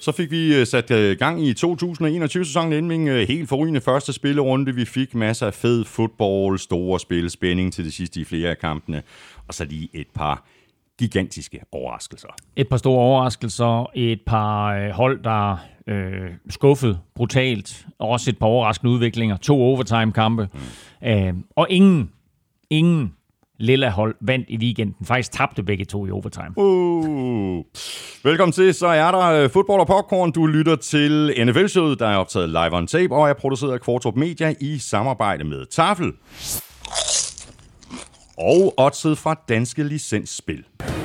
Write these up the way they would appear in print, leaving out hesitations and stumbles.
Så fik vi sat gang i 2021-sæsonen, Elming. Helt forrygende første spillerunde. Vi fik masser af fed fodbold, store spil, spænding til det sidste i flere af kampene. Og så lige et par gigantiske overraskelser. Et par store overraskelser, et par hold, der skuffede brutalt, og også et par overraskende udviklinger, 2 overtime-kampe, og ingen lilla hold vandt i weekenden. Faktisk tabte begge 2 i overtime. Velkommen til, så er der Fodbold og Popcorn. Du lytter til NFL-showet, der er optaget live on tape, og er produceret af Kvartrup Media i samarbejde med Tafel. Og oddset fra Danske Licensspil.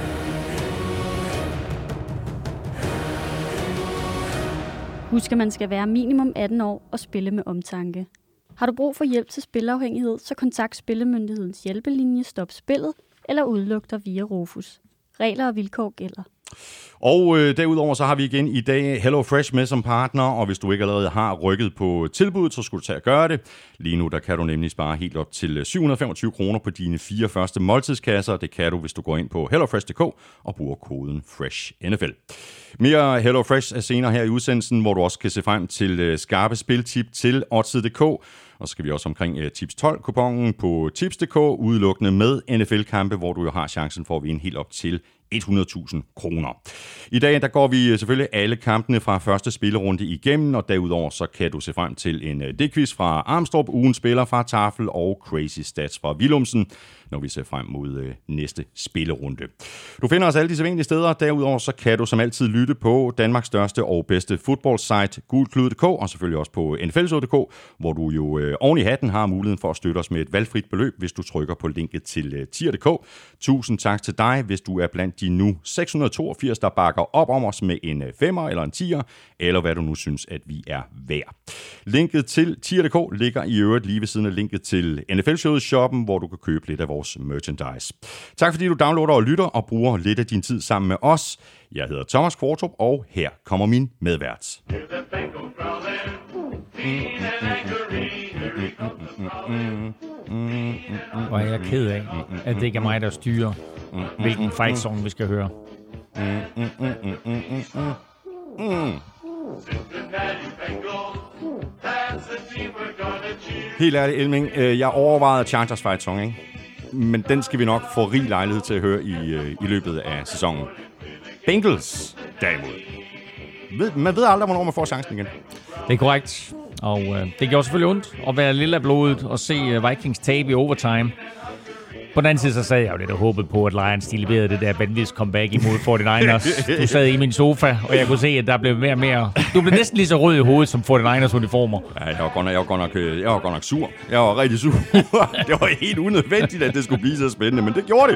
Husk, at man skal være minimum 18 år og spille med omtanke. Har du brug for hjælp til spilafhængighed, så kontakt Spillemyndighedens hjælpelinje Stop Spillet eller udluk dig via Rufus. Regler og vilkår gælder. Og derudover så har vi igen i dag HelloFresh med som partner, og hvis du ikke allerede har rykket på tilbuddet, så skulle du tage at gøre det. Lige nu der kan du nemlig spare helt op til 725 kroner på dine 4 første måltidskasser. Det kan du, hvis du går ind på hellofresh.dk og bruger koden FRESHNFL. Mere HelloFresh er senere her i udsendelsen, hvor du også kan se frem til skarpe spiltip til Odds.dk. Og så skal vi også omkring Tips 12-kupongen på Tips.dk, udelukkende med NFL-kampe, hvor du jo har chancen for at vinde helt op til 100.000 kroner. I dag der går vi selvfølgelig alle kampene fra første spillerunde igennem, og derudover så kan du se frem til en D-quiz fra Armstrong, ugens spiller fra Tafel og Crazy Stats fra Willumsen, når vi ser frem mod næste spillerunde. Du finder os alle de sædvanlige steder. Derudover så kan du som altid lytte på Danmarks største og bedste fodboldsite, gulklud.dk, og selvfølgelig også på nflshow.dk, hvor du jo oven i hatten har muligheden for at støtte os med et valgfrit beløb, hvis du trykker på linket til tier.dk. Tusind tak til dig, hvis du er blandt de nu 682, der bakker op om os med en 5'er eller en 10'er, eller hvad du nu synes, at vi er værd. Linket til tier.dk ligger i øvrigt lige ved siden af linket til NFL-showet shoppen, hvor du kan købe lidt af vores merchandise. Tak fordi du downloader og lytter og bruger lidt af din tid sammen med os. Jeg hedder Thomas Kvartrup, og her kommer min medvært. Og jeg er ked af, at det ikke er mig, der styrer, hvilken fight-song vi skal høre. Helt ærligt, Elming, jeg overvejede Chargers fight-song, ikke? Men den skal vi nok få rig lejlighed til at høre i løbet af sæsonen. Bengals, derimod. Man ved aldrig, hvornår man får chancen igen. Det er korrekt. Og det gjorde selvfølgelig ondt at være lille af blodet og se Vikings tabe i overtime. På den anden side, så sad jeg jo lidt og håbede på, at Lions de leverede det der Bengals comeback imod 49ers. Du sad i min sofa, og jeg kunne se, at der blev mere og mere... Du blev næsten lige så rød i hovedet som 49ers uniformer. Ja, jeg var godt nok sur. Jeg var rigtig sur. Det var helt unødvendigt, at det skulle blive så spændende, men det gjorde det.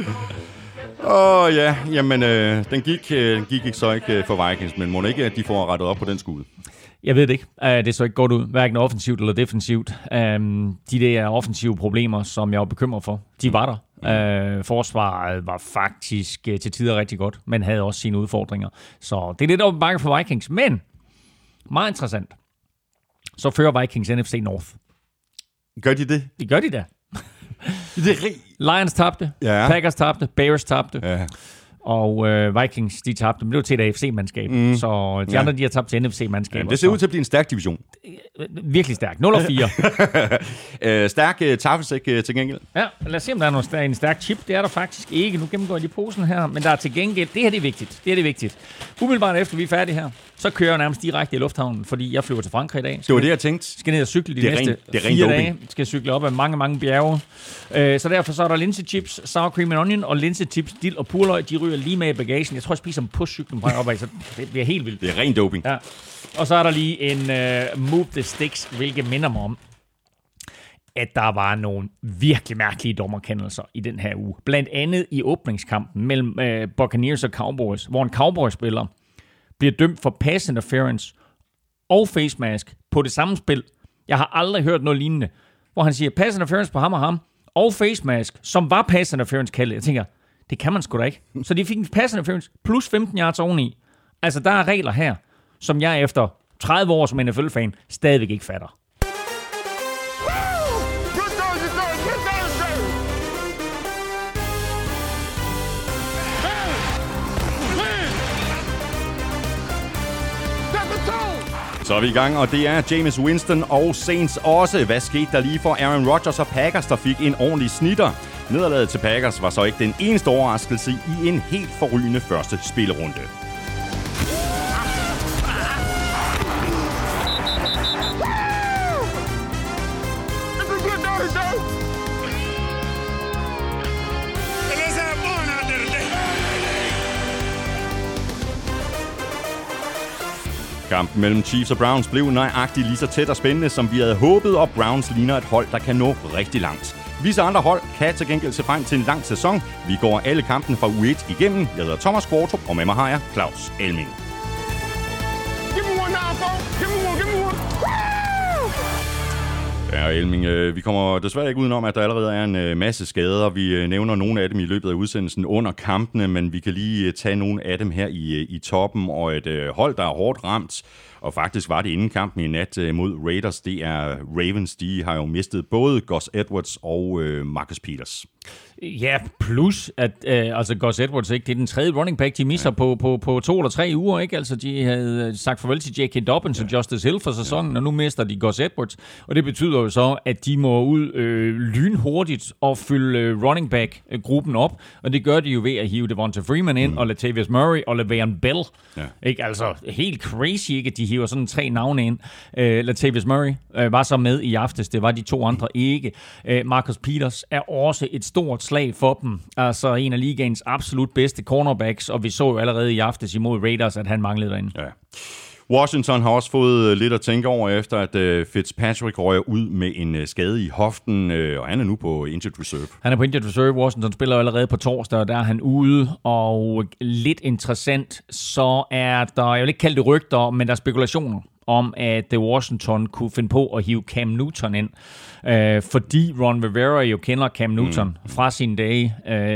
Ja, jamen, den gik ikke så ikke for Vikings, men må ikke, at de får rettet op på den skude. Jeg ved det ikke. Det så ikke godt ud, hverken offensivt eller defensivt. De der offensive problemer, som jeg var bekymret for, de var der. Forsvaret var faktisk til tider rigtig godt, men havde også sine udfordringer. Så det er lidt op ad bakke for Vikings, men meget interessant. Så fører Vikings NFC North. Gør de det? Det gør de da. Lions tabte, Packers tabte, Bears tabte. Ja. Og Vikings, de tabte, men det var til et AFC-mandskab. Så de andre, de har tabt til NFC-mandskaber. Ja, det ser ud til at blive en stærk division. Virkelig stærk. 0-4. Stærk taffelsæk til gengæld. Ja, lad os se, om der er en stærk chip. Det er der faktisk ikke. Nu gennemgår jeg lige posen her. Men der er til gengæld... Det her det er vigtigt. Umiddelbart efter vi er færdige her, så kører jeg nærmest direkte i lufthavnen, fordi jeg flyver til Frankrig i dag. Det var det, jeg tænkte. Skal ned og cykle de næste 4 dage. Skal cykle op ad mange bjerge. Så derfor så er der linsechips, sour cream and onion, og linsechips, dild og purløg. De ryger lige med i bagagen. Jeg tror, jeg spiser dem på cyklen på opad, så det bliver helt vildt. Det er ren doping. Ja. Og så er der lige en Move the Sticks, hvilket minder mig om, at der var nogle virkelig mærkelige dommerkendelser i den her uge. Blandt andet i åbningskampen mellem Buccaneers og Cowboys, hvor en Cowboys-spiller bliver dømt for pass interference og face mask på det samme spil. Jeg har aldrig hørt noget lignende, hvor han siger pass interference på ham og face mask, som var pass interference kaldet. Jeg tænker, det kan man sgu da ikke. Så de fik en pass interference plus 15 yards oveni. Altså, der er regler her, som jeg efter 30 år som NFL-fan stadigvæk ikke fatter. Så er vi i gang, og det er Jameis Winston og Saints også. Hvad skete der lige for Aaron Rodgers og Packers, der fik en ordentlig snitter? Nederlaget til Packers var så ikke den eneste overraskelse i en helt forrygende første spillerunde. Kampen mellem Chiefs og Browns blev nøjagtigt lige så tæt og spændende, som vi havde håbet, og Browns ligner et hold, der kan nå rigtig langt. Vi så andre hold kan til gengæld se frem til en lang sæson. Vi går alle kampen fra U1 igennem. Jeg hedder Thomas Kvartrup, og med mig har jeg Claus Elming. Ja, Elming, vi kommer desværre ikke udenom, at der allerede er en masse skader. Vi nævner nogle af dem i løbet af udsendelsen under kampene, men vi kan lige tage nogle af dem her i toppen. Og et hold, der er hårdt ramt, og faktisk var det inden kampen i nat mod Raiders, det er Ravens. De har jo mistet både Gus Edwards og Marcus Peters. Ja, plus at altså Gus Edwards, ikke, det er den tredje running back, de misser på 2 eller 3 uger, ikke? Altså, de havde sagt farvel til J.K. Dobbins og Justice Hill for sæsonen, og nu mister de Gus Edwards, og det betyder jo så, at de må ud lynhurtigt og fylde running back-gruppen op, og det gør de jo ved at hive Devonta Freeman ind, og Latavius Murray og Le'Veon Bell. Ja. Ikke? Altså, helt crazy, ikke, at de hiver sådan 3 navne ind. Latavius Murray var så med i aftes, det var de 2 andre ikke. Marcus Peters er også et stort slag for dem. Altså en af ligaens absolut bedste cornerbacks, og vi så jo allerede i aftes imod Raiders, at han manglede derinde. Ja. Washington har også fået lidt at tænke over, efter at Fitzpatrick røg ud med en skade i hoften, og han er nu på injured reserve. Han er på injured reserve. Washington spiller jo allerede på torsdag, og der er han ude. Og lidt interessant, så er der, jeg vil ikke kalde det rygter, men der er spekulationer om, at Washington kunne finde på at hive Cam Newton ind. Fordi Ron Rivera jo kender Cam Newton fra sine dage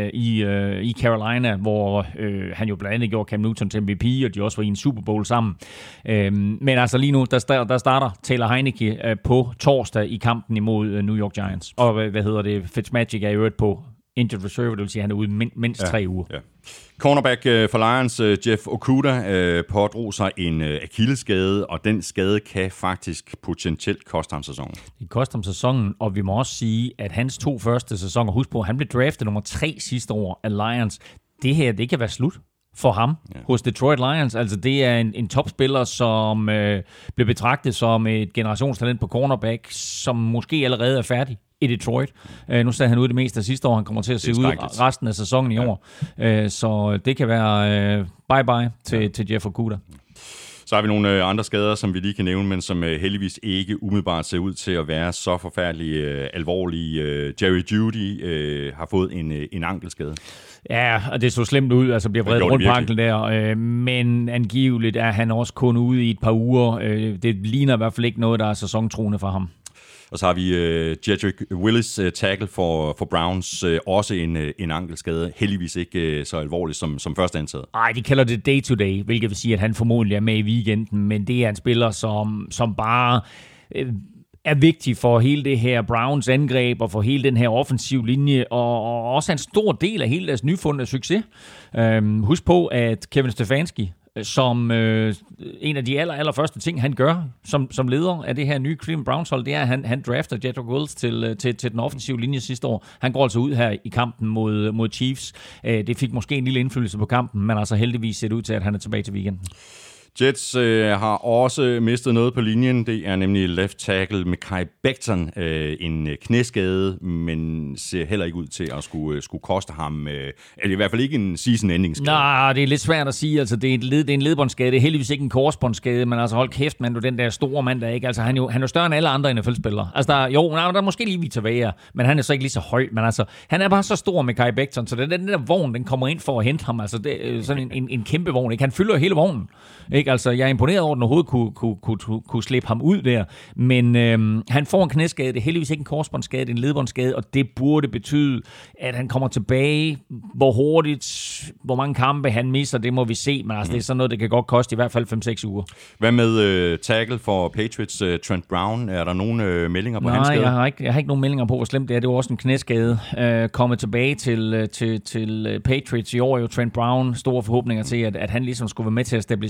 i Carolina, hvor han jo blandt andet gjorde Cam Newton til MVP, og de også var i en Super Bowl sammen. Men altså lige nu, der starter Taylor Heinicke på torsdag i kampen imod New York Giants. Og Fitzmagic er jo på injured reserve, det vil sige, at han er ude mindst 3 uger. Ja. Cornerback for Lions, Jeff Okudah, pådrog sig en akillesskade, og den skade kan faktisk potentielt koste ham sæsonen. Det koster ham sæsonen, og vi må også sige, at hans 2 første sæsoner, husk på, han blev draftet nummer 3 sidste år af Lions. Det her, det kan være slut for ham hos Detroit Lions. Altså det er en topspiller, som blev betragtet som et generationstalent på cornerback, som måske allerede er færdig i Detroit. Nu ser han ud det meste af sidste år. Han kommer til at se ud resten af sæsonen i år. Så det kan være bye-bye til Jeff Okudah. Så har vi nogle andre skader, som vi lige kan nævne, men som heldigvis ikke umiddelbart ser ud til at være så forfærdeligt alvorlige. Jerry Jeudy har fået en ankelskade. Ja, og det så slemt ud, altså bliver vredet rundt på anklen der, men angiveligt er han også kun ude i et par uger. Det ligner i hvert fald ikke noget, der er sæsontruende for ham. Og så har vi Jedrick Willis, tackle for Browns, også en ankelskade. Heldigvis ikke så alvorligt som først antaget. Nej, de kalder det day-to-day, hvilket vil sige, at han formodentlig er med i weekenden, men det er en spiller, som bare er vigtig for hele det her Browns angreb og for hele den her offensiv linje, og også en stor del af hele deres nyfundne succes. Husk på, at Kevin Stefanski, som en af de allerførste ting, han gør som leder af det her nye Cleveland Browns-hold, det er, at han drafter Jedrick Willis til den offensive linje sidste år. Han går altså ud her i kampen mod Chiefs. Det fik måske en lille indflydelse på kampen, men altså heldigvis ser det ud til, at han er tilbage til weekenden. Jets har også mistet noget på linjen. Det er nemlig left tackle Mekhi Becton. En knæskade, men ser heller ikke ud til at skulle koste ham. Eller i hvert fald ikke en season-ending skade. Nej, det er lidt svært at sige. Altså, det er en ledbåndsskade. Det er heldigvis ikke en korsbåndsskade, men altså hold kæft, man, du den der store mand der, ikke? Altså, han er jo større end alle andre NFL-spillere. Altså, der er måske lige Vita Vea, men han er så ikke lige så høj. Men altså, han er bare så stor med Mekhi Becton, så den der vogn, den kommer ind for at hente ham. Altså, det er sådan en kæmpe vogn, ikke? Han fylder hele vognen. Ikke? Altså, jeg er imponeret over, at den overhovedet kunne slippe ham ud der. Men han får en knæskade. Det er heldigvis ikke en korsbåndsskade, det er en ledbåndsskade, og det burde betyde, at han kommer tilbage. Hvor hurtigt, hvor mange kampe han misser, det må vi se. Men altså, det er sådan noget, det kan godt koste i hvert fald 5-6 uger. Hvad med tackle for Patriots, Trent Brown? Er der nogle meldinger på hans skade? Nej, jeg har ikke nogen meldinger på, hvor slemt det er. Det var også en knæskade. Kommet tilbage til Patriots i år, jo Trent Brown. Store forhåbninger til, at han ligesom skulle være med til at stabilisere linjen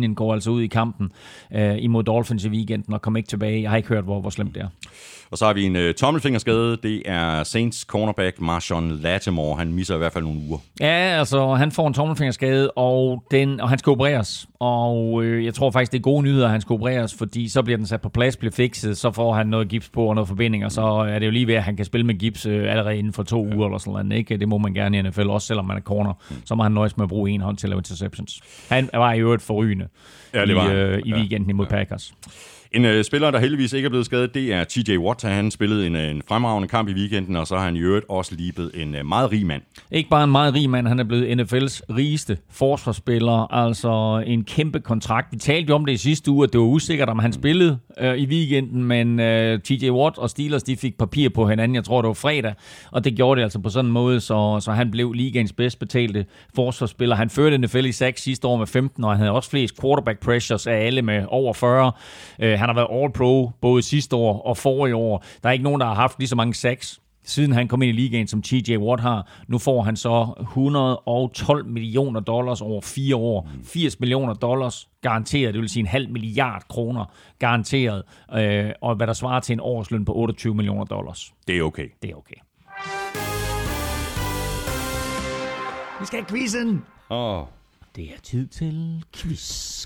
Simeon går altså ud i kampen imod Dolphins i weekenden og kommer ikke tilbage. Jeg har ikke hørt, hvor slemt det er. Og så har vi en tommelfingerskade. Det er Saints cornerback Marshawn Lattimore. Han misser i hvert fald nogle uger. Ja, altså han får en tommelfingerskade, og han skal opereres. Og jeg tror faktisk, det er gode nyheder, at han skal opereres, fordi så bliver den sat på plads, bliver fikset, så får han noget gips på og noget forbinding, og så er det jo lige ved, at han kan spille med gips allerede inden for 2 uger eller sådan noget. Ikke? Det må man gerne i NFL, også selvom man er corner. Så må han nøjes med at bruge en hånd til at lave interceptions. Han var i øvrigt forrygende i weekenden imod Packers. En spiller, der heldigvis ikke er blevet skadet, det er TJ Watt. Han spillede en fremragende kamp i weekenden, og så har han i øvrigt også lige blevet en meget rig mand. Ikke bare en meget rig mand, han er blevet NFL's rigeste forsvarsspiller, altså en kæmpe kontrakt. Vi talte jo om det i sidste uge, at det var usikkert, om han spillede i weekenden, men TJ Watt og Steelers, de fik papir på hinanden, jeg tror det var fredag, og det gjorde det altså på sådan en måde, så han blev ligaens bedst betalte forsvarsspiller. Han førte NFL i sacks sidste år med 15, og han havde også flest quarterback pressures af alle med over 40. Han har været All-Pro både sidste år og forrige år. Der er ikke nogen, der har haft lige så mange sacks, siden han kom ind i ligaen, som TJ Watt har. Nu får han så $112 million over 4 år. $80 million garanteret, det vil sige $500 million garanteret. Og hvad der svarer til en årsløn på $28 million. Det er okay. Det er okay. Vi skal have quizzen! Det er tid til quiz.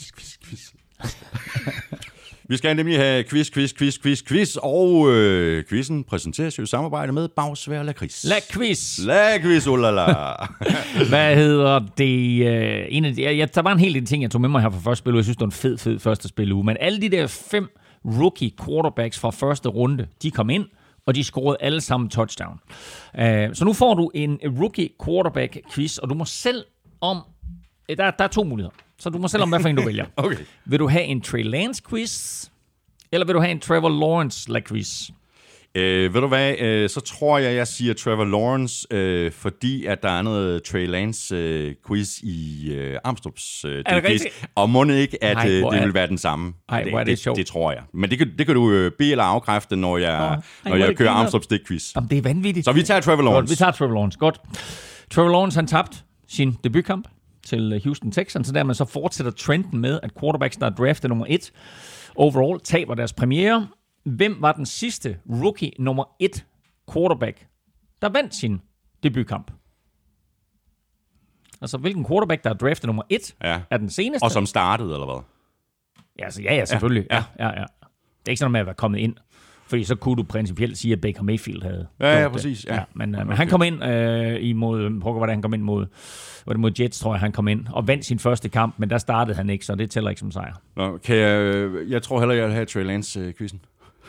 Vi skal nemlig have quiz, og quizzen præsenteres jo i samarbejde med Bagsvær Lakrids. Lakrids, ulala. Hvad hedder det? Der var en hel del ting, jeg tog med mig her fra første spil, jeg synes, det var en fed første spiluge. Men alle de der 5 rookie quarterbacks fra første runde, de kom ind, og de scorede alle sammen touchdown. Så nu får du en rookie quarterback quiz, og du må selv om... Der er 2 muligheder. Så du må selv om, hvad for en du vælger. Okay. Vil du have en Trey Lance quiz, eller vil du have en Trevor Lawrence quiz? Ved du hvad, så tror jeg siger Trevor Lawrence, fordi at der er noget Trey Lance quiz i Amstrups quiz. Og må ikke, at det vil være den samme. Det tror jeg. Men det kan du bede eller afkræfte, når jeg kører Amstrups quiz. Det er vanvittigt. Så vi tager Trevor Lawrence. Vi tager Trevor Lawrence, godt. Trevor Lawrence, han tabte sin debutkamp til Houston Texans, så dermed så fortsætter trenden med, at quarterbacks, der er draftet nummer 1 overall, taber deres premiere. Hvem var den sidste rookie nummer 1 quarterback, der vandt sin debutkamp? Altså, hvilken quarterback, der er draftet nummer 1, er den seneste? Og som startede, eller hvad? Ja, selvfølgelig. Ja. Det er ikke sådan med at være kommet ind. Fordi så kunne du principielt sige, at Baker Mayfield havde Ja, præcis. Ja. Men han kom ind imod... Prøv at hvordan han kom ind mod... Var det mod Jets, tror jeg, han kom ind og vandt sin første kamp, men der startede han ikke, så det tæller ikke som sejr. Nå, jeg tror heller, jeg vil have Trey Lance-quizzen.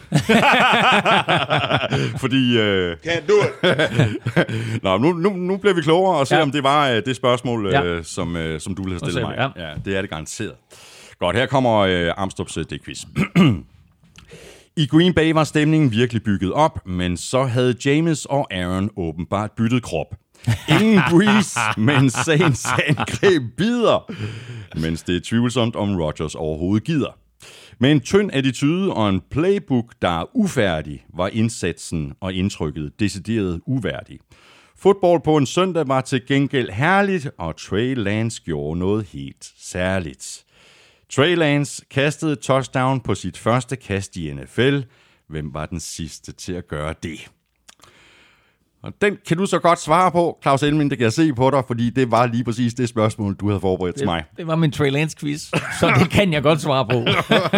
Fordi... Can't do it! Nå, nu bliver vi klogere og se, om det var det spørgsmål, som du ville have stillet mig. Ja, det er det garanteret. Godt, her kommer Amstrups quiz. I Green Bay var stemningen virkelig bygget op, men så havde Jameis og Aaron åbenbart byttet krop. Ingen Breeze, men Saints angreb bider, mens det er tvivlsomt, om Rodgers overhovedet gider. Med en tynd attitude og en playbook, der er ufærdig, var indsatsen og indtrykket decideret uværdig. Fodbold på en søndag var til gengæld herligt, og Trey Lance gjorde noget helt særligt. Trey Lance kastede touchdown på sit første kast i NFL. Hvem var den sidste til at gøre det? Og den kan du så godt svare på, Claus Elming, det kan jeg se på dig, fordi det var lige præcis det spørgsmål, du havde forberedt til mig. Det var min Trey Lance quiz, så det kan jeg godt svare på.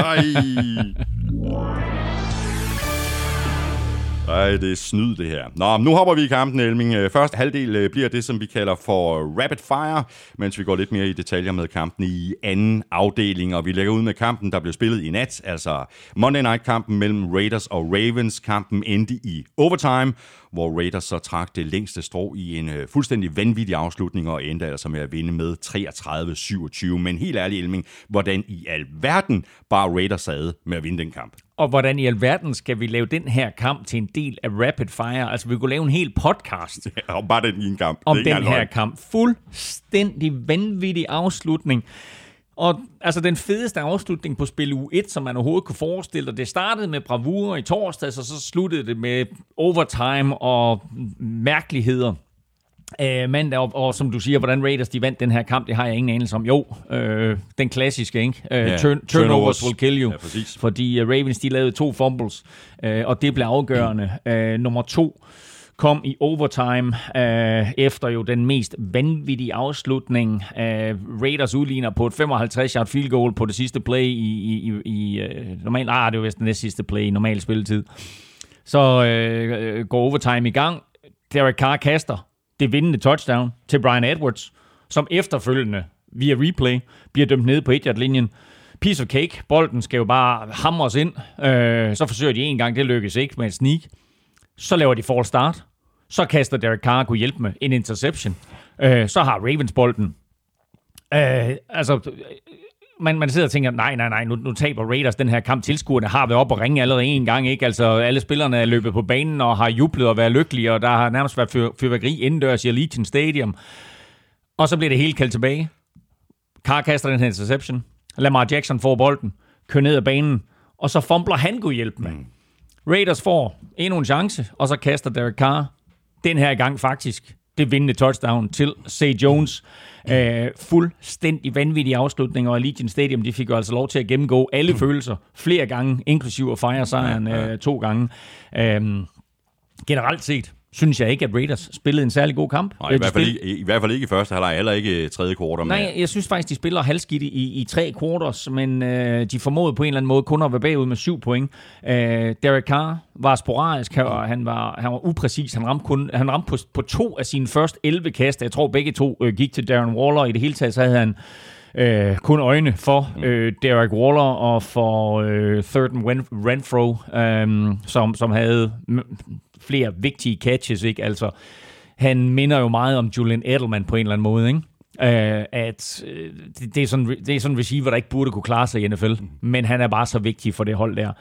Ej, det er snyd, det her. Nå, nu hopper vi i kampen, Elming. Første halvdel bliver det, som vi kalder for rapid fire, mens vi går lidt mere i detaljer med kampen i anden afdeling, og vi lægger ud med kampen, der blev spillet i nat, altså Monday Night-kampen mellem Raiders og Ravens. Kampen endte i overtime, hvor Raiders så trak det længste strå i en fuldstændig vanvittig afslutning og endte altså med at vinde med 33-27. Men helt ærligt, Elming, hvordan i alverden bare Raiders sad med at vinde den kamp? Og hvordan i alverden skal vi lave den her kamp til en del af Rapid Fire? Altså, vi kunne lave en hel podcast om bare den ene kamp. Om den her kamp. Fuldstændig vanvittig afslutning. Og altså den fedeste afslutning på spil uge 1, som man overhovedet kunne forestille dig. Det startede med bravure i torsdags, og så sluttede det med overtime og mærkeligheder mandag, og som du siger, hvordan Raiders de vandt den her kamp, det har jeg ingen anelse om. Jo, den klassiske, ikke? Turnovers will kill you. Ja, fordi Ravens, de lavede 2 fumbles, og det blev afgørende. Nummer 2 kom i overtime efter jo den mest vanvittige afslutning. Raiders udligner på et 55-yard field goal på det sidste play i normal. Det var vist den næste sidste play i normal spilletid. Så går overtime i gang. Derek Carr kaster det vindende touchdown til Bryan Edwards, som efterfølgende via replay bliver dømt ned på 1-yard-linjen. Piece of cake. Bolden skal jo bare hamres ind. Så forsøger de en gang, det lykkes ikke med et sneak. Så laver de false start. Så kaster Derek Carr, kunne hjælpe med en interception. Så har Ravens bolden. Man sidder og tænker, nej, nu taber Raiders den her kamp. Tilskuerne har været op og ringe allerede en gang, ikke? Altså, alle spillerne er løbet på banen og har jublet og været lykkelige, og der har nærmest været fyrværkeri indendørs i Allegiant Stadium. Og så bliver det hele kaldt tilbage. Carr kaster den her interception. Lamar Jackson får bolden, kører ned ad banen, og så fumbler han kunne hjælpe med. Raiders får endnu en chance, og så kaster Derek Carr den her gang faktisk det vindende touchdown til Zay Jones. Fuldstændig vanvittige afslutninger, og Allegiant Stadium, de fik jo altså lov til at gennemgå alle følelser flere gange, inklusive at fejre sejren 2 gange. Generelt set synes jeg ikke, at Raiders spillede en særlig god kamp. Nej, i hvert fald ikke i første halvleg, heller ikke i tredje kvartal. Nej, jeg synes faktisk, de spiller halvskidt i 3 quarters, men de formåede på en eller anden måde kun at være bagud med 7 point. Derek Carr var sporadisk, og han var upræcis. Han ramte på 2 af sine første 11 kast. Jeg tror, begge 2 gik til Darren Waller. I det hele taget så havde han kun øjne for Derek Waller og for Thurman Renfro, som havde flere vigtige catches, ikke? Altså, han minder jo meget om Julian Edelman på en eller anden måde, ikke? Det er sådan en receiver, der ikke burde kunne klare sig i NFL, men han er bare så vigtig for det hold der.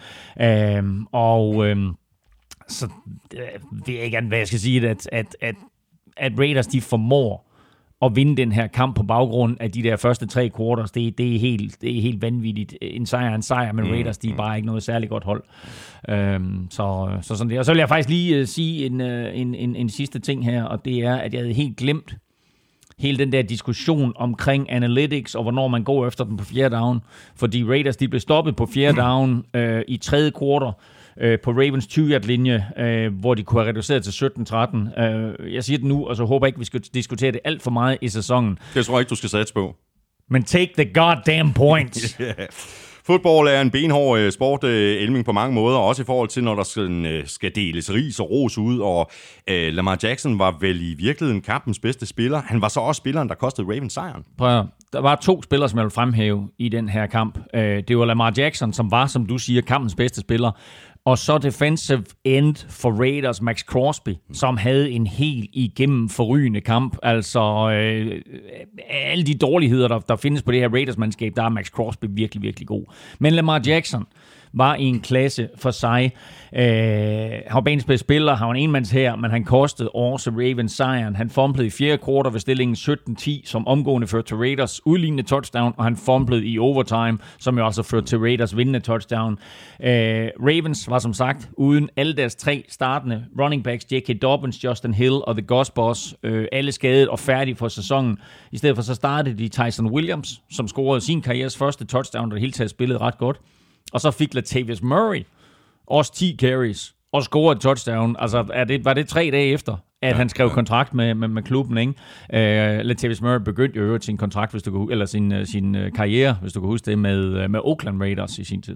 Så ved jeg ikke, hvad jeg skal sige, at Raiders, de formår at vinde den her kamp på baggrund af de der første 3 quarters, det er helt vanvittigt. En sejr, men Raiders, de er bare ikke noget særligt godt hold. Så sådan det. Og så vil jeg faktisk lige sige en sidste ting her, og det er, at jeg havde helt glemt hele den der diskussion omkring analytics, og hvornår man går efter den på 4. down. Fordi Raiders, de blev stoppet på 4. down i 3. kvartal, på Ravens 20-yard-linje, hvor de kunne have reduceret til 17-13. Jeg siger det nu, og så håber jeg ikke, vi skal diskutere det alt for meget i sæsonen. Det tror jeg ikke, du skal satse på. Men take the goddamn points. Yeah. Fodbold er en benhård sport, Elming, på mange måder, også i forhold til, når der skal deles ris og ros ud, og Lamar Jackson var vel i virkeligheden kampens bedste spiller. Han var så også spilleren, der kostede Ravens sejren. Prøv, der var 2 spillere, som jeg vil fremhæve i den her kamp. Det var Lamar Jackson, som var, som du siger, kampens bedste spiller, og så defensive end for Raiders, Max Crosby, som havde en helt igennem forrygende kamp. Altså, alle de dårligheder, der findes på det her Raiders-mandskab, der er Max Crosby virkelig, virkelig god. Men Lamar Jackson var i en klasse for sig. Han var banens bedste spiller, han var en enmands her, men han kostede også Ravens sejren. Han fumblede i 4. kvartal ved stillingen 17-10, som omgående førte til Raiders udlignende touchdown, og han fumblede i overtime, som jo også førte til Raiders vindende touchdown. Ravens var som sagt uden alle deres 3 startende running backs, J.K. Dobbins, Justin Hill og The Gus Boss, alle skadet og færdige for sæsonen. I stedet for så startede de Tyson Williams, som scorede sin karrieres første touchdown, der hele taget spillede ret godt. Og så fik Latavius Murray også 10 carries og scorede et touchdown. Altså, var det 3 dage efter, at han skrev kontrakt med klubben, ikke? Latavius Murray begyndte jo sin kontrakt, hvis du kunne, eller sin karriere, hvis du kan huske det, med Oakland Raiders i sin tid.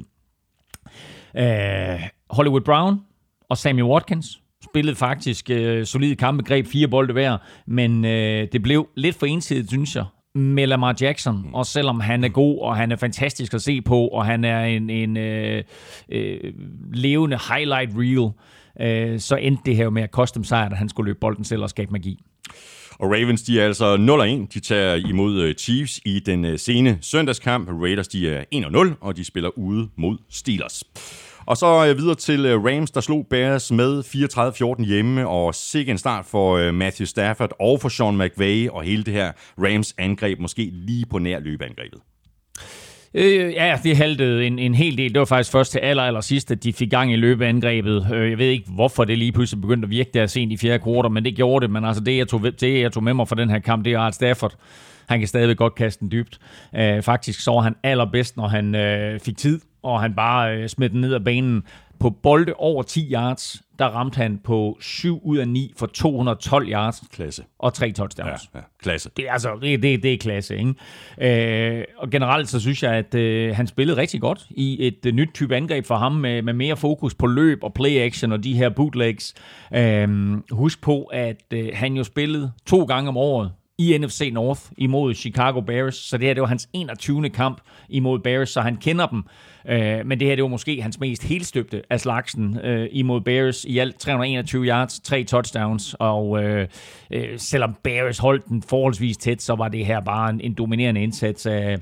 Hollywood Brown og Sammy Watkins spillede faktisk solide kampe, greb 4 bolde hver, men det blev lidt for ensidigt, synes jeg, med Lamar Jackson, og selvom han er god, og han er fantastisk at se på, og han er en levende highlight reel, så endte det her med at koste dem sejr, at han skulle løbe bolden selv og skabe magi. Og Ravens, de er altså 0-1. De tager imod Chiefs i den sene søndagskamp. Raiders, de er 1-0, og de spiller ude mod Steelers. Og så videre til Rams, der slog Bears med 34-14 hjemme, og sikke en start for Matthew Stafford og for Sean McVay, og hele det her Rams angreb måske lige på nær løbeangrebet. Ja, det haltede en hel del. Det var faktisk først til aller sidst, at de fik gang i løbeangrebet. Jeg ved ikke, hvorfor det lige pludselig begyndte at virke der sent i fjerde kvartal, men det gjorde det. Men altså, det jeg tog med mig fra den her kamp, det er Art Stafford. Han kan stadigvæk godt kaste den dybt. Faktisk så var han allerbedst, når han fik tid, og han bare smed den ned ad banen. På bolde over 10 yards, der ramte han på 7 ud af 9 for 212 yards. Klasse. Og 3 touchdowns. Ja, klasse. Det er klasse, ikke? Og generelt så synes jeg, at han spillede rigtig godt i et nyt type angreb for ham, med mere fokus på løb og play action og de her bootlegs. Husk på, at han jo spillede 2 gange om året i NFC North imod Chicago Bears, så det her det var hans 21. kamp imod Bears, så han kender dem. Men det her det var måske hans mest helstøbte af slagsen imod Bears. I alt 321 yards, 3 touchdowns, og selvom Bears holdt den forholdsvis tæt, så var det her bare en dominerende indsats af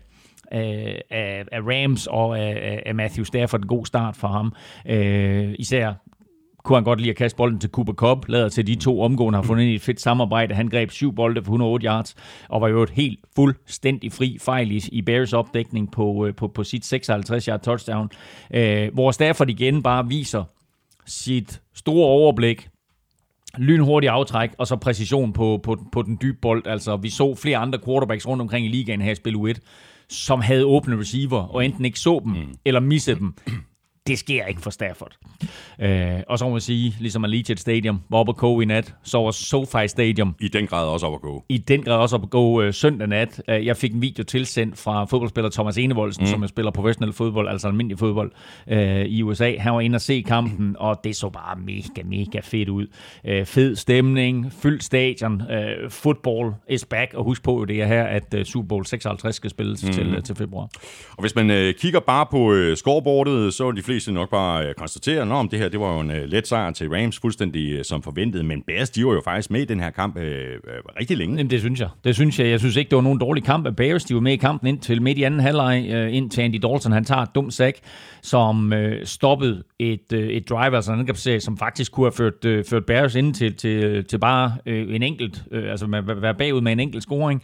Rams og af Matthew Stafford. En god start for ham. Især kunne han godt lide at kaste bolden til Cooper Kupp, lader til de 2 omgående har fundet et fedt samarbejde. Han greb 7 bolde for 108 yards, og var jo et helt fuldstændig fri fejl i Bears opdækning på sit 56-yard touchdown, hvor Stafford igen bare viser sit store overblik, lynhurtig aftræk, og så præcision på den dybe bold. Altså, vi så flere andre quarterbacks rundt omkring i ligaen her i spil U1, som havde åbne receiver, og enten ikke så dem, eller missede dem. Det sker ikke for Stafford. Og så må man sige, ligesom Allegiant Stadium var oppe at gå i nat, så var SoFi Stadium i den grad også op at gå søndag nat. Jeg fik en video tilsendt fra fodboldspiller Thomas Enevoldsen, som spiller professionel fodbold, altså almindelig fodbold i USA. Han var inde og se kampen, og det så bare mega fedt ud. Fed stemning, fyldt stadion, football is back, og husk på jo det er her, at Super Bowl 56 skal spilles til februar. Og hvis man kigger bare på scoreboardet, så er de fleste nok bare konstatere, at det her det var jo en let sejr til Rams, fuldstændig som forventet, men Bears, de var jo faktisk med i den her kamp rigtig længe. Jamen, det synes jeg. Jeg synes ikke, det var nogen dårlig kamp. Bears, de var med i kampen indtil midt i anden halvleg, indtil Andy Dalton, han tager et dumt sack, som stoppede et drive, altså en angrebsserie, som faktisk kunne have ført Bears ind til bare en enkelt, altså være bagud med en enkelt scoring.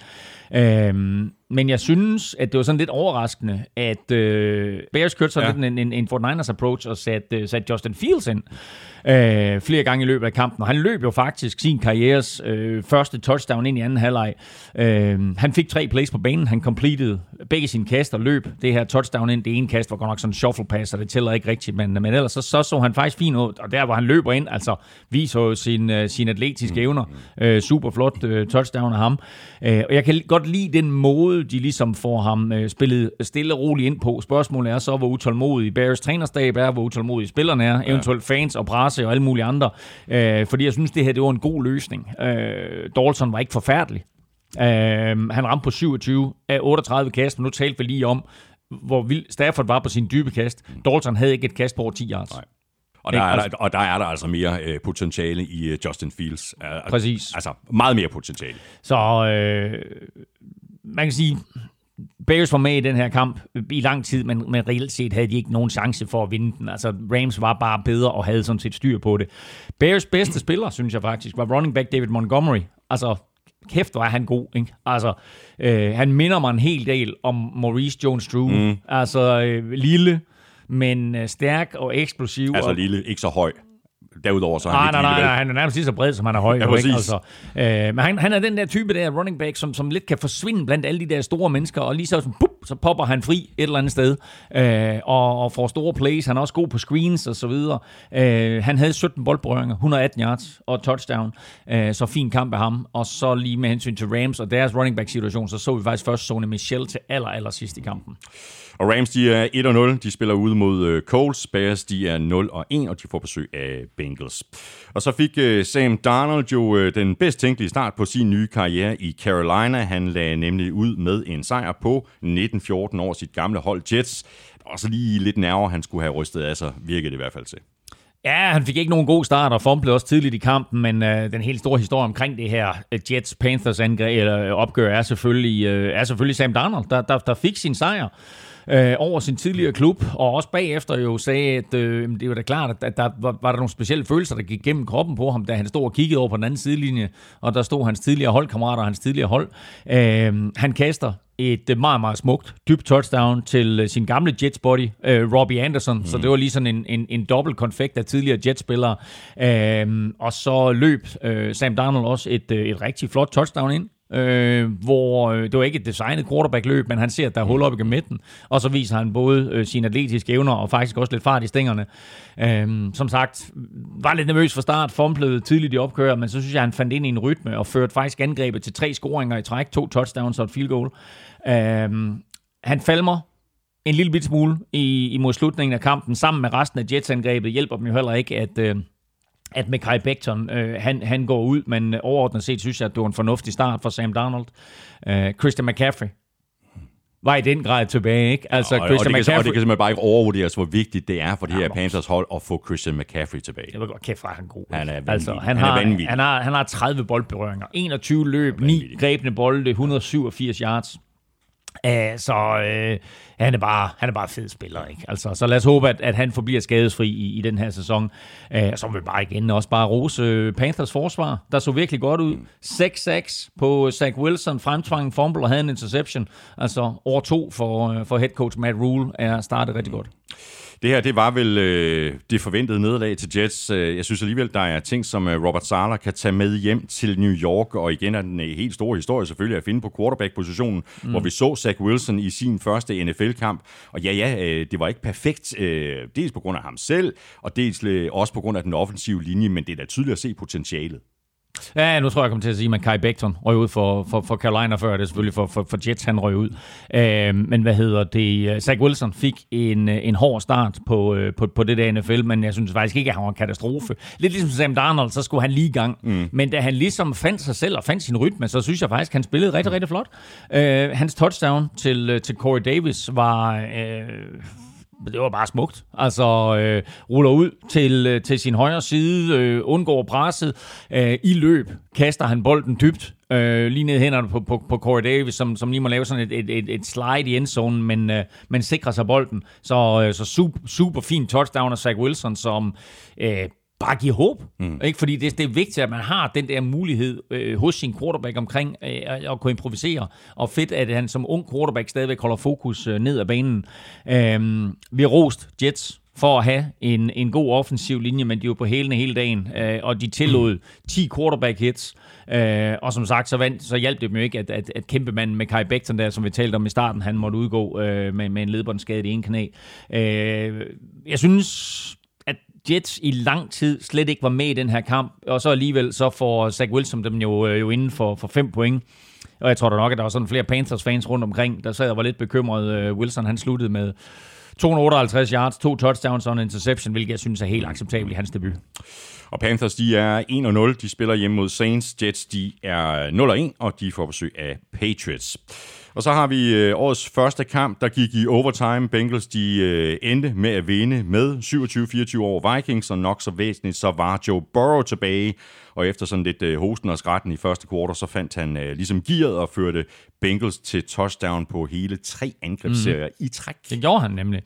Men jeg synes, at det var sådan lidt overraskende, at Bears kørte sådan lidt en 49ers approach og satte Justin Fields ind flere gange i løbet af kampen. Og han løb jo faktisk sin karrieres første touchdown ind i anden halvleg. Han fik 3 plays på banen. Han completed begge sine kast og løb det her touchdown ind. Det ene kast var godt nok sådan en shuffle pass, og det tæller ikke rigtigt, men ellers så han faktisk fint ud. Og der, hvor han løber ind, altså viser jo sine atletiske evner. Super flot touchdown af ham. Og jeg kan godt lide den måde, de ligesom får ham spillet stille og roligt ind på. Spørgsmålet er så, hvor utålmodig Bears trænerstab er, hvor utålmodig spillerne er, eventuelt fans og presse og alle mulige andre. Fordi jeg synes, det her det var en god løsning. Dalton var ikke forfærdelig. Han ramte på 27 af 38 kast, men nu talte vi lige om, hvor vild Stafford var på sin dybe kast. Dalton havde ikke et kast på over 10 yards. Nej. Og der er der altså mere potentiale i Justin Fields. Præcis. Altså meget mere potentiale. Så man kan sige, Bears var med i den her kamp i lang tid, men reelt set havde de ikke nogen chance for at vinde den. Altså Rams var bare bedre og havde sådan set styr på det. Bears bedste spiller, synes jeg faktisk, var running back David Montgomery. Altså kæft, var han god, ikke? Altså, han minder mig en hel del om Maurice Jones-Drew. Altså lille, men stærk og eksplosiv. Altså lille, ikke så høj. Derudover så han han er nærmest lige så bred, som han er høj. Ja, ikke? Altså, men han er den der type der running back, som lidt kan forsvinde blandt alle de der store mennesker, og lige så popper han fri et eller andet sted, og får store plays. Han er også god på screens og så videre. Han havde 17 boldberøringer, 118 yards og touchdown, så fin kamp af ham. Og så lige med hensyn til Rams og deres running back situation, så vi faktisk først Sony Michel til aller sidst i kampen. Og Rams, de er 1-0. De spiller ude mod Colts. Bears, de er 0-1, og de får besøg af Bengals. Og så fik Sam Darnold jo den bedst tænkelige start på sin nye karriere i Carolina. Han lagde nemlig ud med en sejr på 19-14 over sit gamle hold Jets. Der var også lige lidt nerver, han skulle have rystet af sig, virkede det i hvert fald til. Ja, han fik ikke nogen god start og fumblede også tidligt i kampen, men den helt store historie omkring det her Jets-Panthers opgør er selvfølgelig Sam Darnold, der fik sin sejr. over sin tidligere klub, og også bagefter jo sagde, at det var da klart, at der var der nogle specielle følelser, der gik gennem kroppen på ham, da han stod og kiggede over på den anden sidelinje, og der stod hans tidligere holdkammerater og hans tidligere hold. Han kaster et meget, meget smukt, dybt touchdown til sin gamle Jets-buddy, Robbie Anderson. Så det var lige sådan en dobbelt konfekt af tidligere Jets-spillere. Og så løb Sam Darnold også et rigtig flot touchdown ind, hvor det var ikke et designet quarterback-løb, men han ser, at der er hul op igennem midten, og så viser han både sine atletiske evner og faktisk også lidt fart i stængerne. Som sagt, var lidt nervøs fra start, fumblede tidligt i opkøret, men så synes jeg, han fandt ind i en rytme og førte faktisk angrebet til 3 scoringer i træk, 2 touchdowns og et field goal. Han falmer en lille bit smule imod slutningen af kampen. Sammen med resten af Jets-angrebet hjælper dem jo heller ikke, at Mekhi Becton, han går ud, men overordnet set synes jeg, at det var en fornuftig start for Sam Darnold. Christian McCaffrey var i den grad tilbage, ikke? Altså, og det kan simpelthen bare ikke overvurderes, hvor vigtigt det er for det her Panthers hold at få Christian McCaffrey tilbage. Jeg ved godt, kæft, han er god. Han er vanvittig. Altså, han har 30 boldberøringer, 21 løb, 9 grebne bolde, 187 yards. Han er bare fed spiller, ikke? Altså, så lad os håbe, at han forbliver skadesfri i den her sæson. Så vil vi bare igen også bare rose Panthers forsvar, der så virkelig godt ud. 6-6 på Zach Wilson, fremtvang fumble og havde en interception. Altså år 2 for head coach Matt Rule er startet rigtig godt. Det her, det var vel det forventede nederlag til Jets. Jeg synes alligevel, der er ting, som Robert Saleh kan tage med hjem til New York, og igen er den helt store historie selvfølgelig at finde på quarterback-positionen, hvor vi så Zach Wilson i sin første NFL-kamp. Og det var ikke perfekt, dels på grund af ham selv, og dels også på grund af den offensive linje, men det er da tydeligt at se potentialet. Ja, nu tror jeg kommer til at sige, at Mekhi Becton røg ud for Carolina før, det er selvfølgelig for Jets, han røg ud. Men Zach Wilson fik en hård start på det der NFL, men jeg synes faktisk ikke, at han var en katastrofe. Lidt ligesom Sam Darnold, så skulle han lige i gang. Men da han ligesom fandt sig selv og fandt sin rytme, så synes jeg faktisk, at han spillede rigtig, rigtig flot. Hans touchdown til Corey Davis var... det var bare smukt. Altså, ruller ud til sin højre side, undgår presset. I løb kaster han bolden dybt, lige ned i hænderne på Corey Davis, som lige må lave sådan et slide i endzonen, men sikrer sig bolden. Så super fin touchdown af Zach Wilson, som... bare give håb, ikke? Fordi det er vigtigt, at man har den der mulighed hos sin quarterback omkring at kunne improvisere, og fedt, at han som ung quarterback stadigvæk holder fokus ned ad banen. Vi har rost Jets for at have en god offensiv linje, men de var på hælene hele dagen, og de tillod 10 quarterback hits, og som sagt, så hjalp det dem jo ikke, at kæmpe manden med Mekhi Becton der, som vi talte om i starten, han måtte udgå med en ledbåndsskade i en knæ. Jeg synes... Jets i lang tid slet ikke var med i den her kamp, og så alligevel så får Zach Wilson dem jo inden for 5 point. Og jeg tror da nok, at der var sådan flere Panthers-fans rundt omkring, der sad og var lidt bekymret. Wilson, han sluttede med 258 yards, 2 touchdowns og en interception, hvilket jeg synes er helt acceptabelt i hans debut. Og Panthers, de er 1-0. De spiller hjemme mod Saints. Jets, de er 0-1, og de får besøg af Patriots. Og så har vi årets første kamp, der gik i overtime. Bengals, de endte med at vinde med 27-24 over Vikings, og nok så væsentligt, så var Joe Burrow tilbage. Og efter sådan lidt hosten og skrætten i første kvartal, så fandt han ligesom gearet og førte Bengals til touchdown på hele 3 angrebsserier i træk. Det gjorde han nemlig.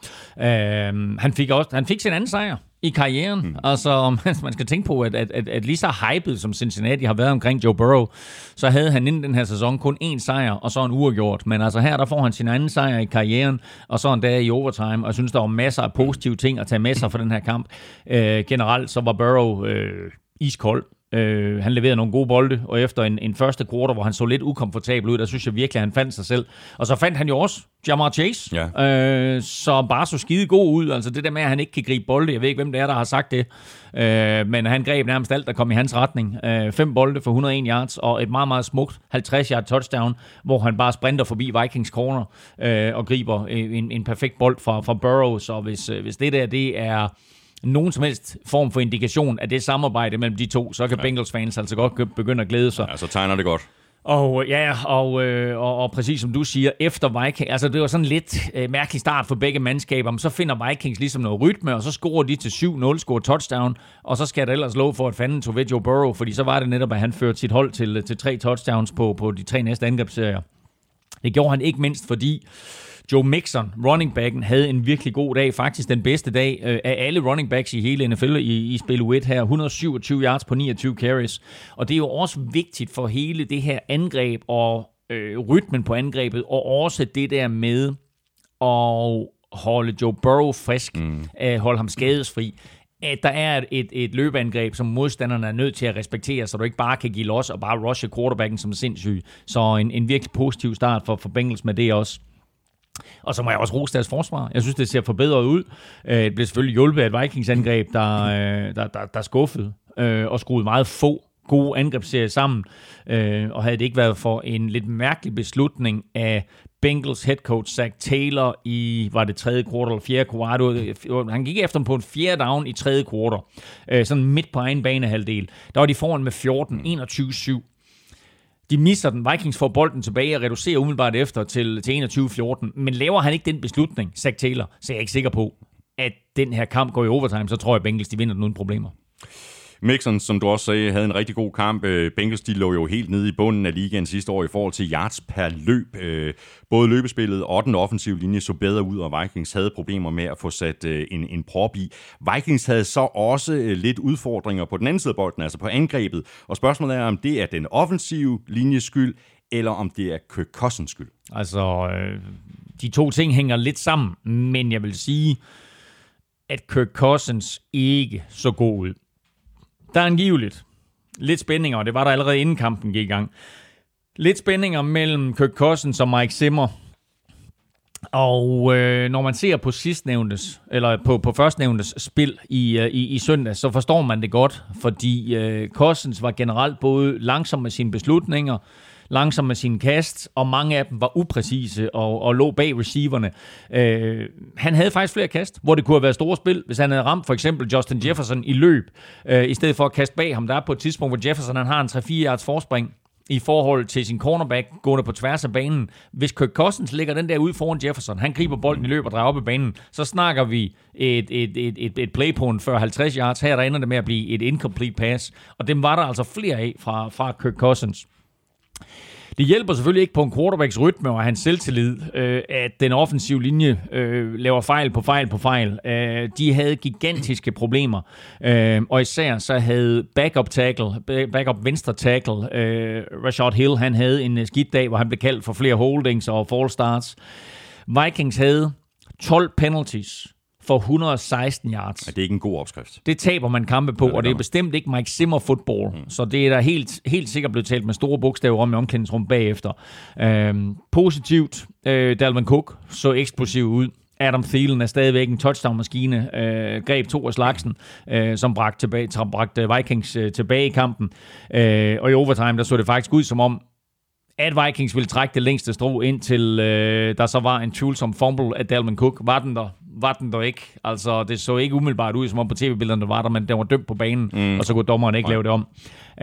Han fik sin anden sejr i karrieren. Altså, man skal tænke på, at lige så hypet som Cincinnati har været omkring Joe Burrow, så havde han inden den her sæson kun 1 sejr, og så en uafgjort. Men altså her, der får han sin anden sejr i karrieren, og så en dag i overtime, og jeg synes, der var masser af positive ting at tage med sig for den her kamp. Generelt så var Burrow iskold. Han leverede nogle gode bolde, og efter en første kvartal, hvor han så lidt ukomfortabel ud, der synes jeg virkelig, at han fandt sig selv. Og så fandt han jo også Ja'Marr Chase, så bare så skide god ud. Altså det der med, at han ikke kan gribe bolde, jeg ved ikke, hvem det er, der har sagt det, men han greb nærmest alt, der kom i hans retning. 5 bolde for 101 yards, og et meget, meget smukt 50-yard touchdown, hvor han bare sprinter forbi Vikings corner og griber en perfekt bold fra Burrow. Så hvis det der, det er nogen som helst form for indikation af det samarbejde mellem de to, så kan Bengals fans altså godt begynde at glæde sig. Ja, så tegner det godt. Og præcis som du siger, efter Vikings, altså det var sådan lidt mærkelig start for begge mandskaber, men så finder Vikings ligesom noget rytme, og så scorer de til 7-0, scorer touchdown, og så skal der ellers love for, at fanden tog ved Joe Burrow, fordi så var det netop, at han førte sit hold til 3 touchdowns på de 3 næste angrebsserier. Det gjorde han ikke mindst, fordi Joe Mixon, running backen, havde en virkelig god dag. Faktisk den bedste dag af alle running backs i hele NFL i spil U1 her. 127 yards på 29 carries. Og det er jo også vigtigt for hele det her angreb og rytmen på angrebet, og også det der med at holde Joe Burrow frisk, holde ham skadesfri, at der er et løbeangreb, som modstanderne er nødt til at respektere, så du ikke bare kan give los og bare rushe quarterbacken som sindssyg. Så en virkelig positiv start for Bengals med det også. Og så må jeg også rose deres forsvar. Jeg synes, det ser forbedret ud. Det bliver selvfølgelig hjulpet af et Vikings-angreb, der skuffede og skruede meget få gode angrebsserier sammen. Og havde det ikke været for en lidt mærkelig beslutning af Bengals head coach Zach Taylor i, var det tredje kvartal eller fjerde kvartal? Han gik efter dem på en fjerde down i tredje kvartal. Sådan midt på egen banehalvdel. Der var de foran med 14-21-7. De misser den. Vikings får bolden tilbage og reducerer umiddelbart efter til 21-14. Men laver han ikke den beslutning, Zach Taylor, så er jeg ikke sikker på, at den her kamp går i overtime. Så tror jeg, at Bengals de vinder den uden problemer. Mixon, som du også sagde, havde en rigtig god kamp. Bengals, de lå jo helt nede i bunden af ligaen sidste år i forhold til yards per løb. Både løbespillet og den offensive linje så bedre ud, og Vikings havde problemer med at få sat en prop i. Vikings havde så også lidt udfordringer på den anden side af bolden, altså på angrebet. Og spørgsmålet er, om det er den offensive linjes skyld, eller om det er Kirk Cousins skyld. Altså, de to ting hænger lidt sammen, men jeg vil sige, at Kirk Cousins ikke så god ud. Der er angiveligt lidt spændinger, og det var der allerede inden kampen gik i gang. Lidt spændinger mellem Kirk Cousins og Mike Zimmer. Og når man ser på sidstnævntes, eller på førstnævntes spil i søndag, så forstår man det godt, fordi Cousins var generelt både langsom med sine beslutninger, langsom med sine kast, og mange af dem var upræcise og lå bag receiverne. Han havde faktisk flere kast, hvor det kunne have været store spil, hvis han havde ramt for eksempel Justin Jefferson i løb, i stedet for at kaste bag ham. Der er på et tidspunkt, hvor Jefferson han har en 3-4 yards forspring i forhold til sin cornerback gående på tværs af banen. Hvis Kirk Cousins lægger den der ud foran Jefferson, han griber bolden i løb og drejer op i banen, så snakker vi et play på en 40-50 yards. Her der ender det med at blive et incomplete pass, og dem var der altså flere af fra Kirk Cousins. Det hjælper selvfølgelig ikke på en quarterbacks rytme og hans selvtillid, at den offensive linje laver fejl på fejl. De havde gigantiske problemer, og især så havde backup venstre tackle, Rashad Hill, han havde en skidt dag, hvor han blev kaldt for flere holdings og false starts. Vikings havde 12 penalties for 116 yards. Ja, det er ikke en god opskrift. Det taber man kampe på, og det er bestemt ikke Mike Zimmer football. Så det er der helt sikkert blevet talt med store bogstaver om i omklædningsrum bagefter. Positivt, Dalvin Cook så eksplosiv ud. Adam Thielen er stadigvæk en touchdown-maskine. Greb 2 af slagsen, som bragte Vikings tilbage i kampen. Og i overtime, der så det faktisk ud som om, at Vikings ville trække det længste strå ind til der så var en tvivlsom fumble af Dalvin Cook. Var den der ikke. Altså, det så ikke umiddelbart ud, som om på tv-billederne der var der, men den var dømt på banen, og så kunne dommeren ikke lave det om.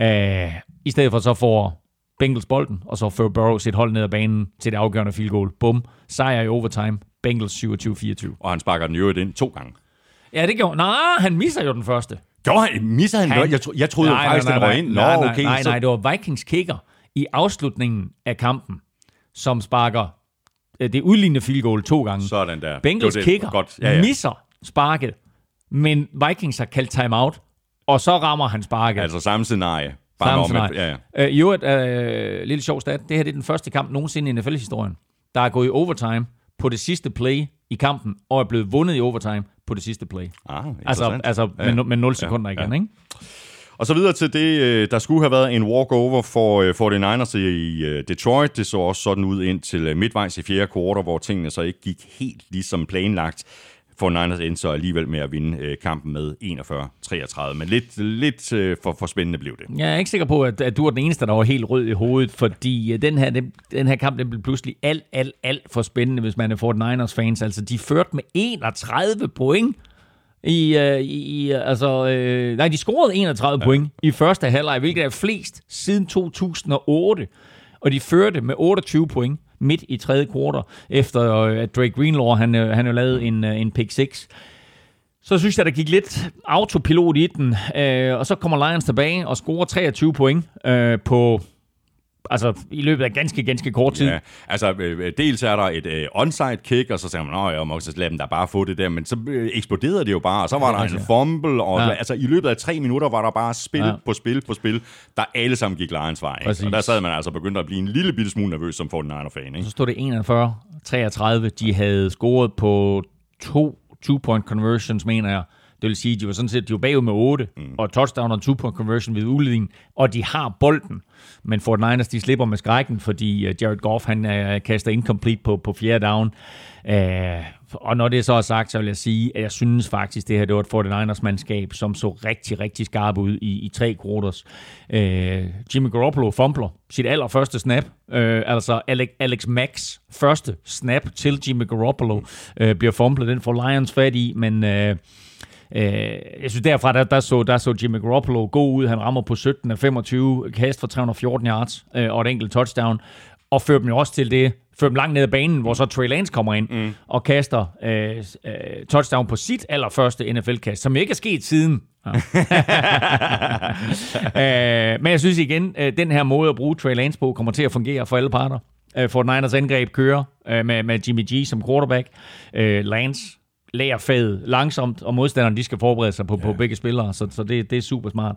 I stedet for så får Bengals bolden, og så får Burrow sit hold ned ad banen til det afgørende field goal. Bum. Sejr i overtime. Bengals 27-24. Og han sparker den jo ind 2 gange. Ja, det gjorde han. Han misser jo den første. Misser han? Jeg troede jo faktisk, den røg ind. Nej, det var Vikings kicker i afslutningen af kampen, som sparker det udlignende field goal 2 gange. Sådan der. Bengals kicker misser sparket, men Vikings har kaldt timeout, og så rammer han sparket. Altså samme scenarie. I øvrigt, lille sjov stat, det her det er den første kamp nogensinde i NFL-historien, der er gået i overtime på det sidste play i kampen, og er blevet vundet i overtime på det sidste play. Altså med 0 sekunder igen, ikke? Og så videre til det, der skulle have været en walkover for 49ers i Detroit. Det så også sådan ud ind til midtvejs i fjerde kvartal, hvor tingene så ikke gik helt ligesom planlagt. 49ers endte så alligevel med at vinde kampen med 41-33, men lidt for spændende blev det. Jeg er ikke sikker på, at du er den eneste, der var helt rød i hovedet, fordi den her kamp den blev pludselig alt for spændende, hvis man er 49ers-fans. Altså, de førte med 31 point. De scorede 31 point i første halvleg, hvilket er flest siden 2008, og de førte med 28 point midt i tredje kvartal, efter at Drake Greenlaw han jo lavede en pick 6. Så synes jeg, der gik lidt autopilot i den, og så kommer Lions tilbage og scorer 23 point på altså i løbet af ganske kort tid. Ja, altså dels er der et onside kick, og så siger man, jeg må også lade dem der bare få det der, men så eksploderede det jo bare, og så var der en fumble, og altså i løbet af 3 minutter var der bare spil, der alle sammen gik Lions vej. Og der sad man altså begyndt at blive en lille bitte smule nervøs som 49er-fan. Ikke? Så stod det 41-33, de havde scoret på 2 2-point conversions, mener jeg. Det vil sige, de var bagud med 8, og touchdown og 2-point conversion ved udligning, og de har bolden. Men 49ers, de slipper med skrækken, fordi Jared Goff, han kaster incomplete på 4. down. Og når det så er sagt, så vil jeg sige, at jeg synes faktisk, det her det var et 49ers-mandskab, som så rigtig skarp ud i 3 quarters. Jimmy Garoppolo fumbler sit allerførste snap. Altså Alex Macks første snap til Jimmy Garoppolo bliver fumblet. Den får Lions fat i, men... jeg synes derfra, der så Jimmy Garoppolo god ud. Han rammer på 17 af 25, kast for 314 yards og et enkelt touchdown. Og fører dem jo også til det, fører dem langt ned ad banen, hvor så Trey Lance kommer ind og kaster touchdown på sit allerførste NFL-kast, som ikke er sket siden. Ja. Men jeg synes igen, den her måde at bruge Trey Lance på, kommer til at fungere for alle parter. 49ers angreb kører med Jimmy G som quarterback. Lance lærer faget langsomt, og modstanderne de skal forberede sig på begge spillere, så det er super smart.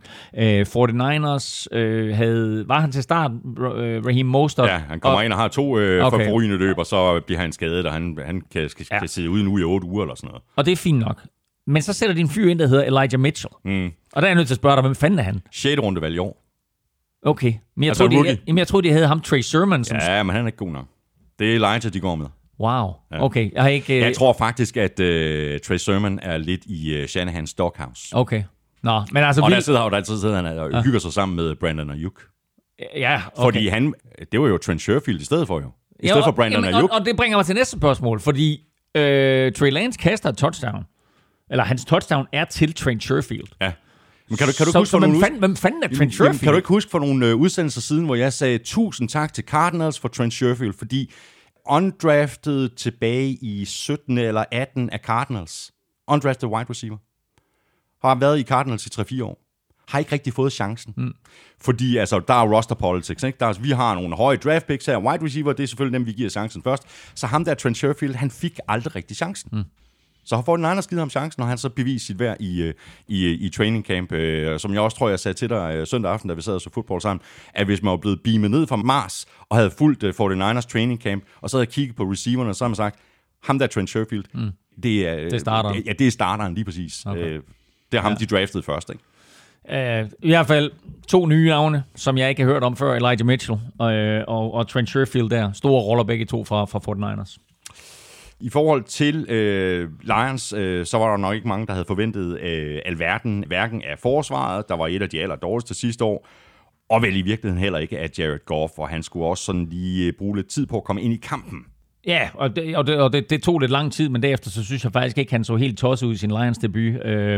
49ers var han til start, Raheem Mostert? Ja, han kommer ind og har 2 forrygende løb, og så bliver han skadet, og han kan sidde ude nu i 8 uger eller sådan noget. Og det er fint nok. Men så sætter de en fyr ind, der hedder Elijah Mitchell. Og der er jeg nødt til at spørge dig, hvem fanden er han? 6. rundevalg i år. Okay, men jeg troede, de havde ham Trey Sermon. Ja, men han er ikke god nok. Det er Elijah, de går med. Wow, okay. Jeg tror faktisk, at Trey Sermon er lidt i Shanahans doghouse. Okay. Nå, men altså... Og der sidder han og hygger sig sammen med Brandon Ayuk. Ja, okay. Fordi det var jo Trent Sherfield i stedet for jo. I stedet for Brandon Ayuk. Og det bringer mig til næste spørgsmål, fordi Trey Lance kaster et touchdown. Eller hans touchdown er til Trent Sherfield. Ja. Men kan du huske hvem fanden er Trent Sherfield? Kan du ikke huske for nogle udsendelser siden, hvor jeg sagde 1000 tak til Cardinals for Trent Sherfield, fordi undrafted tilbage i 17 eller 18 af Cardinals. Undrafted wide receiver. Har været i Cardinals i 3-4 år. Har ikke rigtig fået chancen. Fordi altså, der er roster politics. Ikke? Vi har nogle høje draft picks her. Wide receiver, det er selvfølgelig dem, vi giver chancen først. Så ham der, Trent Sherfield, han fik aldrig rigtig chancen. Så har 49ers givet ham chancen, og han så bevist sit værd i training camp, som jeg også tror, jeg sagde til dig søndag aften, da vi sad og så fodbold sammen, at hvis man var blevet beamet ned fra Mars, og havde fulgt 49ers training camp, og så havde kigget på receiverne, så har man sagt, ham der Trent Sherfield, det er starteren. Ja, det er starteren lige præcis. Okay. Det er ham, de draftede først, ikke? I hvert fald 2 nye navne, som jeg ikke har hørt om før, Elijah Mitchell og Trent Sherfield der. Store roller begge to fra 49ers. I forhold til Lions, så var der nok ikke mange, der havde forventet alverden, hverken af forsvaret, der var et af de allerdårligste sidste år, og vel i virkeligheden heller ikke af Jared Goff, og han skulle også sådan lige bruge lidt tid på at komme ind i kampen. Ja, og det tog lidt lang tid, men derefter så synes jeg faktisk ikke, han så helt tosset ud i sin Lions-debut.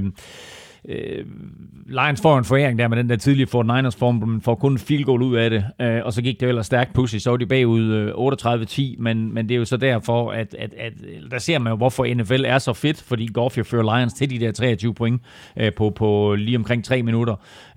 Lions får en foræring der med den der tidlige 49ers-form, men får kun en field goal ud af det, og så gik det ellers stærkt pudsigt, så var de bagud 38-10, men det er jo så derfor, at der ser man jo, hvorfor NFL er så fedt, fordi Goff jo fører Lions til de der 23 point på lige omkring 3 minutter.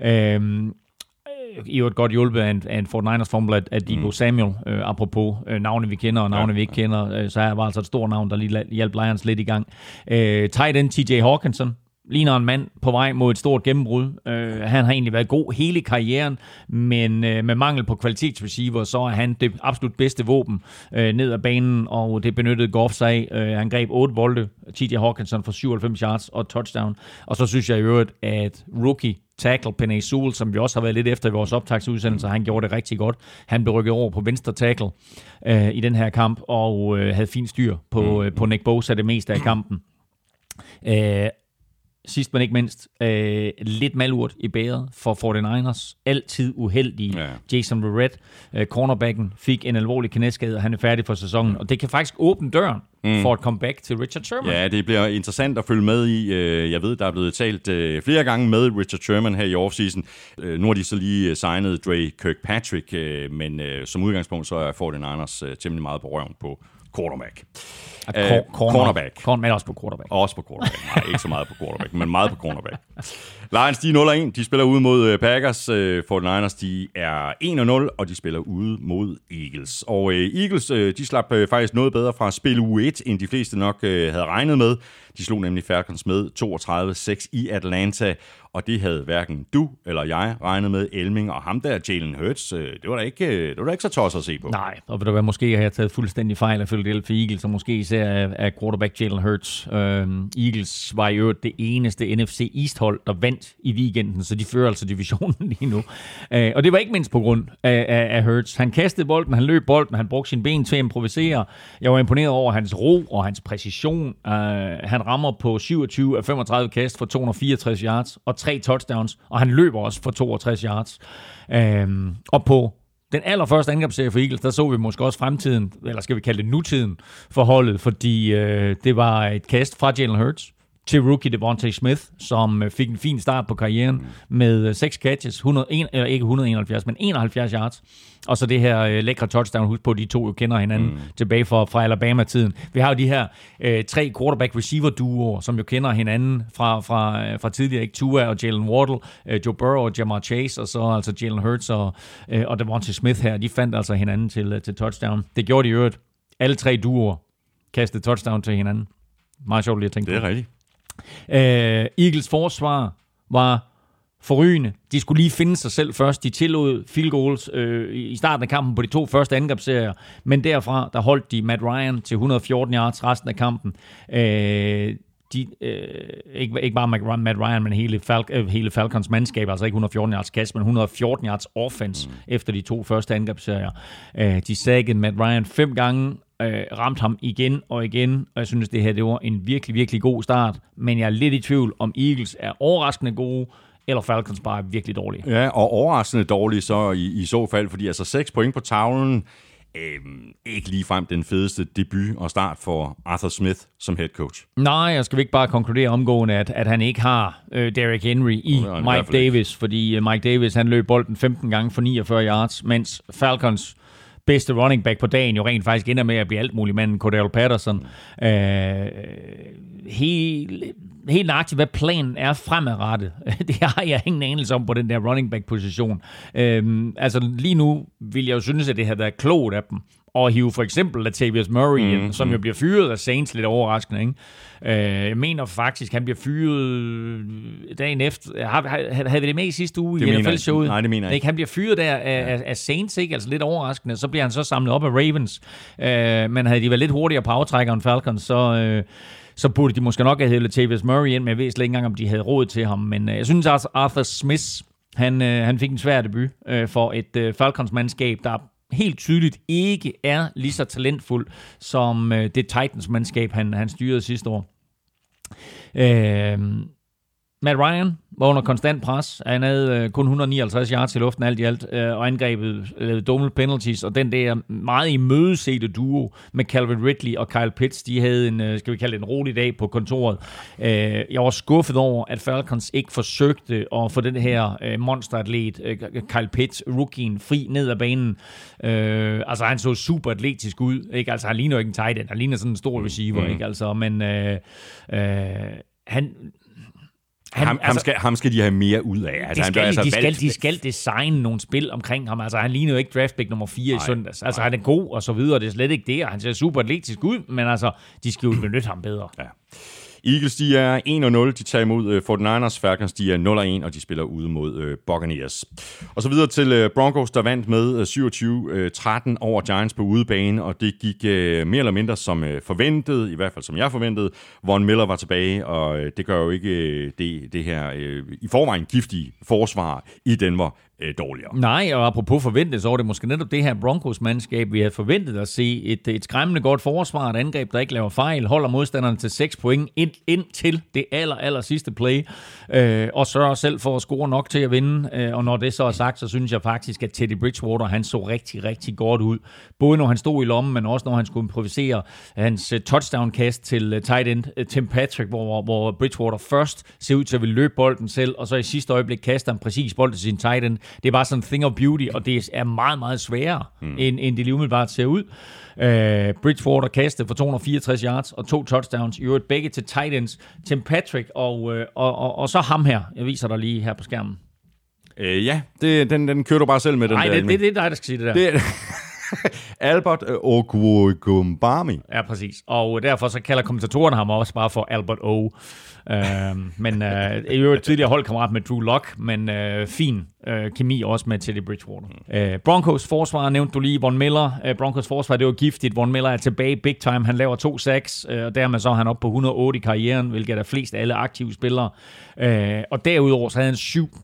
I jo et godt hjulpet af en 49ers-fumble af Deebo Samuel, apropos navne vi kender og navne vi ikke kender, så her var altså et stort navn, der lige hjalp Lions lidt i gang. Tight end TJ Hawkinson, ligner en mand på vej mod et stort gennembrud. Han har egentlig været god hele karrieren, men med mangel på kvalitetsreceiver, så er han det absolut bedste våben ned ad banen, og det benyttede Goff sig af. Han greb 8 bolde, TJ Hawkinson for 97 yards og touchdown. Og så synes jeg i øvrigt, at rookie tackle Penei Sewell, som vi også har været lidt efter i vores optagsudsendelse, han gjorde det rigtig godt. Han blev rykket over på venstre tackle i den her kamp, og havde fint styr på Nick Bosa det meste af kampen. Sidst men ikke mindst, lidt malurt i bæret for 49ers. Altid uheldige. Ja. Jason Verrett, cornerbacken, fik en alvorlig knæskade, og han er færdig for sæsonen. Og det kan faktisk åbne døren for et comeback til Richard Sherman. Ja, det bliver interessant at følge med i. Jeg ved, der er blevet talt flere gange med Richard Sherman her i offseason. Nu har de så lige signet Dre Kirkpatrick, men som udgangspunkt så er 49ers temmelig meget på røven på quarterback. Cornerback. Men også på quarterback. Også på quarterback. Nej, ikke så meget på quarterback, men meget på cornerback. Lions, de er 0-1. De spiller ude mod Packers. 49ers, de er 1-0, og de spiller ude mod Eagles. Og Eagles, de slap faktisk noget bedre fra spil uge 1, end de fleste nok havde regnet med. De slog nemlig Falcons med 32-6 i Atlanta, og det havde hverken du eller jeg regnet med. Elming og ham der, Jalen Hurts, det var da ikke så tosset at se på. Nej, og ved du hvad, måske har jeg taget fuldstændig fejl af Philadelphia Eagles, og måske især af quarterback Jalen Hurts. Eagles var i øvrigt det eneste NFC East-hold, der vandt i weekenden, så de fører altså divisionen lige nu. Og det var ikke mindst på grund af Hurts. Han kastede bolden, han løb bolden, han brugte sine ben til at improvisere. Jeg var imponeret over hans ro og hans præcision. Han rammer på 27 af 35 kast for 264 yards og 3 touchdowns, og han løber også for 62 yards. Og på den allerførste angrebsserie for Eagles, der så vi måske også fremtiden, eller skal vi kalde det nutiden for holdet, fordi det var et kast fra Jalen Hurts til rookie Devontae Smith, som fik en fin start på karrieren med 6 catches, 71 yards, og så det her lækre touchdown. Husk på, de to jo kender hinanden tilbage fra Alabama-tiden. Vi har jo de her 3 quarterback-receiver-duoer, som jo kender hinanden fra tidligere, ikke? Tua og Jalen Waddle, Joe Burrow og Jamar Chase, og så altså Jalen Hurts og Devontae Smith her. De fandt altså hinanden til touchdown. Det gjorde de i øvrigt. Alle 3 duoer kastede touchdown til hinanden. Meget sjovt lige at tænke på. Det er rigtigt. Eagles forsvar var forrygende. De skulle lige finde sig selv først. De tillod field goals i starten af kampen på de 2 første angrebsserier, men derfra der holdt de Matt Ryan til 114 yards resten af kampen. Ikke bare Matt Ryan, men hele Falcons mandskab, altså ikke 114 yards kast, men 114 yards offense efter de 2 første angrebsserier. De saggede Matt Ryan 5 gange, ramte ham igen og igen, og jeg synes, det var en virkelig, virkelig god start, men jeg er lidt i tvivl, om Eagles er overraskende gode, eller Falcons bare er virkelig dårlige. Ja, og overraskende dårlige så i så fald, fordi altså 6 point på tavlen, ikke ligefrem den fedeste debut og start for Arthur Smith som head coach. Nej, jeg skal vi ikke bare konkludere omgående, at han ikke har Derrick Henry i Mike Davis, fordi Mike Davis, han løb bolden 15 gange for 49 yards, mens Falcons bedste running back på dagen jo rent faktisk ender med at blive alt muligt manden Cordell Patterson. Helt nøjagtigt, hvad planen er fremadrettet, det har jeg ingen anelse om på den der running back position. Altså lige nu vil jeg jo synes, at det har været klogt af dem at hive for eksempel Latavius Murray ind, som jo bliver fyret af Saints, lidt overraskende, ikke? Jeg mener faktisk, han bliver fyret dagen efter. Havde vi det med i sidste uge i NFL-showet? Nej, det mener jeg ikke. Han bliver fyret der af Saints, ikke? Altså lidt overraskende. Så bliver han så samlet op af Ravens. Men havde de været lidt hurtigere på aftrækkeren Falcons, så burde de måske nok have hævet Latavius Murray ind, men jeg ved slet ikke engang, om de havde råd til ham. Men jeg synes altså, Arthur Smith, han fik en svær debut for et Falcons-mandskab, der helt tydeligt ikke er lige så talentfuld som det Titans-mandskab, han styrede sidste år. Matt Ryan var under konstant pres. Han havde kun 159 yards i luften alt i alt, og angrebet lavede dumme penalties, og den der meget imødesete duo med Calvin Ridley og Kyle Pitts, de havde en, skal vi kalde det en rolig dag på kontoret. Jeg var skuffet over, at Falcons ikke forsøgte at få den her monsteratlet, Kyle Pitts, rookien, fri ned ad banen. Altså han så super atletisk ud, ikke? Altså han ligner jo ikke en tight end, han ligner sådan en stor receiver, ikke? Altså, men Ham skal de have mere ud af. Altså, de skal designe nogle spil omkring ham. Altså, han ligner jo ikke draftpick nummer 4 i søndags. Altså, han er god og så videre. Det er slet ikke det, og han ser super atletisk ud, men altså, de skal jo benytte ham bedre. Ja. Eagles, de er 1-0, de tager imod 49ers. Falcons, de er 0-1, og de spiller ude mod Buccaneers. Og så videre til Broncos, der vandt med 27-13 over Giants på udebane, og det gik mere eller mindre som forventet, i hvert fald som jeg forventede. Von Miller var tilbage, og det gør jo ikke det her i forvejen giftige forsvar i Denver dårligere. Nej, og apropos forventet, så var det måske netop det her Broncos-mandskab, vi havde forventet at se. Et skræmmende godt forsvar, et angreb, der ikke laver fejl, holder modstanderne til 6 point ind til det aller sidste play, og sørger selv for at score nok til at vinde. Og når det så er sagt, så synes jeg faktisk, at Teddy Bridgewater, han så rigtig, rigtig godt ud. Både når han stod i lommen, men også når han skulle improvisere. Hans touchdown-kast til tight end Tim Patrick, hvor Bridgewater først ser ud til at ville løbe bolden selv, og så i sidste øjeblik kaster han præcis bolden til sin tight end. Det er bare sådan en thing of beauty, og det er meget, meget sværere, end det lige umiddelbart ser ud. Bridgewater kastede for 264 yards og 2 touchdowns. I øvrigt begge til tight ends. Tim Patrick og så ham her. Jeg viser dig lige her på skærmen. Ja, den kører du bare selv med. Nej, det er dig, der skal sige det der. Albert Okwuegbunam. Ja, præcis. Og derfor så kalder kommentatorerne ham også bare for Albert O. Men i øvrigt tidligere holdkammerat med Drew Lock, men fin kemi også med Teddy Bridgewater. Broncos forsvar nævnte du lige, Von Miller. Broncos forsvar, det var giftigt. Von Miller er tilbage big time. Han laver 2 sacks, og dermed så er han oppe på 108 i karrieren, hvilket er flest af alle aktive spillere. Og derudover så havde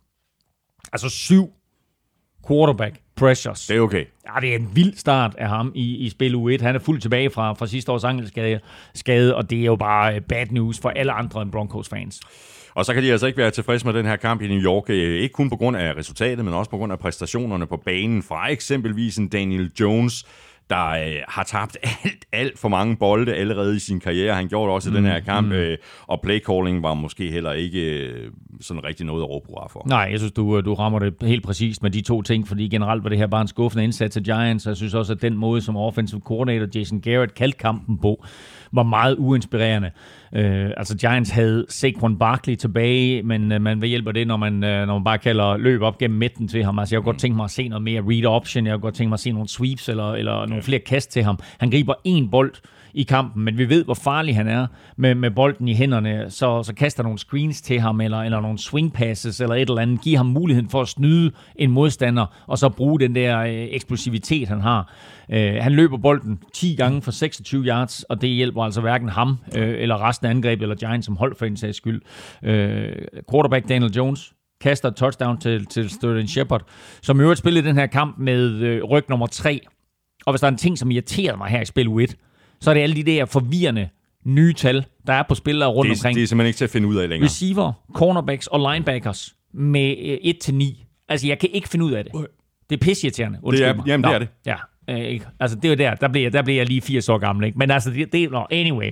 han 7 quarterback pressures. Det er okay. Ja, det er en vild start af ham i spil U1. Han er fuldt tilbage fra sidste års ankelskade, og det er jo bare bad news for alle andre end Broncos-fans. Og så kan de altså ikke være tilfredse med den her kamp i New York, ikke kun på grund af resultatet, men også på grund af præstationerne på banen fra eksempelvis en Daniel Jones, der har tabt alt for mange bolde allerede i sin karriere. Han gjorde det også i den her kamp, og playcalling var måske heller ikke sådan rigtig noget at råbe hurra for. Nej, jeg synes, du rammer det helt præcist med de 2 ting, fordi generelt var det her bare en skuffende indsats til Giants, og jeg synes også, at den måde, som offensive coordinator Jason Garrett kaldte kampen på, var meget uinspirerende. Giants havde Saquon Barkley tilbage, men man vil hjælpe det, når man bare kalder løb op gennem midten til ham. Altså, jeg kunne godt tænke mig at se noget mere read option, jeg kunne godt tænke mig at se nogle sweeps eller nogle flere kast til ham. Han griber 1 bold i kampen, men vi ved, hvor farlig han er med bolden i hænderne, så kaster nogle screens til ham, eller nogle swing passes, eller et eller andet. Giv ham muligheden for at snyde en modstander, og så bruge den der eksplosivitet, han har. Han løber bolden 10 gange for 26 yards, og det hjælper altså hverken ham, eller resten af angrebet, eller Giants som hold for en sags skyld. Quarterback Daniel Jones kaster et touchdown til Sterling Shepard, som i øvrigt spillede den her kamp med ryg nummer 3. Og hvis der er en ting, som irriterer mig her i spil U1, så er det alle de der forvirrende nye tal, der er på spillere rundt omkring. Det er simpelthen ikke til at finde ud af længere. Receiver, cornerbacks og linebackers med 1-9. Altså, jeg kan ikke finde ud af det. Det er pisseirriterende. Det er det. Ja. Altså, det er jo der bliver jeg lige 80 år gammel, ikke? Men altså, det er anyway.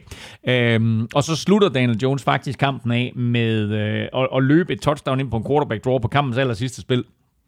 Og så slutter Daniel Jones faktisk kampen af med at løbe et touchdown ind på en quarterback draw på kampens aller sidste spil.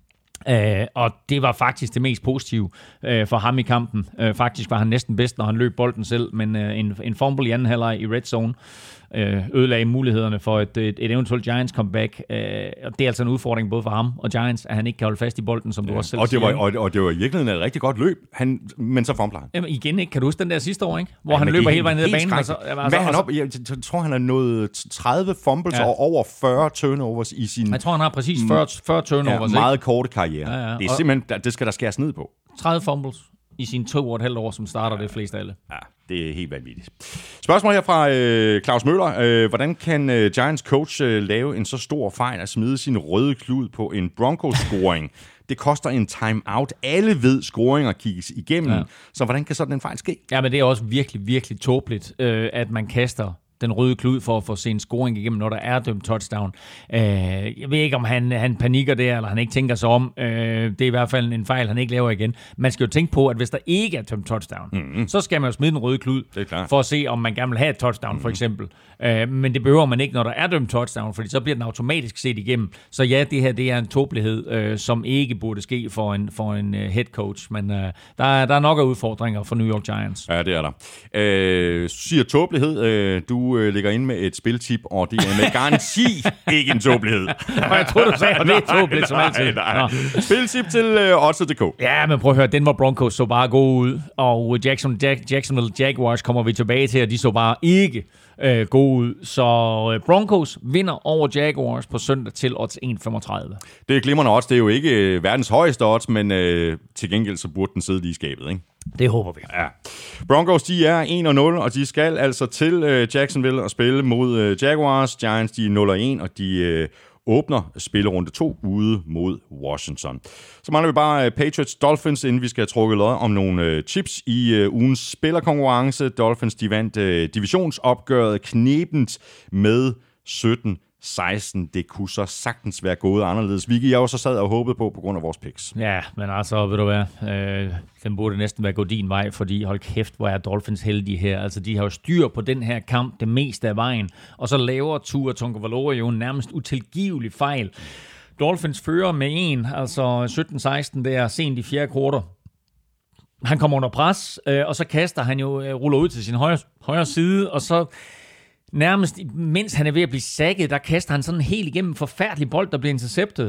Og det var faktisk det mest positive for ham i kampen. Faktisk var han næsten bedst, når han løb bolden selv, men en fumble i anden halvleg i red zone ødelagde mulighederne for et eventuelt Giants comeback. Og det er altså en udfordring både for ham og Giants, at han ikke kan holde fast i bolden, som du også selv siger. Og det var i virkeligheden et rigtig godt løb, men så fumbler han. Jamen igen, ikke? Kan du huske den der sidste år, ikke? Hvor han løber hele vejen ned ad banen? Hvad han op? Jeg tror, han har nået 30 fumbles og over 40 turnovers i sin... Jeg tror, han har præcis 40 turnovers. Meget korte karriere. Ja. Det er simpelthen, det skal der skæres ned på. 30 fumbles i sine 2,5 år, som starter det fleste af alle. Ja, det er helt vanvittigt. Spørgsmål her fra Claus Møller. Hvordan kan Giants coach lave en så stor fejl at smide sin røde klud på en Broncos-scoring? Det koster en timeout. Alle ved, scoringer kigges igennem. Ja. Så hvordan kan sådan en fejl ske? Ja, men det er også virkelig, virkelig tåbeligt, at man kaster den røde klud for at få se en scoring igennem, når der er dømt touchdown. Jeg ved ikke, om han panikker der, eller han ikke tænker sig om. Det er i hvert fald en fejl, han ikke laver igen. Man skal jo tænke på, at hvis der ikke er dømt touchdown, så skal man jo smide den røde klud, for at se, om man gerne vil have et touchdown, for eksempel. Men det behøver man ikke, når der er dømt touchdown, fordi så bliver den automatisk set igennem. Så ja, det her det er en tåbelighed, som ikke burde ske for en head coach. Men der er nok af udfordringer for New York Giants. Ja, det er der. Du siger tåbelighed. Du ligger inde med et spiltip, og det er med garanti ikke en tåbelighed. Og jeg tror du sagde, at det er tåbeligt som altid. Nej. Spiltip til Odds.dk. Ja, men prøv at høre, den var Broncos så bare god ud, og Jacksonville Jaguars kommer vi tilbage til, og de så bare ikke god ud. Så Broncos vinder over Jaguars på søndag til odds 1,35. Det er glimrende odds. Det er jo ikke verdens højeste odds, men til gengæld så burde den sidde lige i skabet, ikke? Det håber vi. Ja. Broncos, de er 1-0, og de skal altså til Jacksonville og spille mod Jaguars. Giants, de er 0-1, og de åbner spillerunde 2 ude mod Washington. Så mangler vi bare Patriots Dolphins, inden vi skal have trukket lod om nogle chips i ugens spillerkonkurrence. Dolphins, de vandt divisionsopgøret knebent med 17-16. Det kunne så sagtens være gået anderledes, hvilket jeg også sad og håbede på grund af vores picks. Ja, men altså, ved du hvad, den burde næsten være gået din vej, fordi hold kæft, hvor er Dolphins heldige her. Altså, de har jo styr på den her kamp det meste af vejen, og så laver Tua Tagovailoa jo en nærmest utilgivelig fejl, Dolphins fører med 1, altså 17-16 der sent i fjerde kvartal. Han kommer under pres, og så kaster han jo, ruller ud til sin højre side, og så nærmest, mens han er ved at blive sacket, der kaster han sådan helt igennem en forfærdelig bold, der bliver interceptet.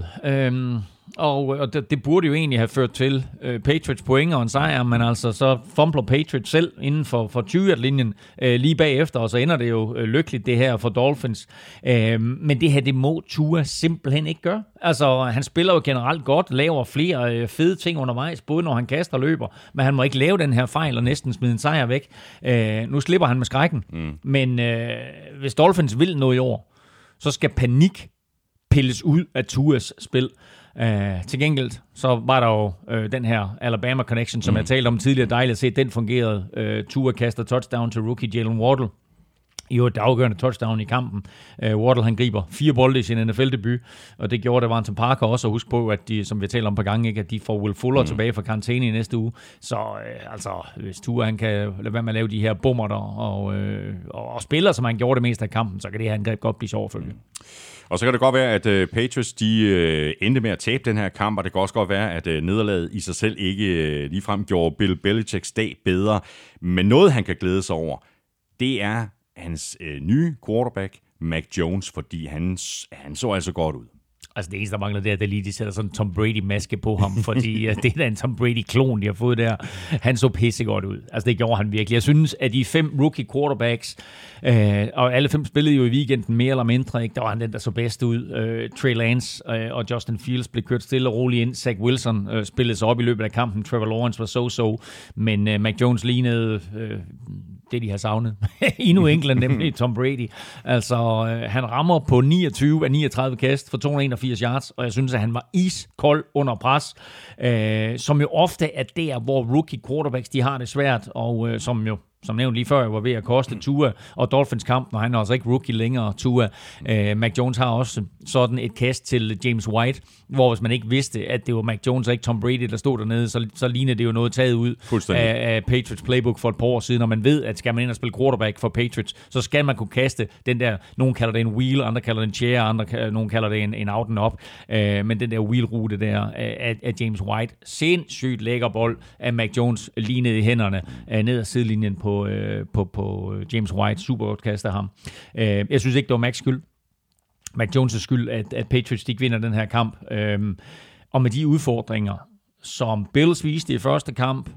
Og det burde jo egentlig have ført til Patriots point og en sejr, men altså så fumbler Patriots selv inden for 20-linjen lige bagefter, og så ender det jo lykkeligt det her for Dolphins. Men det her, det må Tua simpelthen ikke gøre. Altså, han spiller jo generelt godt, laver flere fede ting undervejs, både når han kaster og løber, men han må ikke lave den her fejl og næsten smide en sejr væk. Nu slipper han med skrækken, men hvis Dolphins vil noget i år, så skal panik pilles ud af Tuas spil. Til gengæld så var der jo den her Alabama connection, som jeg talte om tidligere. Dejligt at se, den fungerede. Tua kaster touchdown til rookie Jalen Waddle. I et afgørende touchdown i kampen. Waddle, han griber 4 bolde i sin NFL-debut, og det gjorde Devontae Parker også. Og husk på, at de, som vi taler om på gange, ikke, at de får Will Fuller tilbage fra karantæne i næste uge. Så altså, hvis Tua han kan lade være med at lave de her bummer og spiller, som han gjorde det meste af kampen, så kan det her angreb godt blive sjovt følge. Og så kan det godt være, at Patriots de endte med at tabe den her kamp, og det kan også godt være, at nederlaget i sig selv ikke ligefrem gjorde Bill Belichicks dag bedre. Men noget, han kan glæde sig over, det er hans nye quarterback, Mac Jones, fordi han så altså godt ud. Altså det eneste, der mangler, det er, at de sætter sådan en Tom Brady-maske på ham, fordi det er da en Tom Brady-klon, de har fået der. Han så pissegodt ud. Altså det gjorde han virkelig. Jeg synes, at de 5 rookie quarterbacks, og alle 5 spillede jo i weekenden mere eller mindre, ikke? Der var han den, der så bedst ud. Trey Lance og Justin Fields blev kørt stille og roligt ind. Zach Wilson spillede sig op i løbet af kampen. Trevor Lawrence var so-so, men Mac Jones lignede det, de har savnet i New England, nemlig Tom Brady. Altså, han rammer på 29 af 39 kast for 281 yards, og jeg synes, at han var iskold under pres, som jo ofte er der, hvor rookie quarterbacks, de har det svært, og som nævnt lige før, var ved at koste Tua og Dolphins kamp, og han er altså ikke rookie længere, Tua. Mac Jones har også sådan et kast til James White, hvor hvis man ikke vidste, at det var Mac Jones og ikke Tom Brady, der stod dernede, så ligner det jo noget taget ud af Patriots playbook for et par år siden, og man ved, at skal man ind og spille quarterback for Patriots, så skal man kunne kaste den der, nogen kalder det en wheel, andre kalder det en chair, nogen kalder det en out and up, men den der wheel-rute der af James White, sindssygt lækker bold af Mac Jones lige ned i hænderne, ned ad sidelinjen på James White, super kast af ham. Jeg synes ikke, det var Macs skyld. Mac Jones' skyld, at Patriots ikke vinder den her kamp. Og med de udfordringer, som Bills viste i første kamp,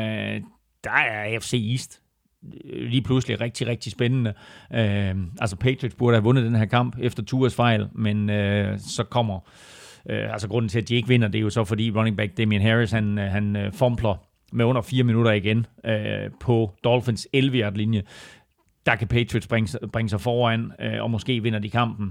der er AFC East lige pludselig rigtig, rigtig spændende. Altså Patriots burde have vundet den her kamp efter Tuas fejl, men så kommer altså grunden til, at de ikke vinder, det er jo så fordi running back Damien Harris, han fumbler med under 4 minutter igen på Dolphins 11-yard-linje. Der kan Patriots bringe sig foran, og måske vinder de kampen.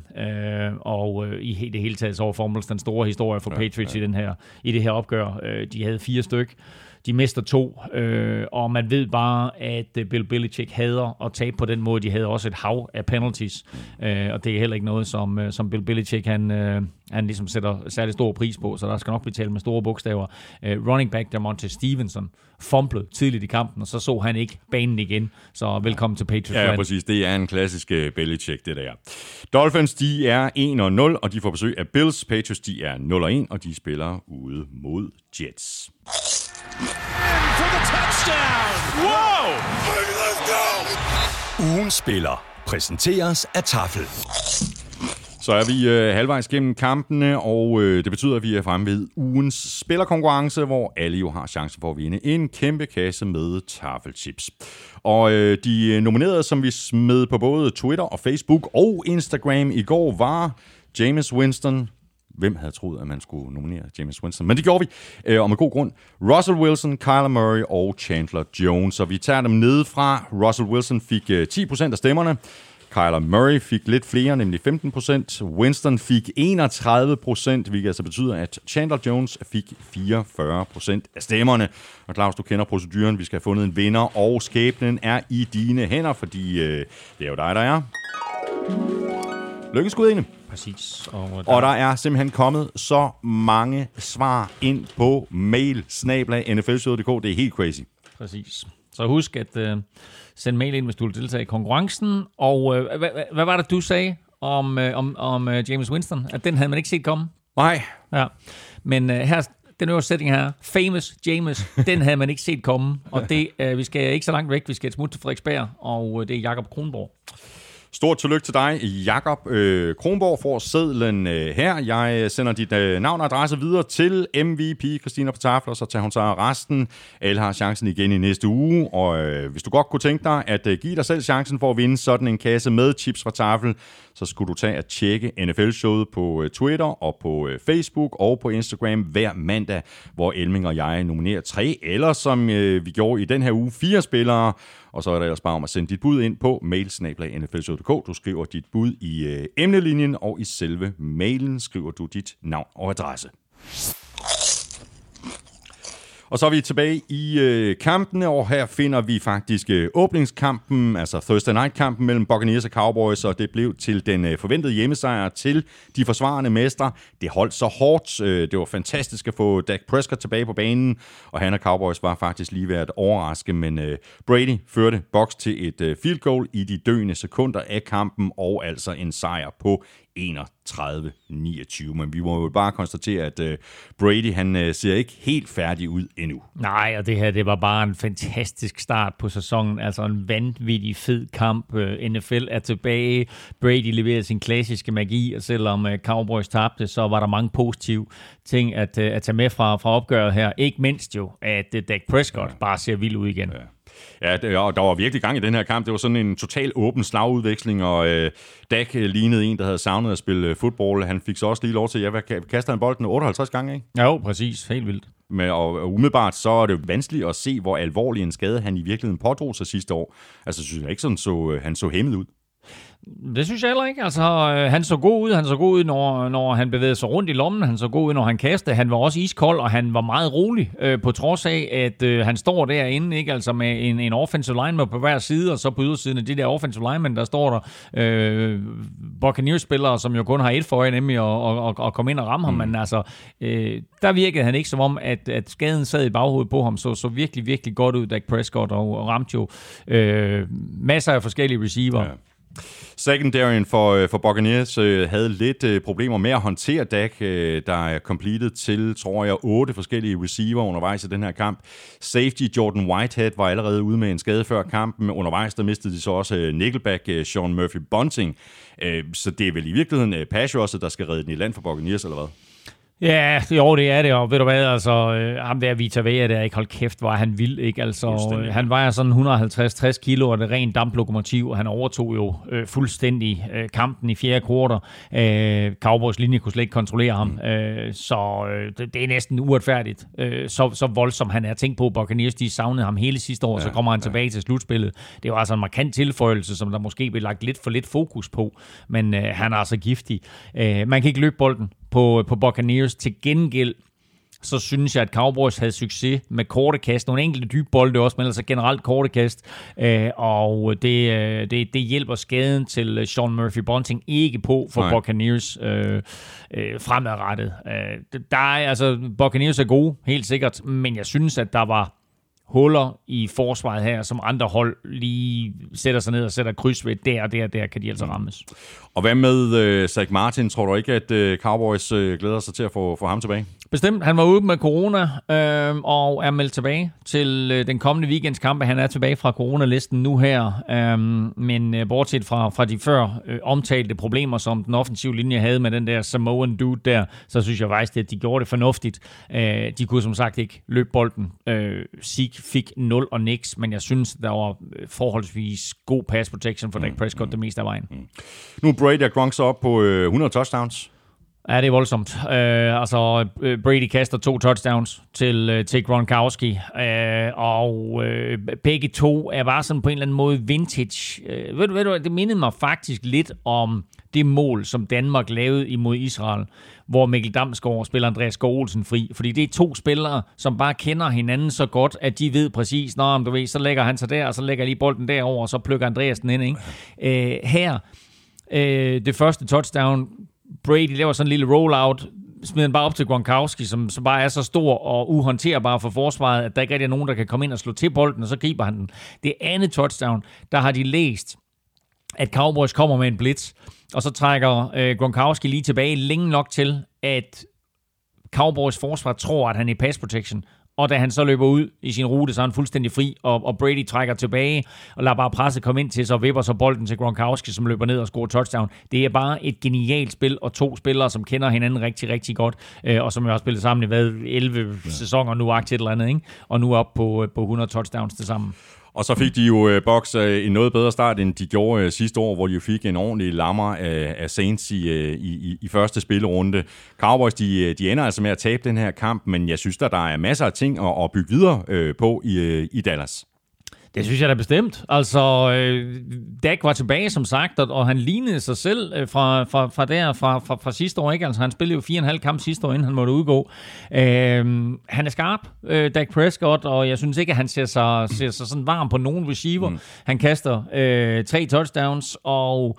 Og i det hele taget så var fumbles den store historie for Patriots i det her opgør. De havde 4 styk. De mister 2, og man ved bare, at Bill Belichick hader at tabe på den måde. De havde også et hav af penalties, og det er heller ikke noget, som Bill Belichick han ligesom sætter særlig stor pris på, så der skal nok blive talt med store bogstaver. Running back Demonte Stevenson fumblede tidligt i kampen, og så han ikke banen igen. Så velkommen til Patriots. Ja, præcis. Det er en klassisk Belichick, det der. Dolphins, de er 1-0, og de får besøg af Bills. Patriots, de er 0-1, og de spiller ude mod Jets. For the touchdown! Wow! Let's go! Ugens spiller præsenteres af Tafel. Så er vi halvvejs gennem kampene, og det betyder, at vi er fremme ved ugens spillerkonkurrence, hvor alle jo har chance for at vinde en kæmpe kasse med tafelchips. Og de nominerede, som vi smed på både Twitter og Facebook og Instagram i går, var Jameis Winston. Hvem havde troet, at man skulle nominere Jameis Winston? Men det gjorde vi, og med god grund. Russell Wilson, Kyler Murray og Chandler Jones. Så vi tager dem nedefra. Russell Wilson fik 10% af stemmerne. Kyler Murray fik lidt flere, nemlig 15%. Winston fik 31%, hvilket altså betyder, at Chandler Jones fik 44% af stemmerne. Og Claus, du kender proceduren. Vi skal have fundet en vinder, og skæbnen er i dine hænder, fordi det er jo dig, der er. Lykkes, Gudine. Præcis. Og der er simpelthen kommet så mange svar ind på mail@nflshowet.dk. Det er helt crazy. Præcis. Så husk at sende mail ind, hvis du vil deltage i konkurrencen. Og hvad var det, du sagde om Jameis Winston? At den havde man ikke set komme? Nej. Ja, men her, den øverste sætning her, famous James, den havde man ikke set komme, og det, vi skal ikke så langt væk, vi skal et smut til Frederiksberg, og det er Jakob Kronborg. Stort tillykke til dig, Jakob Kronborg, for sedlen her. Jeg sender dit navn og adresse videre til MVP Christina på tafler, så tager hun sig resten. Alle har chancen igen i næste uge, og hvis du godt kunne tænke dig at give dig selv chancen for at vinde sådan en kasse med chips fra tafel, så skulle du tage at tjekke NFL-showet på Twitter og på Facebook og på Instagram hver mandag, hvor Elming og jeg nominerer 3, eller som vi gjorde i den her uge, 4 spillere. Og så er der ellers bare om at sende dit bud ind på mail@nflshow.dk. Du skriver dit bud i emnelinjen, og i selve mailen skriver du dit navn og adresse. Og så er vi tilbage i kampene, og her finder vi faktisk åbningskampen, altså Thursday Night-kampen mellem Buccaneers og Cowboys, og det blev til den forventede hjemmesejr til de forsvarende mestre. Det holdt så hårdt. Det var fantastisk at få Dak Prescott tilbage på banen, og han og Cowboys var faktisk lige ved at overraske, men Brady førte Bucs til et field goal i de døende sekunder af kampen, og altså en sejr på 31-29, men vi må jo bare konstatere, at Brady, han ser ikke helt færdig ud endnu. Nej, og det her, det var bare en fantastisk start på sæsonen, altså en vanvittig fed kamp. NFL er tilbage, Brady leverer sin klassiske magi, og selvom Cowboys tabte, så var der mange positive ting at tage med fra opgøret her. Ikke mindst jo, at Dak Prescott bare ser vild ud igen. Ja, der var virkelig gang i den her kamp. Det var sådan en total åben slagudveksling, og Dak lignede en, der havde savnet at spille fodbold. Han fik så også lige lov til, kaster han bolden 58 gange, ikke? Ja, jo, præcis. Helt vildt. Og umiddelbart så er det vanskeligt at se, hvor alvorlig en skade han i virkeligheden pådrog sig sidste år. Altså, synes jeg ikke sådan, han så hæmmet ud. Det synes jeg heller ikke. Altså, han så god ud, når han bevægede sig rundt i lommen. Han så god ud, når han kastede. Han var også iskold, og han var meget rolig, på trods af, at han står derinde, ikke? Altså med en offensive lineman på hver side, og så på ydersiden af de der offensive linemen, der står der Buccaneers-spillere, som jo kun har et for øje, nemlig at komme ind og ramme ham. Men altså, der virkede han ikke som om, at skaden sad i baghovedet på ham. Så virkelig, virkelig godt ud, Dak Prescott, og ramte jo masser af forskellige receiver. Ja. Secondaryen for Buccaneers havde lidt problemer med at håndtere Dak, der er completed til, tror jeg, 8 forskellige receiver undervejs i den her kamp. Safety Jordan Whitehead var allerede ude med en skade før kampen. Undervejs der mistede de så også nickelback Sean Murphy Bunting. Så det er vel i virkeligheden Pass Rusher, der skal redde den i land for Buccaneers, eller hvad? Ja, jo, det er det, og ved du hvad, altså, ham der Vita Vea, der ikke, hold kæft, var han vild, ikke? Altså, han vejer sådan 150-60 kilo, og det er rent damplokomotiv, og han overtog jo fuldstændig kampen i fjerde kvartal. Cowboys linje kunne slet ikke kontrollere ham, så det er næsten uretfærdigt, så voldsom han er. Tænk på, Buccaneers, de savnede ham hele sidste år, så kommer han tilbage til slutspillet. Det var altså en markant tilføjelse, som der måske blev lagt lidt for lidt fokus på, men han er altså giftig. Man kan ikke løbe bolden på Buccaneers. Til gengæld, så synes jeg, at Cowboys havde succes med korte kast. Nogle enkelte dybe bolde også, men altså generelt korte kast. Og det hjælper skaden til Sean Murphy Bunting ikke på for Buccaneers fremadrettet. Buccaneers er gode, helt sikkert, men jeg synes, at der var huller i forsvaret her, som andre hold lige sætter sig ned og sætter kryds ved. Der kan de altså rammes. Og hvad med Zach Martin? Tror du ikke, at Cowboys glæder sig til at få ham tilbage? Bestemt. Han var ude med corona og er meldt tilbage til den kommende weekends kampe. Han er tilbage fra coronalisten nu her. Men bortset fra de før omtalte problemer, som den offensive linje havde med den der Samoan dude der, så synes jeg faktisk, at de gjorde det fornuftigt. De kunne som sagt ikke løbe bolden. Zeke fik 0 og niks, men jeg synes, der var forholdsvis god pass protection for Dak Prescott det meste af vejen. Nu er Brady og Gronk så op på 100 touchdowns. Ja, det er voldsomt. Brady kaster 2 touchdowns til Gronkowski, og begge to er bare sådan på en eller anden måde vintage. Ved du, det mindede mig faktisk lidt om det mål, som Danmark lavede imod Israel, hvor Mikkel Damsgaard spiller Andreas Skov Olsen fri. Fordi det er 2 spillere, som bare kender hinanden så godt, at de ved præcis, så lægger han sig der, og så lægger lige bolden derover, og så plukker Andreas den ind. Ikke? Her, det første touchdown, Brady laver sådan en lille rollout, smider den bare op til Gronkowski, som bare er så stor og uhåndterbar for forsvaret, at der ikke er nogen, der kan komme ind og slå til bolden, og så griber han den. Det andet touchdown, der har de læst, at Cowboys kommer med en blitz, og så trækker Gronkowski lige tilbage længe nok til, at Cowboys forsvar tror, at han er i pass protection, og da han så løber ud i sin rute, så er han fuldstændig fri, og Brady trækker tilbage, og lader bare presset komme ind til, så vipper så bolden til Gronkowski, som løber ned og scorer touchdown. Det er bare et genialt spil, og 2 spillere, som kender hinanden rigtig, rigtig godt, og som har spillet sammen i 11 sæsoner nu, aktivt eller andet, ikke? Og nu op på 100 touchdowns til sammen. Og så fik de jo Bucs en noget bedre start, end de gjorde sidste år, hvor de jo fik en ordentlig lammer af Saints i første spillerunde. Cowboys, de ender altså med at tabe den her kamp, men jeg synes, der er masser af ting at bygge videre på i Dallas. Det synes jeg da bestemt. Altså, Dak var tilbage, som sagt, og han lignede sig selv fra sidste år, ikke? Altså, han spillede jo 4,5 kamp sidste år, inden han måtte udgå. Han er skarp, Dak Prescott, og jeg synes ikke, at han ser sig sådan varm på nogen receiver. Han kaster 3 touchdowns, og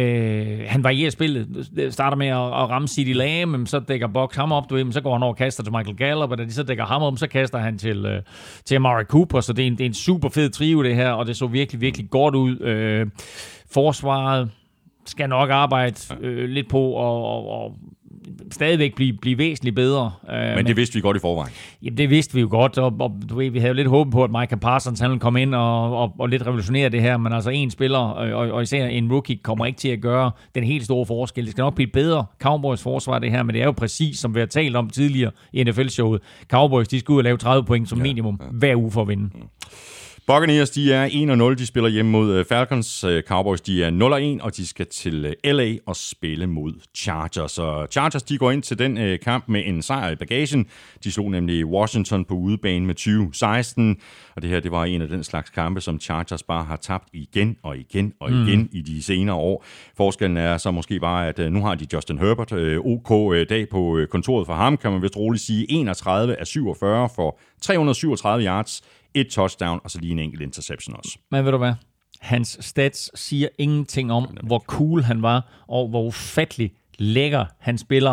han varierer spillet. Starter med at ramme CeeDee Lamb, men så dækker Bucs ham op, så går han over og kaster til Michael Gallup, og da de så dækker ham op, så kaster han til Amari Cooper, så det er en super fed trio det her, og det så virkelig, virkelig godt ud. Forsvaret skal nok arbejde lidt på og stadigvæk blive væsentligt bedre. Men det vidste vi godt i forvejen. Jamen, det vidste vi jo godt, og du ved, vi havde jo lidt håbet på, at Micah Parsons han ville komme ind og lidt revolutionere det her, men altså en spiller, og især en rookie, kommer ikke til at gøre den helt store forskel. Det skal nok blive bedre Cowboys forsvar det her, men det er jo præcis, som vi har talt om tidligere i NFL-showet. Cowboys, de skal ud og lave 30 point som minimum hver uge for at vinde. Buccaneers, de er 1-0, de spiller hjemme mod Falcons. Cowboys, de er 0-1, og de skal til LA og spille mod Chargers. Og Chargers, de går ind til den kamp med en sejr i bagagen. De slog nemlig Washington på udebane med 20-16, og det her, det var en af den slags kampe, som Chargers bare har tabt igen og igen og igen i de senere år. Forskellen er så måske bare, at nu har de Justin Herbert, OK dag på kontoret for ham, kan man vist roligt sige, 31 af 47 for 337 yards, 1 touchdown, og så lige en enkelt interception også. Men ved du hvad? Hans stats siger ingenting om, hvor cool han var, og hvor ufattelig lækker han spiller.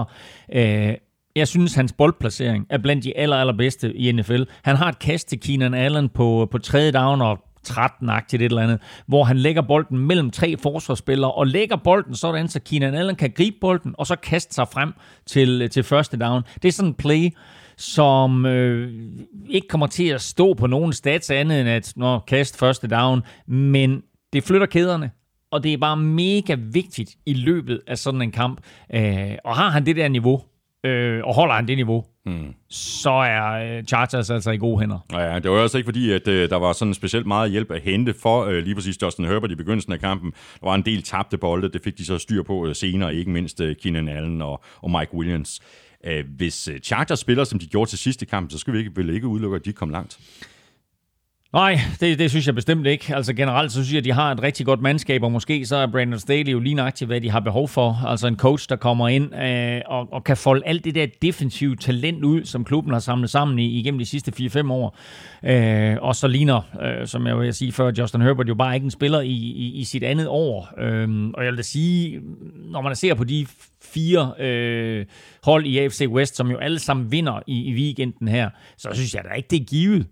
Jeg synes, hans boldplacering er blandt de allerbedste i NFL. Han har et kast til Keenan Allen på 3. down og 13-agtigt et eller andet, hvor han lægger bolden mellem 3 forsvarsspillere, og lægger bolden sådan, så Keenan Allen kan gribe bolden, og så kaste sig frem til første down. Det er sådan en play, som ikke kommer til at stå på nogen stats andet end at kast første down, men det flytter kæderne, og det er bare mega vigtigt i løbet af sådan en kamp. Og har han det der niveau, og holder han det niveau, så er Chargers altså i gode hænder. Ja, det var altså ikke fordi, at der var sådan specielt meget hjælp at hente for lige præcis Justin Herbert i begyndelsen af kampen. Der var en del tabte bolde, det fik de så styr på senere, ikke mindst Keenan Allen og Mike Williams. Hvis Chargers spiller, som de gjorde til sidste kamp, så skal vi vel ikke udelukke, at de kom langt. Nej, det synes jeg bestemt ikke. Altså generelt så synes jeg, at de har et rigtig godt mandskab, og måske så er Brandon Staley jo lige nøjagtigt, hvad de har behov for. Altså en coach, der kommer ind og kan folde alt det der defensive talent ud, som klubben har samlet sammen igennem de sidste 4-5 år. Og så ligner, som jeg vil sige før, Justin Herbert jo bare ikke en spiller i sit andet år. Og jeg vil da sige, når man ser på de 4 hold i AFC West, som jo alle sammen vinder i weekenden her, så synes jeg da ikke, det er givet,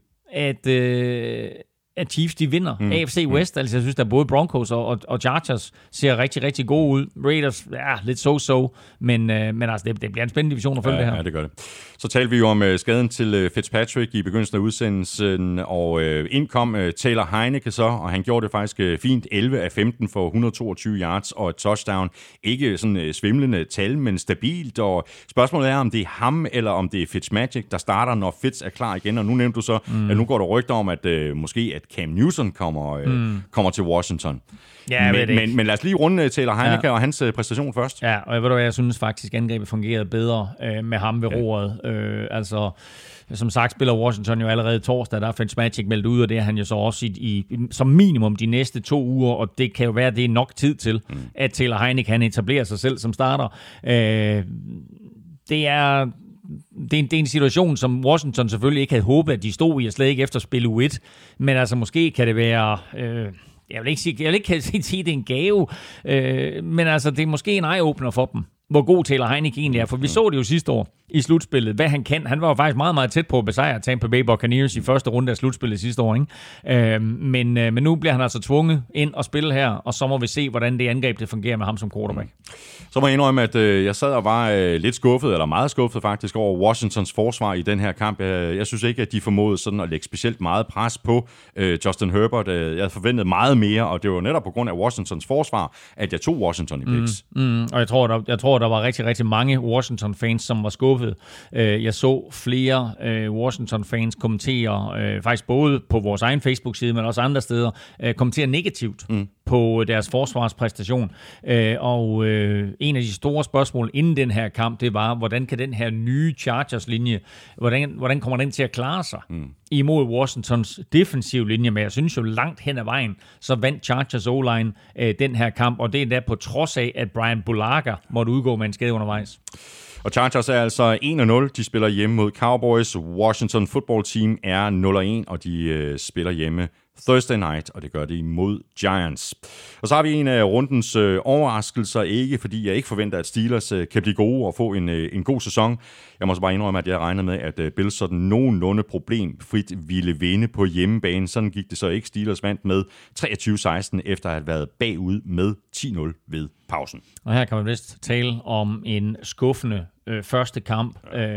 at Chiefs de vinder AFC West. Altså jeg synes, at både Broncos og Chargers ser rigtig, rigtig gode ud. Raiders, lidt so-so, men altså det bliver en spændende division at følge det her. Ja, det gør det. Så talte vi jo om skaden til Fitzpatrick i begyndelsen af udsendelsen, og indkom Taylor Heineke så, og han gjorde det faktisk fint. 11 af 15 for 122 yards og et touchdown. Ikke sådan svimlende tal, men stabilt, og spørgsmålet er, om det er ham, eller om det er Fitzmagic, der starter, når Fitz er klar igen, og nu nævnte du så, at nu går der rygter om, at måske at Cam Newton kommer til Washington. Ja, men lad os lige runde Taylor Heineke og hans præstation først. Ja, og ved du hvad, jeg synes faktisk, angrebet fungerede bedre med ham ved roret. Altså, som sagt spiller Washington jo allerede torsdag, der er Fitzmagic meldt ud, og det er han jo så også som minimum de næste 2 uger, og det kan jo være, det er nok tid til, at Taylor Heineke kan etablere sig selv som starter. Det er en situation, som Washington selvfølgelig ikke havde håbet, at de stod i, og slet ikke efter spil U1. Men altså, måske kan det være... Jeg vil ikke sige, at det er en gave, men altså, det er måske en eye-opener for dem, hvor god Taylor Heineke egentlig er. For vi så det jo sidste år i slutspillet, hvad han kan. Han var jo faktisk meget, meget tæt på at besejre Tampa Bay Buccaneers i første runde af slutspillet sidste år, ikke? Men nu bliver han altså tvunget ind og spille her, og så må vi se, hvordan det angreb det fungerer med ham som quarterback. Så må jeg indrømme, at jeg sad og var lidt skuffet, eller meget skuffet faktisk, over Washingtons forsvar i den her kamp. Jeg synes ikke, at de formåede sådan at lægge specielt meget pres på Justin Herbert. Jeg havde forventet meget mere, og det var netop på grund af Washingtons forsvar, at jeg tog Washington i picks. Og jeg tror, der var rigtig, rigtig mange Washington-fans, som var skuffet. Jeg så flere Washington-fans kommentere, faktisk både på vores egen Facebook-side, men også andre steder, kommentere negativt på deres forsvarspræstation. Og en af de store spørgsmål inden den her kamp, det var, hvordan kan den her nye Chargers-linje, hvordan kommer den til at klare sig imod Washingtons defensiv linje? Men jeg synes jo langt hen ad vejen, så vandt Chargers O-line den her kamp, og det er endda på trods af, at Brian Bulaga måtte udgå med en skade undervejs. Og Chargers er altså 1-0. De spiller hjemme mod Cowboys. Washington Football Team er 0-1, og de spiller hjemme Thursday night, og det gør det imod Giants. Og så har vi en af rundens overraskelser, ikke fordi jeg ikke forventer, at Steelers kan blive gode og få en god sæson. Jeg må så bare indrømme, at jeg regnede med, at Bills sådan nogenlunde problemfrit ville vinde på hjemmebane. Sådan gik det så ikke. Steelers vandt med 23-16 efter at have været bagud med 10-0 ved pausen. Og her kan man vist tale om en skuffende første kamp.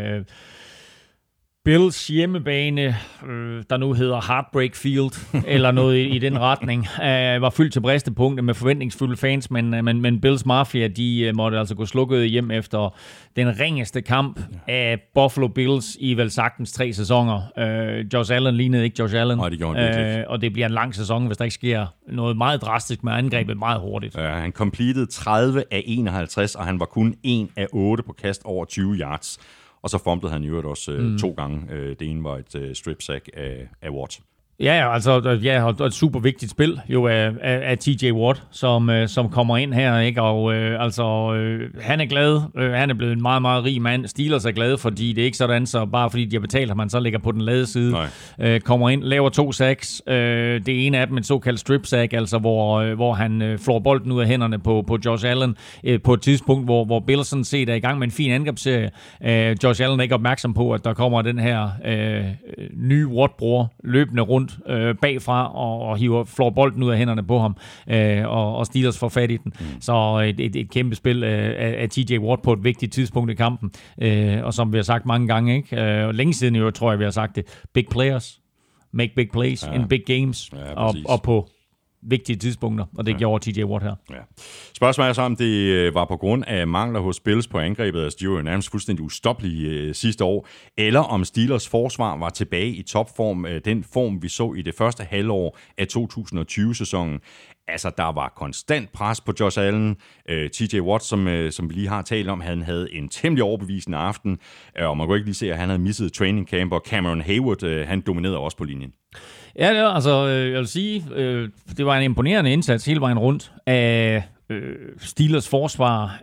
Bills hjemmebane, der nu hedder Heartbreak Field, eller noget i den retning, var fyldt til bristepunktet med forventningsfulde fans, men Bills Mafia, de måtte altså gå slukket hjem efter den ringeste kamp af Buffalo Bills i vel sagtens 3 sæsoner. Josh Allen lignede ikke Josh Allen, og det bliver en lang sæson, hvis der ikke sker noget meget drastisk med angrebet meget hurtigt. Ja, han completed 30 af 51, og han var kun 1 af 8 på kast over 20 yards. Og så fumblede han i øvrigt også 2 gange. Det ene var et strip sack af Watt. Ja, altså og et super vigtigt spil jo af TJ Watt, som kommer ind her, ikke? Og han er glad. Han er blevet en meget, meget rig mand. Steelers er glad, fordi det er ikke sådan, så bare fordi de har betalt ham, man så ligger på den lade side. Kommer ind, laver 2 sacks. Det ene af dem et såkaldt strip sack, altså hvor han flår bolden ud af hænderne på Josh Allen på et tidspunkt, hvor Bills sådan set er i gang med en fin angrebsserie. Josh Allen er ikke opmærksom på, at der kommer den her nye Watt-bror løbende rundt bagfra og flår bolden ud af hænderne på ham, og Steelers får fat i den. Så et kæmpe spil af TJ Watt på et vigtigt tidspunkt i kampen, og som vi har sagt mange gange, ikke? Længe siden jo, tror jeg, vi har sagt det. Big players make big plays in big games, og på vigtige tidspunkter, og det gjorde TJ Watt her. Ja. Spørgsmålet er så, om det var på grund af mangler hos Bills på angrebet, altså de var jo nærmest fuldstændig ustoppelige sidste år, eller om Steelers forsvar var tilbage i topform, den form, vi så i det første halvår af 2020-sæsonen. Altså, der var konstant pres på Josh Allen. TJ Watt, som vi lige har talt om, han havde en temmelig overbevisende aften, og man kunne ikke lige se, at han havde misset training camp, og Cameron Hayward, han dominerede også på linjen. Ja, altså, jeg vil sige, det var en imponerende indsats hele vejen rundt af Steelers forsvar.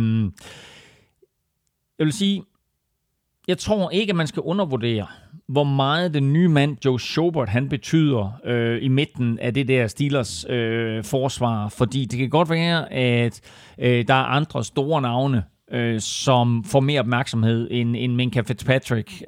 Jeg vil sige, jeg tror ikke, at man skal undervurdere, hvor meget den nye mand, Joe Schobert, han betyder i midten af det der Steelers forsvar. Fordi det kan godt være, at der er andre store navne, som får mere opmærksomhed end Minkah Fitzpatrick,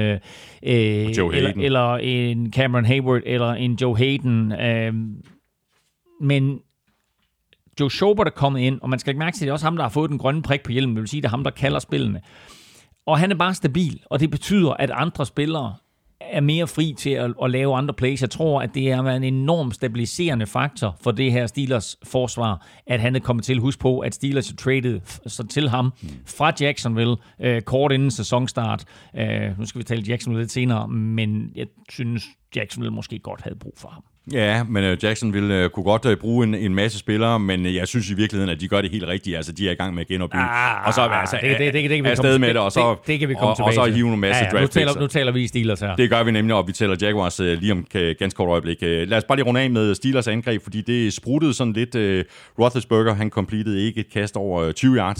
eller en Cameron Hayward, eller en Joe Hayden. Men Joe Schobert er kommet ind, og man skal ikke mærke til, at det er også ham, der har fået den grønne prik på hjelmen. Det vil sige, det er ham, der kalder spillene. Og han er bare stabil, og det betyder, at andre spillere er mere fri til at lave andre plays. Jeg tror, at det er en enorm stabiliserende faktor for det her Steelers forsvar, at han er kommet til. Husk på, at Steelers traded så til ham fra Jacksonville kort inden sæsonstart. Nu skal vi tale Jacksonville lidt senere, men jeg synes, Jacksonville måske godt havde brug for ham. Ja, men Jacksonville kunne godt bruge en masse spillere, men jeg synes i virkeligheden, at de gør det helt rigtigt. Altså, de er i gang med at genopbygge. Og så afsted med det, og så det kan vi komme tilbage og så hive en masse draft picks. Nu taler vi Steelers her. Det gør vi nemlig, og vi tæller Jaguars lige om ganske kort øjeblik. Lad os bare lige runde af med Steelers angreb, fordi det spruttede sådan lidt. Roethlisberger, han completed ikke et kast over 20 yards.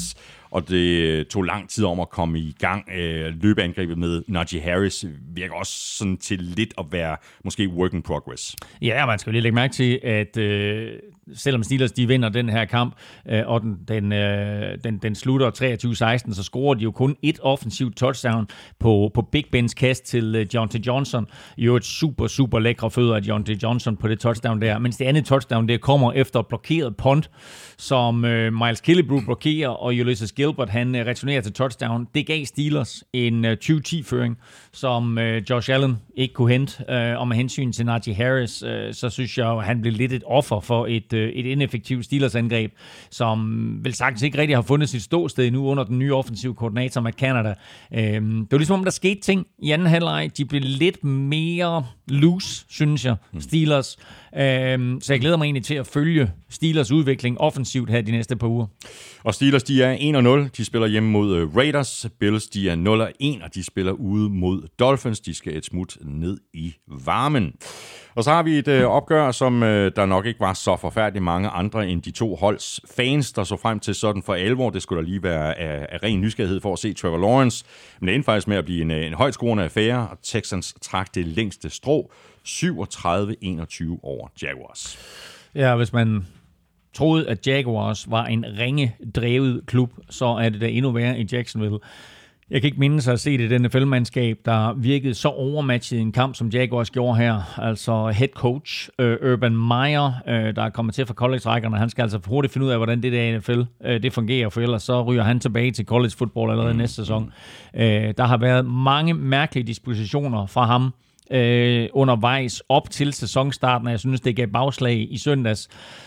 og det tog lang tid om at komme i gang. Løbeangrebet med Najee Harris virker også sådan til lidt at være måske work in progress. Ja, man skal lige lægge mærke til, at selvom Steelers de vinder den her kamp, og den slutter 23-16, så scorer de jo kun et offensivt touchdown på Big Bens kast til Diontae Johnson. Jo et super, super lækre fødder af Diontae Johnson på det touchdown der. Mens det andet touchdown, det kommer efter blokeret punt, som Miles Killebrew blokerer, og Ulysses Gilbert, han returnerer til touchdown. Det gav Steelers en 20-10-føring, som Josh Allen ikke kunne hente. Og med hensyn til Najee Harris, så synes jeg, at han blev lidt et offer for et ineffektivt Steelers-angreb, som vel sagtens ikke rigtig har fundet sit ståsted endnu under den nye offensive koordinator Matt Canada. Det var ligesom, om der skete ting i anden halvleg. De blev lidt mere loose, synes jeg, Steelers. Så jeg glæder mig egentlig til at følge Steelers udvikling offensivt her de næste par uger. Og Steelers, de er 1-0. De spiller hjemme mod Raiders. Bills, de er 0-1, og de spiller ude mod Dolphins. De skal et smut ned i varmen. Og så har vi et opgør, som der nok ikke var så forfærdeligt mange andre end de to holds fans, der så frem til sådan for alvor. Det skulle da lige være af ren nysgerrighed for at se Trevor Lawrence. Men det endte faktisk med at blive en højtskruende affære, og Texans trak det længste strå. 37-21 over Jaguars. Ja, hvis man troede, at Jaguars var en ringe drevet klub, så er det da endnu værre i Jacksonville. Jeg kan ikke minde sig at se det i denne NFL-mandskab, der virkede så overmatchet i en kamp, som Jaguars gjorde her. Altså head coach Urban Meyer, der er kommet til fra college-rækkerne, han skal altså hurtigt finde ud af, hvordan det der NFL det fungerer, for ellers så ryger han tilbage til college football allerede næste sæson. Der har været mange mærkelige dispositioner fra ham undervejs op til sæsonstarten, og jeg synes, det gav bagslag i søndags.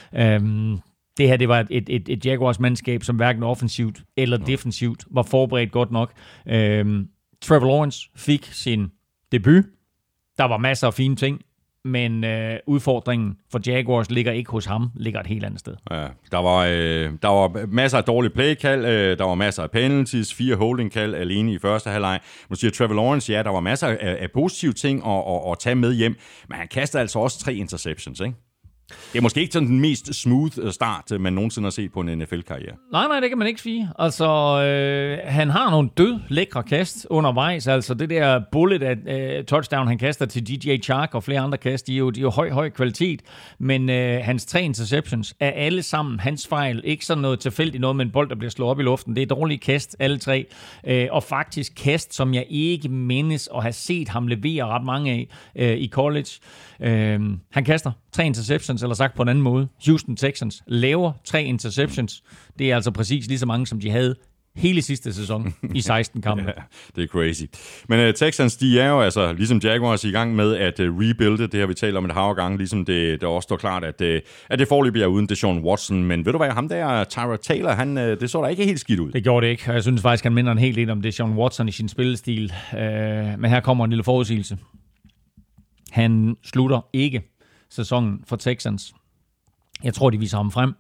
Det her, det var et Jaguars-mandskab, som hverken offensivt eller defensivt var forberedt godt nok. Trevor Lawrence fik sin debut. Der var masser af fine ting, men udfordringen for Jaguars ligger ikke hos ham, ligger et helt andet sted. Ja, der var masser af dårlige playkald, der var masser af penalties, 4 holdingkald alene i første halvleg. Nu siger Trevor Lawrence, ja, der var masser af positive ting at tage med hjem, men han kaster altså også 3 interceptions, ikke? Det er måske ikke sådan den mest smooth start, man nogensinde har set på en NFL-karriere. Nej, det kan man ikke sige. Altså, han har nogle lækre kast undervejs. Altså, det der bullet af touchdown, han kaster til DJ Chark og flere andre kast, de er jo høj kvalitet. Men hans 3 interceptions er alle sammen hans fejl. Ikke sådan noget tilfældigt noget med en bold, der bliver slået op i luften. Det er dårlige kast, alle 3. Og faktisk kast, som jeg ikke mindes at have set ham levere ret mange af i college. Han kaster 3 interceptions, eller sagt på en anden måde. Houston Texans laver 3 interceptions. Det er altså præcis lige så mange, som de havde hele sidste sæson i 16 kampe. Ja, det er crazy. Men Texans, de er jo altså, ligesom Jaguars, i gang med at rebuilde. Det har vi talt om et hav af gange, ligesom det også står klart, at det foreløbig er uden Deshaun Watson. Men ved du hvad, ham der, Tyrod Taylor, det så da ikke helt skidt ud. Det gjorde det ikke, og jeg synes faktisk, han minder en hel del om Deshaun Watson i sin spillestil. Men her kommer en lille forudsigelse. Han slutter ikke sæsonen for Texans. Jeg tror, de viser ham frem.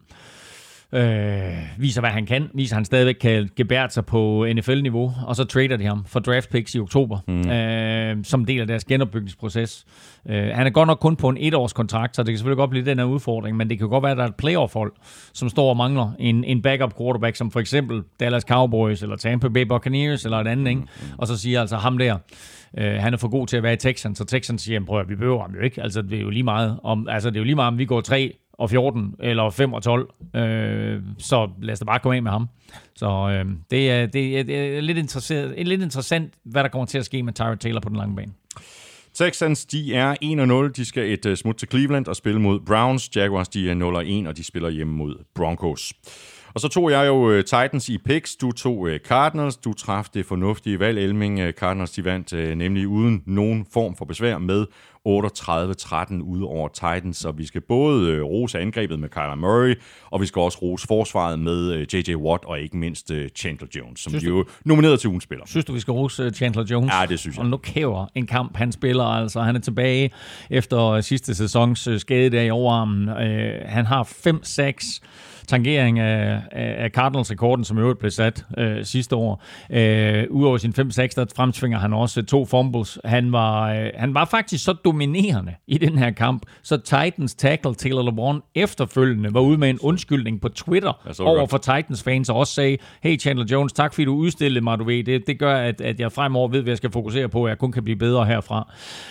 Viser, hvad han kan. Viser, han stadigvæk kan gebære sig på NFL-niveau. Og så trader de ham for draft picks i oktober. Som del af deres genopbygningsproces. Han er godt nok kun på en 1-årskontrakt, så det kan selvfølgelig godt blive den her udfordring. Men det kan godt være, at der er et playoff-hold, som står og mangler en backup quarterback, som for eksempel Dallas Cowboys, eller Tampa Bay Buccaneers, eller et andet. Ikke? Og så siger altså ham der, han er for god til at være i Texans, så Texans siger, prøv at vi behøver ham jo ikke. Altså det er jo lige meget om vi går 3 og 14 eller 5 og 12, så lad os da bare komme af med ham. Så det er lidt interessant, hvad der kommer til at ske med Tyrod Taylor på den lange bane. Texans, de er 1-0. De skal et smut til Cleveland og spille mod Browns. Jaguars, de er 0-1, og de spiller hjemme mod Broncos. Og så tog jeg jo Titans i picks. Du tog Cardinals. Du traf det fornuftige valg, Elming. Cardinals, de vandt nemlig uden nogen form for besvær med 38-13 ude over Titans. Så vi skal både rose angrebet med Kyler Murray, og vi skal også rose forsvaret med J.J. Watt og ikke mindst Chandler Jones, som de jo nomineret til ugens spiller. Synes du, vi skal rose Chandler Jones? Ja, det synes jeg. Og nu kæver en kamp, han spiller. Altså, han er tilbage efter sidste sæsons skade der i overarmen. Han har 5-6 tangering af Cardinals-rekorden, som i øvrigt blev sat sidste år. Udover sin 5-6, der fremtvinger han også 2 fumbles. Han var faktisk så dominerende i den her kamp, så Titans tackle Taylor Lewan efterfølgende var ude med en undskyldning på Twitter over for Titans fans, og også sagde, hey Chandler Jones, tak fordi du udstillede mig, du ved. Det gør, at jeg fremover ved, hvad jeg skal fokusere på, at jeg kun kan blive bedre herfra.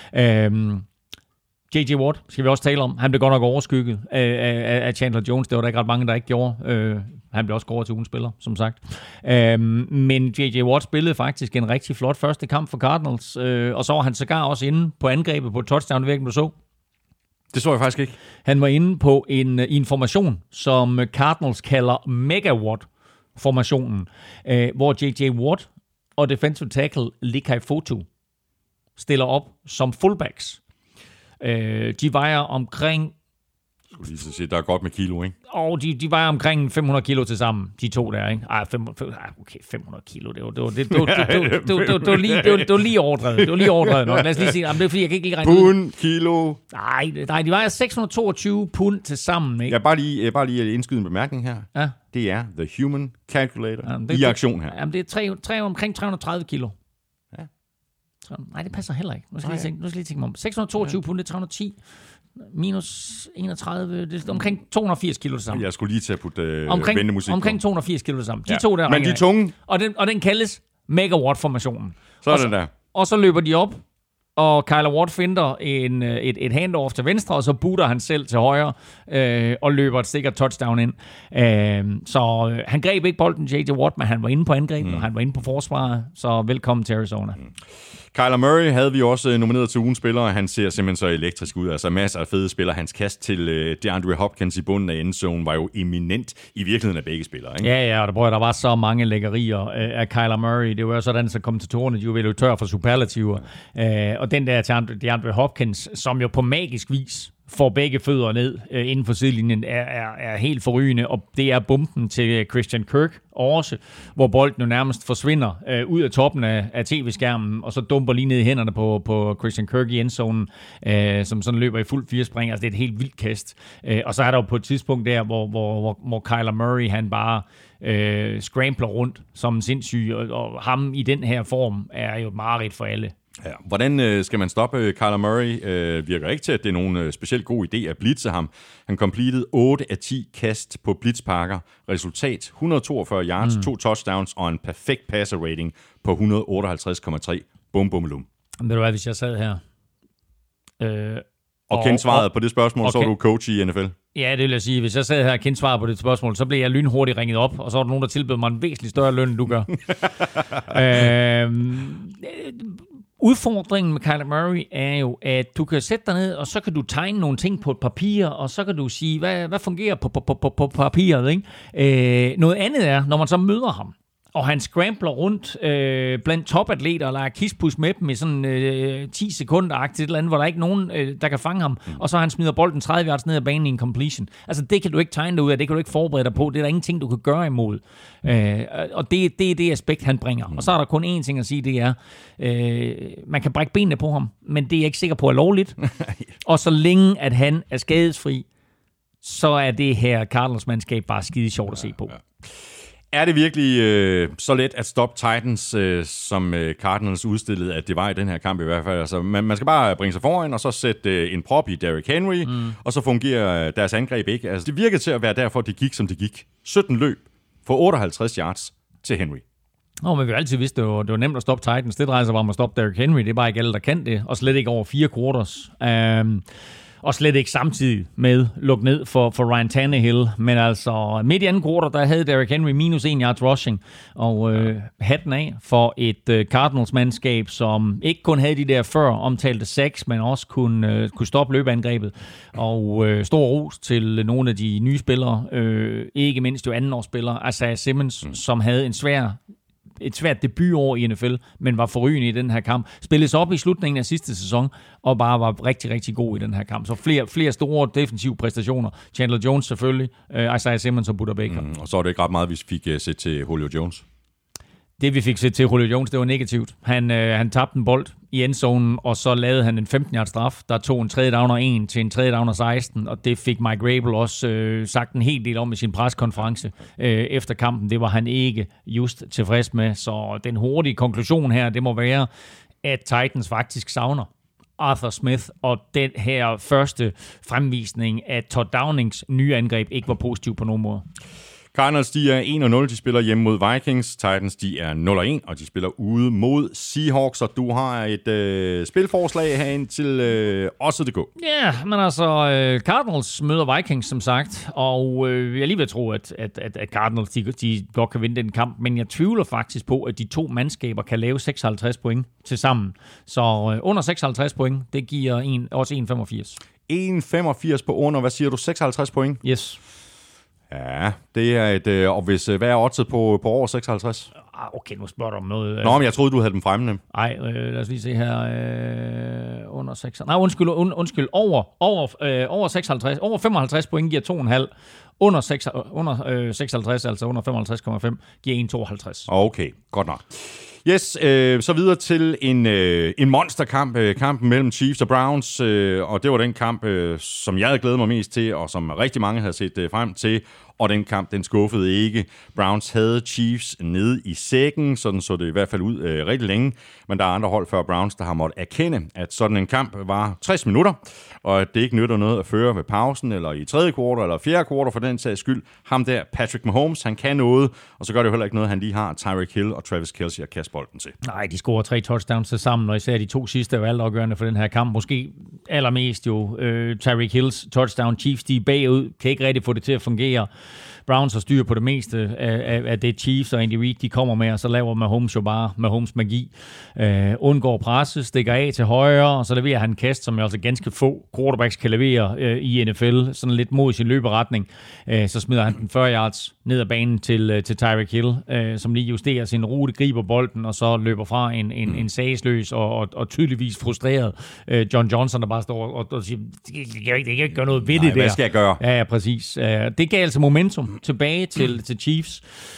J.J. Watt skal vi også tale om. Han blev godt nok overskygget af Chandler Jones. Det var der ikke ret mange, der ikke gjorde. Han blev også kåret til ugens spiller, som sagt. Men J.J. Watt spillede faktisk en rigtig flot første kamp for Cardinals. Og så var han sågar også inde på angrebet på touchdown, hvilken du så. Det så jeg faktisk ikke. Han var inde på en formation, som Cardinals kalder Megawatt-formationen, hvor J.J. Watt og defensive tackle Likai Fotu stiller op som fullbacks. De vejer omkring... Jeg skulle lige så sige, der er godt med kilo, ikke? Og de vejer omkring 500 kilo til sammen, de to der, ikke? Okay, 500 kilo, det var lige overdrevet. Det var lige overdrevet nok. Lad os lige sige, det er fordi, jeg kan ikke lige regne pund, kilo... Nej, de vejer 622 pund til sammen, ikke? Jeg bare lige indskyde en bemærkning her. Ja. Det er The Human Calculator i aktion her. Jamen, det er omkring 330 kilo. Ja. Nej, det passer heller ikke. Nu skal jeg lige tænke mig om. 622 pund, det er 310... minus 31, det er omkring 280 kilo sammen. Jeg skulle lige til at putte vendemusik omkring 280 kilo sammen. De to der. Men de tunge. Og den kaldes Megawatt-formationen. Sådan der. Og så løber de op, og Kyler Watt finder et handoff til venstre, og så booter han selv til højre, og løber et sikkert touchdown ind. Så han greb ikke bolden, J.J. Watt, men han var inde på angrebet, og han var inde på forsvaret, så velkommen til Arizona. Kyler Murray havde vi også nomineret til ugens spiller, og han ser simpelthen så elektrisk ud. Altså masser af fede spillere. Hans kast til DeAndre Hopkins i bunden af endzone var jo eminent i virkeligheden af begge spillere. Ikke? Ja, og der var så mange lækkerier af Kyler Murray. Det var jo sådan, så kommentatorerne, de var jo tør for superlativer. Og den der DeAndre Hopkins, som jo på magisk vis får begge fødder ned inden for sidelinjen, er helt forrygende, og det er bomben til Christian Kirk også, hvor bolden jo nærmest forsvinder ud af toppen af tv-skærmen, og så dumper lige ned i hænderne på Christian Kirk i endzonen, som sådan løber i fuld firespring. Altså det er et helt vildt kast. Og så er der jo på et tidspunkt der, hvor Kyler Murray, han bare scrambler rundt som en sindssyg, og ham i den her form er jo et mareridt for alle. Ja. Hvordan skal man stoppe Kyler Murray? Virker ikke til, at det er nogen specielt god idé at blitze ham. Han completed 8 af 10 kast på blitzpakker. Resultat 142 yards, 2 touchdowns og en perfekt passer rating på 158,3. Bum, bum, lum. Ved du hvad, hvis jeg sad her... og kendte svaret på det spørgsmål, så er du coach i NFL. Ja, det vil jeg sige. Hvis jeg sad her og kendte svaret på det spørgsmål, så blev jeg lynhurtigt ringet op, og så var der nogen, der tilbød mig en væsentlig større løn, end du gør. Udfordringen med Kyler Murray er jo, at du kan sætte dig ned, og så kan du tegne nogle ting på et papir, og så kan du sige, hvad fungerer på papiret, ikke? Noget andet er, når man så møder ham, og han scrambler rundt blandt topatleter og leger kispus med dem i sådan 10 sekunder-agtigt et eller andet, hvor der ikke nogen, der kan fange ham, og så han smider bolden 30 yards ned ad banen i en completion. Altså det kan du ikke tegne dig ud af, det kan du ikke forberede dig på, det er der ingenting, du kan gøre imod. Og det er det aspekt, han bringer. Og så er der kun én ting at sige, det er, man kan brække benene på ham, men det er jeg ikke sikker på er lovligt. Og så længe, at han er skadesfri, så er det her Cardinals-mandskab bare skide sjovt at se på. Ja. Er det virkelig så let at stoppe Titans, som Cardinals udstillede, at det var i den her kamp i hvert fald? Altså, man skal bare bringe sig foran, og så sætte en prop i Derrick Henry, og så fungerer deres angreb ikke. Altså, det virkede til at være derfor, det gik, som det gik. 17 løb for 58 yards til Henry. Men vi har altid vidst, det var nemt at stoppe Titans. Det drejer sig bare om at stoppe Derrick Henry. Det er bare ikke alle, der kan det, og slet ikke over 4 quarters. Og slet ikke samtidig med lukket ned for Ryan Tannehill. Men altså midt i anden quarter, der havde Derrick Henry minus 1 yards rushing. Og hatten af for et Cardinals-mandskab, som ikke kun havde de der før omtalte sacks, men også kunne stoppe løbeangrebet. Og stor ros til nogle af de nye spillere. Ikke mindst jo andenårsspillere, Isaiah Simmons, som havde et svært debutår i NFL, men var forrygende i den her kamp. Spilles op i slutningen af sidste sæson, og bare var rigtig, rigtig god i den her kamp. Så flere store defensive præstationer. Chandler Jones selvfølgelig, Isaiah Simmons og Budda Baker. Og så var det ikke ret meget, vi fik set til Julio Jones. Det vi fik set til Julio Jones, det var negativt. Han tabte en bold i endzonen, og så lavede han en 15-yard straf, der tog en 3. down og 1 til en 3. down og 16, og det fik Mike Vrabel også sagt en hel del om i sin preskonference efter kampen. Det var han ikke just tilfreds med, så den hurtige konklusion her, det må være, at Titans faktisk savner Arthur Smith, og den her første fremvisning af Todd Downings nye angreb ikke var positiv på nogen måde. Cardinals, de er 1-0, de spiller hjemme mod Vikings. Titans, de er 0-1, og de spiller ude mod Seahawks, og du har et spilforslag herind til også.dk. Ja, men altså, Cardinals møder Vikings, som sagt, og jeg lige vil tro, at Cardinals, de godt kan vinde den kamp, men jeg tvivler faktisk på, at de to mandskaber kan lave 56 point til sammen. Så under 56 point, det giver også 1,85. 1,85 på under, hvad siger du, 56 point? Yes. Ja, det er et... Og hvad er oddset på over 56? Okay, nu spørger du om noget... Nå, men jeg troede, du havde dem fremme. Nej, lad os lige se her. Under 6... Nej, undskyld. Over 56... Over 55 point giver 2,5. Under 56, altså under 55,5, giver 1,52. Okay, godt nok. Yes, så videre til en monsterkamp, kampen mellem Chiefs og Browns, og det var den kamp, som jeg havde glædet mig mest til, og som rigtig mange havde set frem til, og den kamp, den skuffede ikke. Browns havde Chiefs nede i sækken, sådan så det i hvert fald ud rigtig længe, men der er andre hold før Browns, der har måttet erkende, at sådan en kamp var 60 minutter, og at det ikke nytter noget at føre ved pausen, eller i tredje kvartal, eller fjerde kvartal for den sags skyld. Ham der, Patrick Mahomes, han kan noget, og så gør det jo heller ikke noget, han lige har Tyreek Hill og Travis Kelce at kaste bolden til. Nej, de scorer 3 touchdowns til sammen, og især de to sidste er altafgørende for den her kamp. Måske allermest jo Tyreek Hills touchdown. Chiefs, de er bagud, kan ikke rigtig få det til at fungere. Browns har styr på det meste af det Chiefs og Andy Reid, de kommer med, og så laver Mahomes jo bare Mahomes magi. Undgår presset, stikker af til højre, og så leverer han en kast, som jo altså ganske få quarterbacks kan levere i NFL, sådan lidt mod sin løberetning. Så smider han den 40 yards ned ad banen til Tyreek Hill, som lige justerer sin rute, griber bolden, og så løber fra en sagsløs og tydeligvis frustreret John Johnson, der bare står og siger, det kan ikke gøre noget ved det der. Hvad skal jeg gøre? Ja, præcis. Det gav altså momentum tilbage til Chiefs.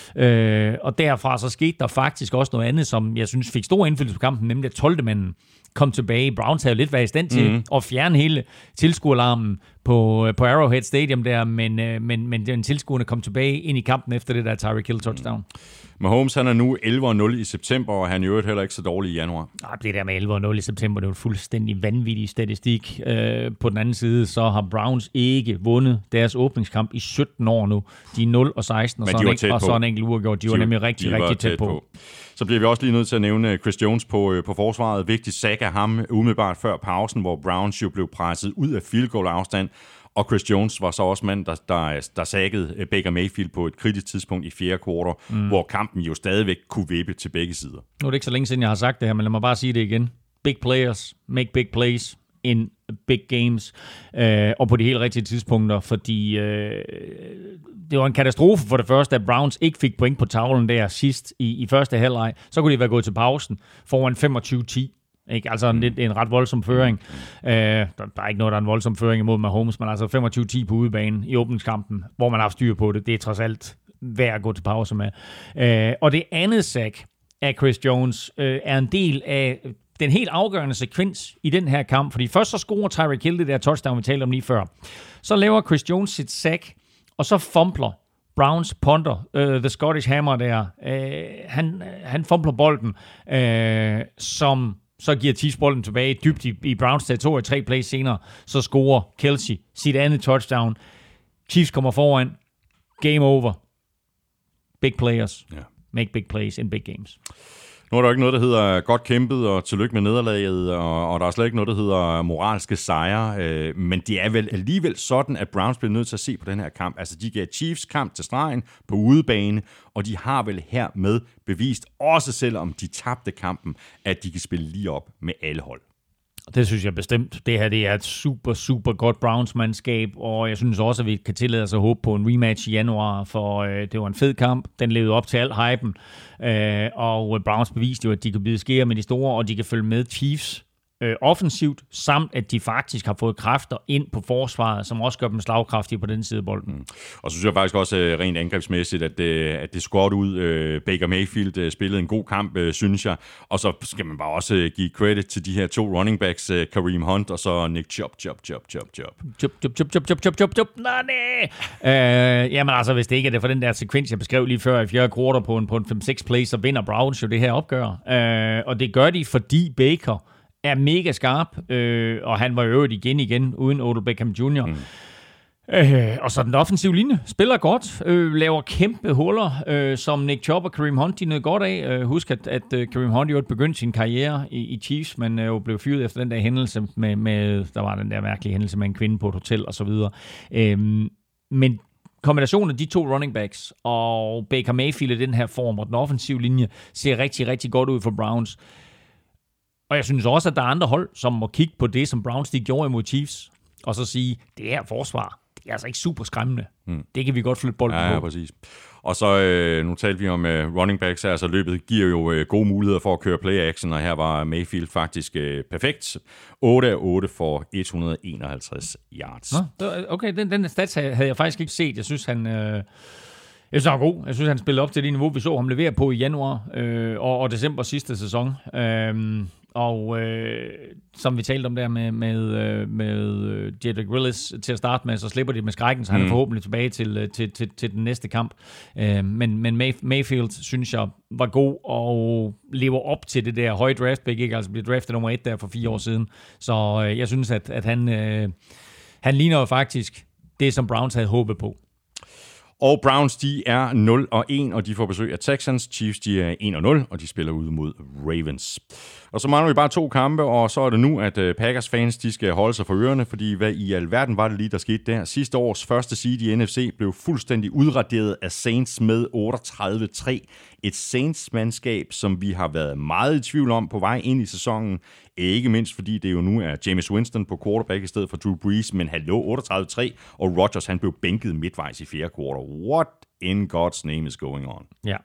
Og derfra så skete der faktisk også noget andet, som jeg synes fik stor indflydelse på kampen, nemlig at 12. manden kom tilbage. Browns havde jo lidt været i stand til at fjerne hele tilskuerlarmen på Arrowhead Stadium der, men den tilskuerne kom tilbage ind i kampen efter det der Tyreek Hill touchdown. Mahomes, han er nu 11-0 i september, og han er jo heller ikke så dårlig i januar. Det der med 11-0 i september, det er jo en fuldstændig vanvittig statistik. På den anden side, så har Browns ikke vundet deres åbningskamp i 17 år nu. De er 0-16, og så en enkelt uafgjort. De var nemlig rigtig tæt på. Så bliver vi også lige nødt til at nævne Chris Jones på forsvaret. Vigtig sack af ham umiddelbart før pausen, hvor Browns jo blev presset ud af field goal afstand. Og Chris Jones var så også mand, der sackede Baker Mayfield på et kritisk tidspunkt i fjerde kvartal, hvor kampen jo stadigvæk kunne vippe til begge sider. Nu er det ikke så længe siden, jeg har sagt det her, men lad mig bare sige det igen. Big players make big plays in big games, og på de helt rigtige tidspunkter, fordi det var en katastrofe for det første, at Browns ikke fik point på tavlen der sidst i første halvleg. Så kunne de være gået til pausen foran 25-10. Ikke? Altså en ret voldsom føring. Der er ikke noget, der er en voldsom føring imod Mahomes, men altså 25-10 på udebane i åbningskampen, hvor man har styr på det. Det er trods alt værd at gå til pause med. Og det andet sack af Chris Jones er en del af den helt afgørende sekvens i den her kamp, fordi først så scorer Tyreek Hill det der touchdown, vi talte om lige før. Så laver Chris Jones sit sack, og så fumbler Browns punter, the Scottish Hammer der, han fumbler bolden, som så giver Chiefs bolden tilbage dybt i Browns territorie 3 plays senere, så scorer Kelce sit andet touchdown. Chiefs kommer foran. Game over. Big players. Make big plays in big games. Nu er der ikke noget, der hedder godt kæmpet, og tillykke med nederlaget, og der er slet ikke noget, der hedder moralske sejre, men det er vel alligevel sådan, at Browns bliver nødt til at se på den her kamp. Altså, de gav Chiefs kamp til stregen på udebane, og de har vel hermed bevist, også selvom de tabte kampen, at de kan spille lige op med alle hold. Det synes jeg bestemt. Det her det er et super, super godt Browns-mandskab, og jeg synes også, at vi kan tillade os at håbe på en rematch i januar, for det var en fed kamp. Den levede op til al hypen, og Browns beviste jo, at de kan bide skære med de store, og de kan følge med Chiefs offensivt, samt at de faktisk har fået kræfter ind på forsvaret, som også gør dem slagkraftige på den side af bolden. Og så synes jeg faktisk også rent angrebsmæssigt, at det så godt ud. Baker Mayfield spillede en god kamp, synes jeg. Og så skal man bare også give credit til de her 2 running backs, Kareem Hunt og så Nick Chubb. Jamen altså, hvis det ikke er det for den der sekvens, jeg beskrev lige før i fjerde kvartal på en 5-6 play, så vinder Browns jo det her opgør. Og det gør de, fordi Baker er mega skarp, og han var i øvrigt igen uden Odell Beckham Jr. Og så den offensive linje spiller godt, laver kæmpe huller, som Nick Chubb og Kareem Hunt de nød godt af. Husk, at Kareem Hunt jo begyndte sin karriere i Chiefs, men jo blev fyret efter den der hændelse med der var den der mærkelige hændelse med en kvinde på et hotel og så videre. Men kombinationen af de to running backs og Baker Mayfield i den her form, og den offensive linje ser rigtig, rigtig godt ud for Browns. Og jeg synes også, at der er andre hold, som må kigge på det, som Browns de gjorde imod Chiefs, og så sige, det her forsvar, det er altså ikke super skræmmende. Det kan vi godt flytte bolden på. Ja, præcis. Og så, nu talte vi om running backs her, så løbet giver jo gode muligheder for at køre play-action, og her var Mayfield faktisk perfekt. 8 af 8 for 151 yards. Okay, den stats havde jeg faktisk ikke set. Jeg synes, han var god. Jeg synes, han spillede op til det niveau, vi så ham levere på i januar og december sidste sæson. Og som vi talte om der med Jedrick Willis til at starte med, så slipper de med skrækken, så han er forhåbentlig tilbage til den næste kamp. Men Mayfield, synes jeg, var god og lever op til det der høje draftpick, ikke? Altså blev draftet nummer 1 der for 4 år siden. Så jeg synes, at han ligner jo faktisk det, som Browns havde håbet på. Og Browns, de er 0-1, og de får besøg af Texans. Chiefs, de er 1-0, og de spiller ude mod Ravens. Og så mangler vi bare 2 kampe, og så er det nu, at Packers-fans, de skal holde sig for ørerne, fordi hvad i alverden var det lige, der skete der? Sidste års første seed i NFC blev fuldstændig udraderet af Saints med 38-3. Et Saints-mandskab, som vi har været meget i tvivl om på vej ind i sæsonen. Ikke mindst, fordi det jo nu er Jameis Winston på quarterback i stedet for Drew Brees, men han lå 38-3, og Rodgers, han blev bænket midtvejs i 4. kvartal. What in God's name is going on? Ja.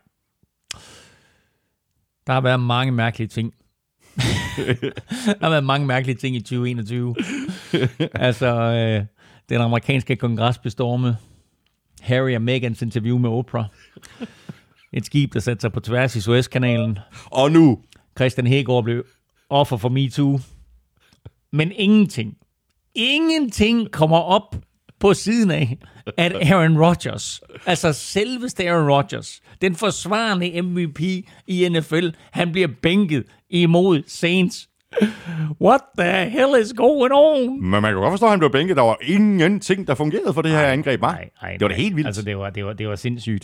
Der har været mange mærkelige ting. Der har været mange mærkelige ting i 2021. Altså, den amerikanske kongres bestormet. Harry og Megans interview med Oprah. Et skib, der satte sig på tværs i Suezkanalen. Og nu Christian Hegård blev offer for MeToo. Men ingenting kommer op på siden af, at Aaron Rodgers, altså selveste Aaron Rodgers, den forsvarende MVP i NFL, han bliver bænket imod Saints. What the hell is going on? Men man kan godt forstå, at han blev bænket. Der var ingenting, der fungerede for det her angreb. Nej, det var det helt vildt. Altså, det var sindssygt.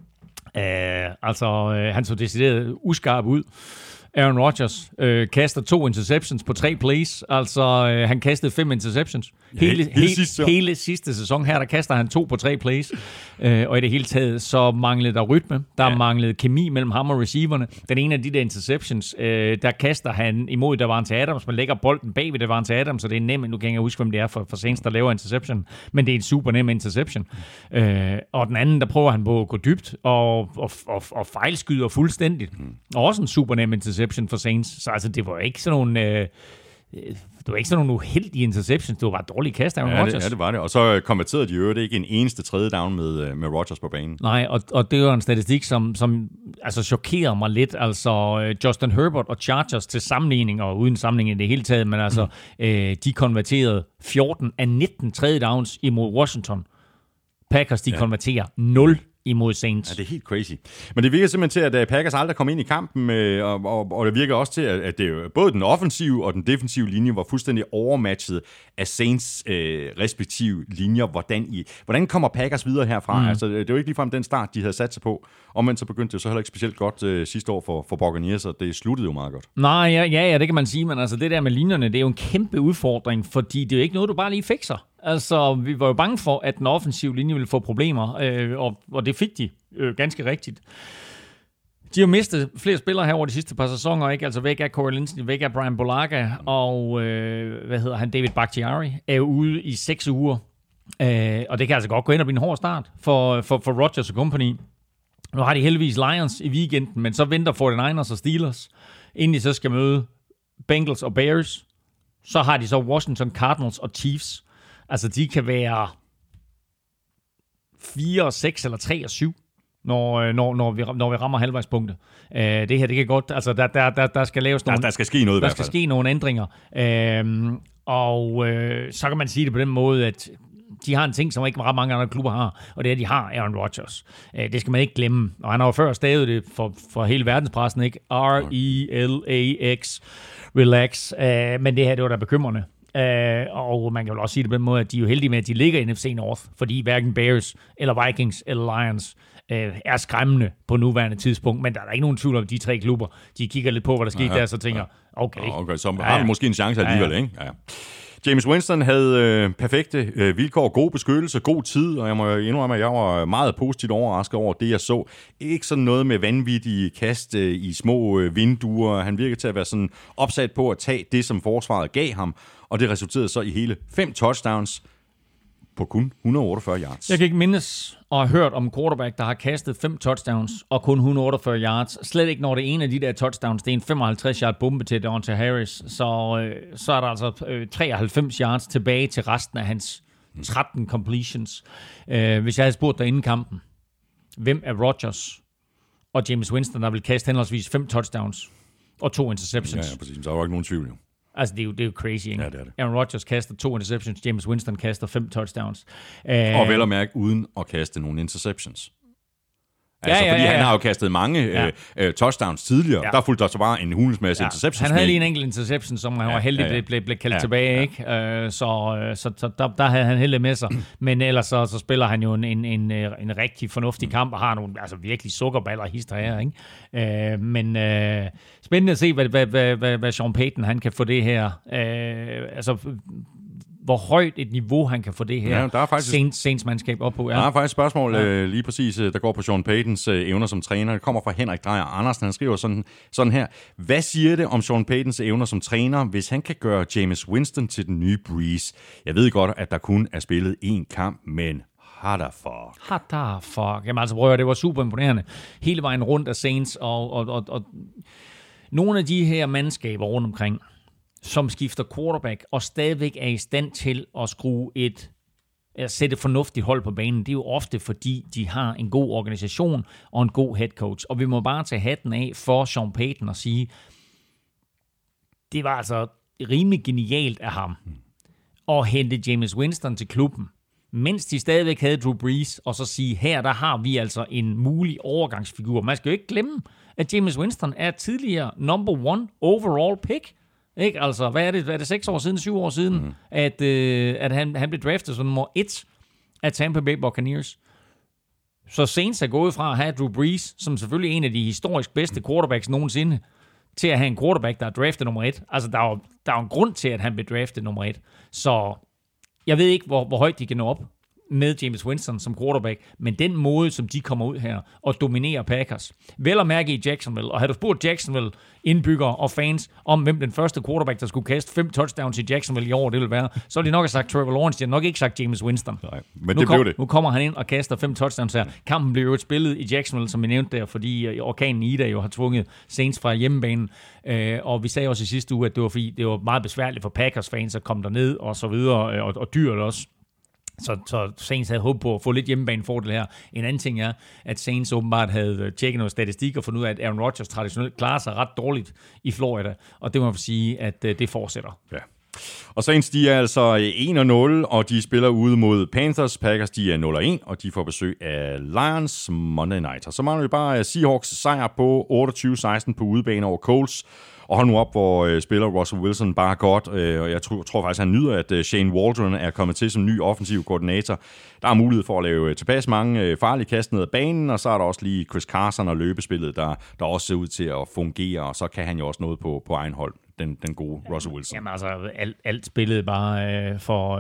Han så decideret uskarp ud. Aaron Rodgers kaster 2 interceptions på 3 plays. Altså, han kastede 5 interceptions. Hele sidste sæson her, der kaster han 2 på 3 plays. Og i det hele taget, så manglede der rytme. Der manglede kemi mellem ham og receiverne. Den ene af de der interceptions, der kaster han imod Davante Adams. Man lægger bolden bag ved Davante Adams, så det er nemt. Nu kan jeg huske, hvem det er for Saints, der laver interception. Men det er en super nem interception. Og den anden, der prøver han på at gå dybt og fejlskyder fuldstændigt. Og også en super nem interception for Saints. Så altså, det var ikke sådan nogle... Det var ikke sådan nogle uheldige interceptions. Det var bare dårlige kast af Rodgers. Ja, det var det. Og så konverterede de jo det ikke en eneste tredje down med Rodgers på banen. Nej, og det var en statistik, som altså chokerer mig lidt. Altså Justin Herbert og Chargers til sammenligning, og uden sammenligning i det hele taget, men altså de konverterede 14 af 19 tredje downs imod Washington. Packers, de konverterer 0 imod Saints. Ja, det er helt crazy. Men det virker simpelthen til, at Packers aldrig kom ind i kampen, og det virker også til, at det både den offensive og den defensive linje var fuldstændig overmatchet af Saints respektive linjer. Hvordan kommer Packers videre herfra? Altså, det er jo ikke ligefrem den start, de havde sat sig på. Omvendt så begyndte det jo så heller ikke specielt godt sidste år for Buccaneers, og det sluttede jo meget godt. Nej, ja, det kan man sige, men altså det der med linjerne, det er jo en kæmpe udfordring, fordi det er jo ikke noget, du bare lige fikser. Altså, vi var jo bange for, at den offensive linje ville få problemer, og det fik de ganske rigtigt. De har mistet flere spillere her over de sidste par sæsoner, ikke? Altså væk af Corey Linsley, væk af Brian Bulaga, og David Bakhtiari er jo ude i 6 uger. Og det kan altså godt gå ind og blive en hård start for Rodgers og company. Nu har de heldigvis Lions i weekenden, men så venter 49ers og Steelers, inden de så skal møde Bengals og Bears. Så har de så Washington Cardinals og Chiefs. Altså, de kan være 4-6 eller 3-7, når vi rammer halvvejspunktet. Det her, det kan godt... Altså, der skal laves nogle... Der skal ske noget i hvert fald. Der skal ske nogle ændringer. Så kan man sige det på den måde, at de har en ting, som ikke ret mange andre klubber har, og det er, at de har Aaron Rodgers. Det skal man ikke glemme. Og han har jo før stavet det for hele verdenspressen, ikke? R-E-L-A-X, relax. Men det her, det var da bekymrende. Og man kan jo også sige det på den måde, at de er jo heldige med, at de ligger i NFC North, fordi hverken Bears eller Vikings eller Lions er skræmmende på nuværende tidspunkt, men der er der ikke nogen tvivl om, de 3 klubber, de kigger lidt på, hvad der skete der, så tænker, okay, så har vi måske en chance alligevel, ikke? Ja. James Winston havde perfekte vilkår, god beskyttelse, god tid, og jeg må indrømme, at jeg var meget positivt overrasket over det, jeg så. Ikke sådan noget med vanvittige kast i små vinduer. Han virkede til at være sådan opsat på at tage det, som forsvaret gav ham, og det resulterede så i hele 5 touchdowns på kun 148 yards. Jeg kan ikke mindes og have hørt om quarterback, der har kastet 5 touchdowns og kun 148 yards. Slet ikke, når det er en af de der touchdowns, det er en 55-yard bombe til Deontay Harris, så er der altså 93 yards tilbage til resten af hans 13 completions. Hvis jeg havde spurgt dig inden kampen, hvem er Rodgers og James Winston, der vil kaste henholdsvis 5 touchdowns og 2 interceptions? Ja, præcis. Så er der jo ikke nogen tvivl, jo. Altså, det er jo crazy, ikke? Ja, det er det. Aaron Rodgers kaster 2 interceptions, James Winston kaster 5 touchdowns. Og vel at mærke, uden at kaste nogle interceptions. Altså, fordi han har jo kastet mange touchdowns tidligere. Ja. Der fulgte der så bare en hulens masse interceptions. Han havde lige en enkelt interception, som han var heldig blev kaldt tilbage, ikke? Så der havde han heldet med sig. Men ellers så spiller han jo en rigtig fornuftig kamp, og har nogle virkelig sukkerballer og hister her, ikke? Men spændende at se, hvad Sean Payton han kan få det her. Hvor højt et niveau han kan få det her Saints-mandskab op på. Ja. Der er faktisk et spørgsmål lige præcis, der går på Sean Paytons evner som træner. Det kommer fra Henrik Dreyer Andersen. Han skriver sådan her. Hvad siger det om Sean Paytons evner som træner, hvis han kan gøre James Winston til den nye Breeze? Jeg ved godt, at der kun er spillet 1 kamp, men fuck. Jamen altså, det var super imponerende. Hele vejen rundt af Saints, og nogle af de her mandskaber rundt omkring, som skifter quarterback og stadigvæk er i stand til at sætte et fornuftigt hold på banen, det er jo ofte fordi, de har en god organisation og en god head coach. Og vi må bare tage hatten af for Sean Payton og sige, det var altså rimelig genialt af ham at hente James Winston til klubben, mens de stadigvæk havde Drew Brees, og så sige, her der har vi altså en mulig overgangsfigur. Man skal jo ikke glemme, at James Winston er tidligere number 1 overall pick. Ikke? Altså, hvad er det? Er det 6 år siden, 7 år siden, at han blev draftet som nummer 1 af Tampa Bay Buccaneers? Så Saints er gået fra at have Drew Brees, som selvfølgelig er en af de historisk bedste quarterbacks nogensinde, til at have en quarterback, der er draftet nummer 1. Altså, der er jo en grund til, at han blev draftet nummer 1. Så jeg ved ikke, hvor højt de kan nå op med James Winston som quarterback, men den måde, som de kommer ud her og dominerer Packers, vel at mærke i Jacksonville, og havde du spurgt Jacksonville indbyggere og fans om, hvem den første quarterback, der skulle kaste 5 touchdowns i Jacksonville i år, det ville være, så ville de nok have sagt Trevor Lawrence, de har nok ikke sagt James Winston. Nej, men det blev det. Nu kommer han ind og kaster 5 touchdowns her. Kampen blev jo et spillet i Jacksonville, som vi nævnte der, fordi orkanen Ida jo har tvunget Saints fra hjemmebanen, og vi sagde også i sidste uge, at det var fordi, det var meget besværligt for Packers fans at komme derned og så videre, og dyrt også. Så Saints havde håbet på at få lidt hjemmebanefordel her. En anden ting er, at Saints åbenbart havde tjekket noget statistik og fundet ud af, at Aaron Rodgers traditionelt klarer sig ret dårligt i Florida. Og det må man sige, at det fortsætter. Ja. Og Saints, de er altså 1-0, og de spiller ude mod Panthers. Packers, de er 0-1, og de får besøg af Lions Monday Night. Og så mangler vi bare Seahawks sejr på 28-16 på udebane over Colts. Og hold nu op, hvor spiller Russell Wilson bare godt, og jeg tror faktisk, han nyder, at Shane Waldron er kommet til som ny offensiv koordinator. Der er mulighed for at lave tilpas mange farlige kast ned ad banen, og så er der også lige Chris Carson og løbespillet, der også ser ud til at fungere, og så kan han jo også noget på egen hold, den gode Russell Wilson. Jamen altså, alt spillet bare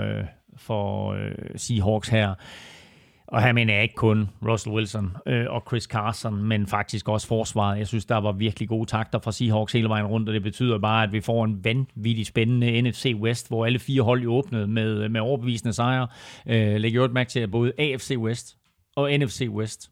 for Seahawks her. Og her mener jeg ikke kun Russell Wilson og Chris Carson, men faktisk også forsvaret. Jeg synes, der var virkelig gode takter fra Seahawks hele vejen rundt, og det betyder bare, at vi får en vanvittig spændende NFC West, hvor alle 4 hold åbnede med overbevisende sejre. Læg jo et mærke til, at både AFC West og NFC West,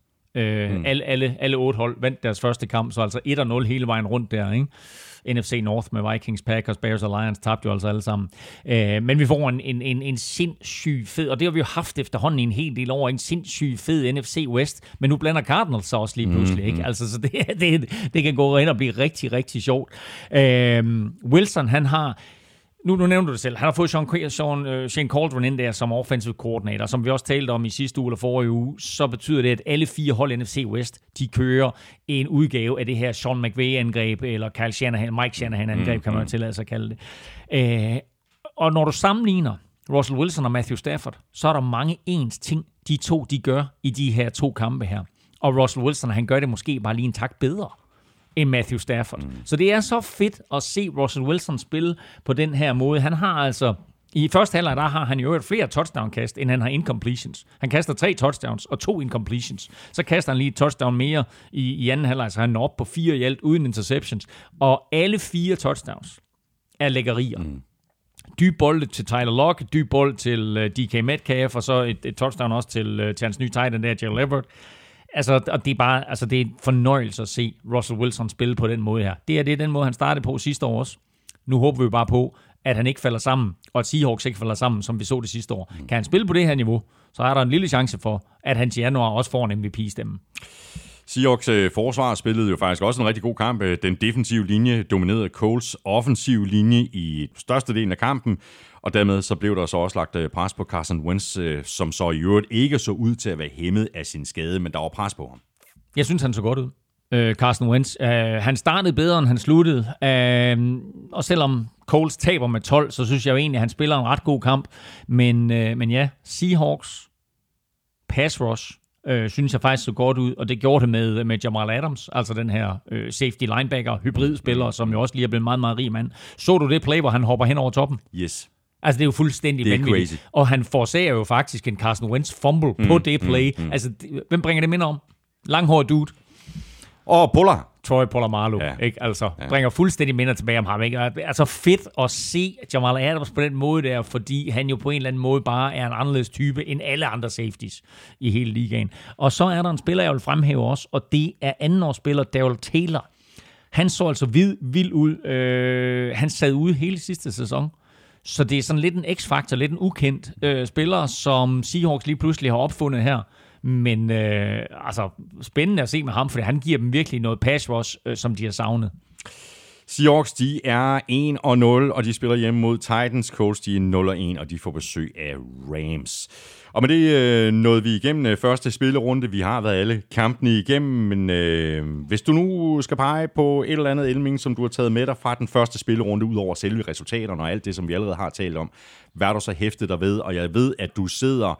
alle 8 hold vandt deres første kamp, så altså 1-0 hele vejen rundt der, ikke? NFC North med Vikings, Packers, Bears og Lions tabte jo altså alle sammen. Men vi får en sindssyg fed, og det har vi jo haft efterhånden i en hel del år, en sindssyg fed NFC West, men nu blander Cardinals så også lige pludselig, ikke? Altså, så det kan gå ind og blive rigtig, rigtig sjovt. Wilson, han har Nu nævner du det selv. Han har fået Shane Caldron ind der som offensive coordinator, som vi også talte om i sidste uge eller forrige uge. Så betyder det, at alle 4 hold i NFC West, de kører en udgave af det her Sean McVay-angreb, eller Mike Shanahan-angreb, kan man jo tillade sig at kalde det. Og når du sammenligner Russell Wilson og Matthew Stafford, så er der mange ens ting, de to de gør i de her 2 kampe her. Og Russell Wilson, han gør det måske bare lige en tak bedre end Matthew Stafford. Så det er så fedt at se Russell Wilson spille på den her måde. Han har altså, i første halvleg, der har han jo flere touchdown-kast, end han har incompletions. Han kaster 3 touchdowns og 2 incompletions. Så kaster han lige et touchdown mere i anden halvleg, så han er oppe på 4 i alt uden interceptions. Og alle 4 touchdowns er lækkerier. Dyb bold til Tyler Lockett, dyb bold til DK Metcalf, og så et touchdown også til hans nye tight end der, Gerald Everett. Altså, og det er bare, altså, det er en fornøjelse at se Russell Wilson spille på den måde her. Det er den måde, han startede på sidste år også. Nu håber vi bare på, at han ikke falder sammen, og at Seahawks ikke falder sammen, som vi så det sidste år. Kan han spille på det her niveau, så er der en lille chance for, at han til januar også får en MVP-stemme. Seahawks forsvar spillede jo faktisk også en rigtig god kamp. Den defensive linje dominerede Colts offensive linje i størstedelen af kampen, og dermed så blev der så også lagt pres på Carson Wentz, som så i øvrigt ikke så ud til at være hæmmet af sin skade, men der var pres på ham. Jeg synes, han så godt ud. Carson Wentz. Han startede bedre, end han sluttede. Og selvom Colts taber med 12, så synes jeg jo egentlig, at han spiller en ret god kamp. Men ja, Seahawks pass rush synes jeg faktisk så godt ud, og det gjorde det med Jamal Adams, altså den her safety linebacker, hybridspiller, som jo også lige er blevet en meget, meget rig mand. Så du det play, hvor han hopper hen over toppen? Yes. Altså, det er jo fuldstændig vanvittigt. Crazy. Og han forsager jo faktisk en Carson Wentz fumble på det play. Altså, hvem bringer det minder om? Langhåret dude. Og Troy Polamalu, ikke? Altså, bringer fuldstændig minder tilbage om ham, ikke? Altså, fedt at se Jamal Adams på den måde der, fordi han jo på en eller anden måde bare er en anderledes type end alle andre safeties i hele ligaen. Og så er der en spiller, jeg vil fremhæve også, og det er andenårsspiller Darrell Taylor. Han så altså vild ud. Han sad ude hele sidste sæson. Så det er sådan lidt en x-faktor, lidt en ukendt spiller, som Seahawks lige pludselig har opfundet her. Men altså, spændende at se med ham, for han giver dem virkelig noget pass rush, som de har savnet. Seahawks, de er 1-0, og de spiller hjemme mod Titans. Colts, de er 0-1, og de får besøg af Rams. Og med det nåede vi igennem første spillerunde. Vi har været alle kampene igennem, men hvis du nu skal pege på et eller andet Elming, som du har taget med dig fra den første spillerunde, ud over selve resultaterne og alt det, som vi allerede har talt om, hvad er du så hæftet dig ved? Og jeg ved, at du sidder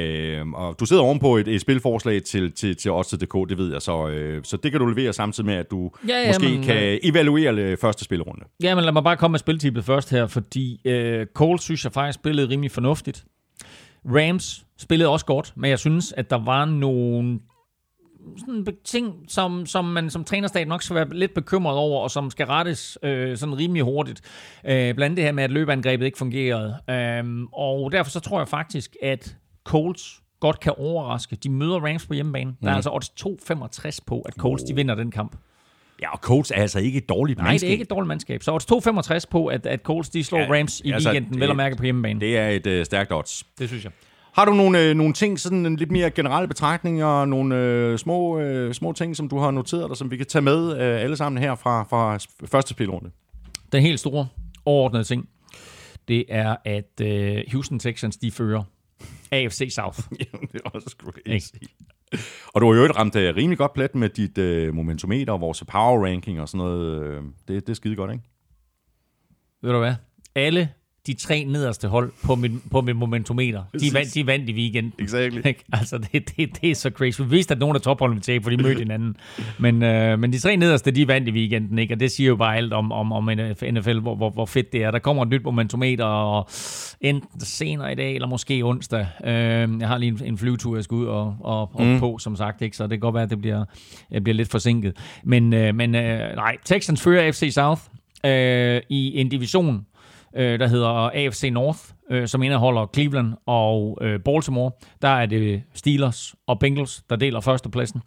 ovenpå et spilforslag til Odds.dk, det ved jeg. Så det kan du levere samtidig med, at du kan evaluere første spillerunde. Ja, men lad mig bare komme med spiltippet først her, fordi Colts synes jeg faktisk spillede rimelig fornuftigt. Rams spillede også godt, men jeg synes, at der var nogle sådan ting, som man som trænerstab nok skal være lidt bekymret over, og som skal rettes sådan rimelig hurtigt. Blandt andet det her med, at løbeangrebet ikke fungerede. Og derfor så tror jeg faktisk, at Colts godt kan overraske. De møder Rams på hjemmebane. Der er altså odds 2,65 på, at Colts de vinder den kamp. Ja, og Colts er altså ikke et dårligt mandskab. Nej, det er ikke et dårligt mandskab. Så odds 2,65 på, at Colts de slår Rams i weekenden, vel at mærke på hjemmebane. Det er et stærkt odds. Det synes jeg. Har du nogle ting, sådan en lidt mere generelle betragtninger, nogle små ting, som du har noteret dig, som vi kan tage med alle sammen her fra første spilrunde? Den helt store overordnede ting, det er, at Houston Texans, de fører AFC South. Jamen, det er også crazy. Og du har jo ikke ramt rimelig godt plet med dit momentometer og vores power ranking og sådan noget. Det er skide godt, ikke? Ved du hvad? Alle de 3 nederste hold på mit momentometer, de vandt i weekenden. Exactly. Altså, det er så crazy. Vi vidste, at nogle af topholdene ville tabe, for de mødte hinanden. Men de 3 nederste, de vandt i weekenden, ikke? Og det siger jo bare alt om NFL, hvor fedt det er. Der kommer et nyt momentometer, og enten senere i dag, eller måske onsdag. Jeg har lige en flyvetur, jeg skal ud og på, som sagt, ikke? Så det kan godt være, at det bliver lidt forsinket. Men nej, Texans fører AFC South i en division, der hedder AFC North, som indeholder Cleveland og Baltimore. Der er det Steelers og Bengals, der deler førstepladsen.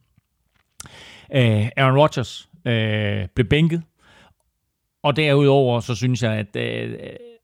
Aaron Rodgers blev bænket, og derudover så synes jeg, at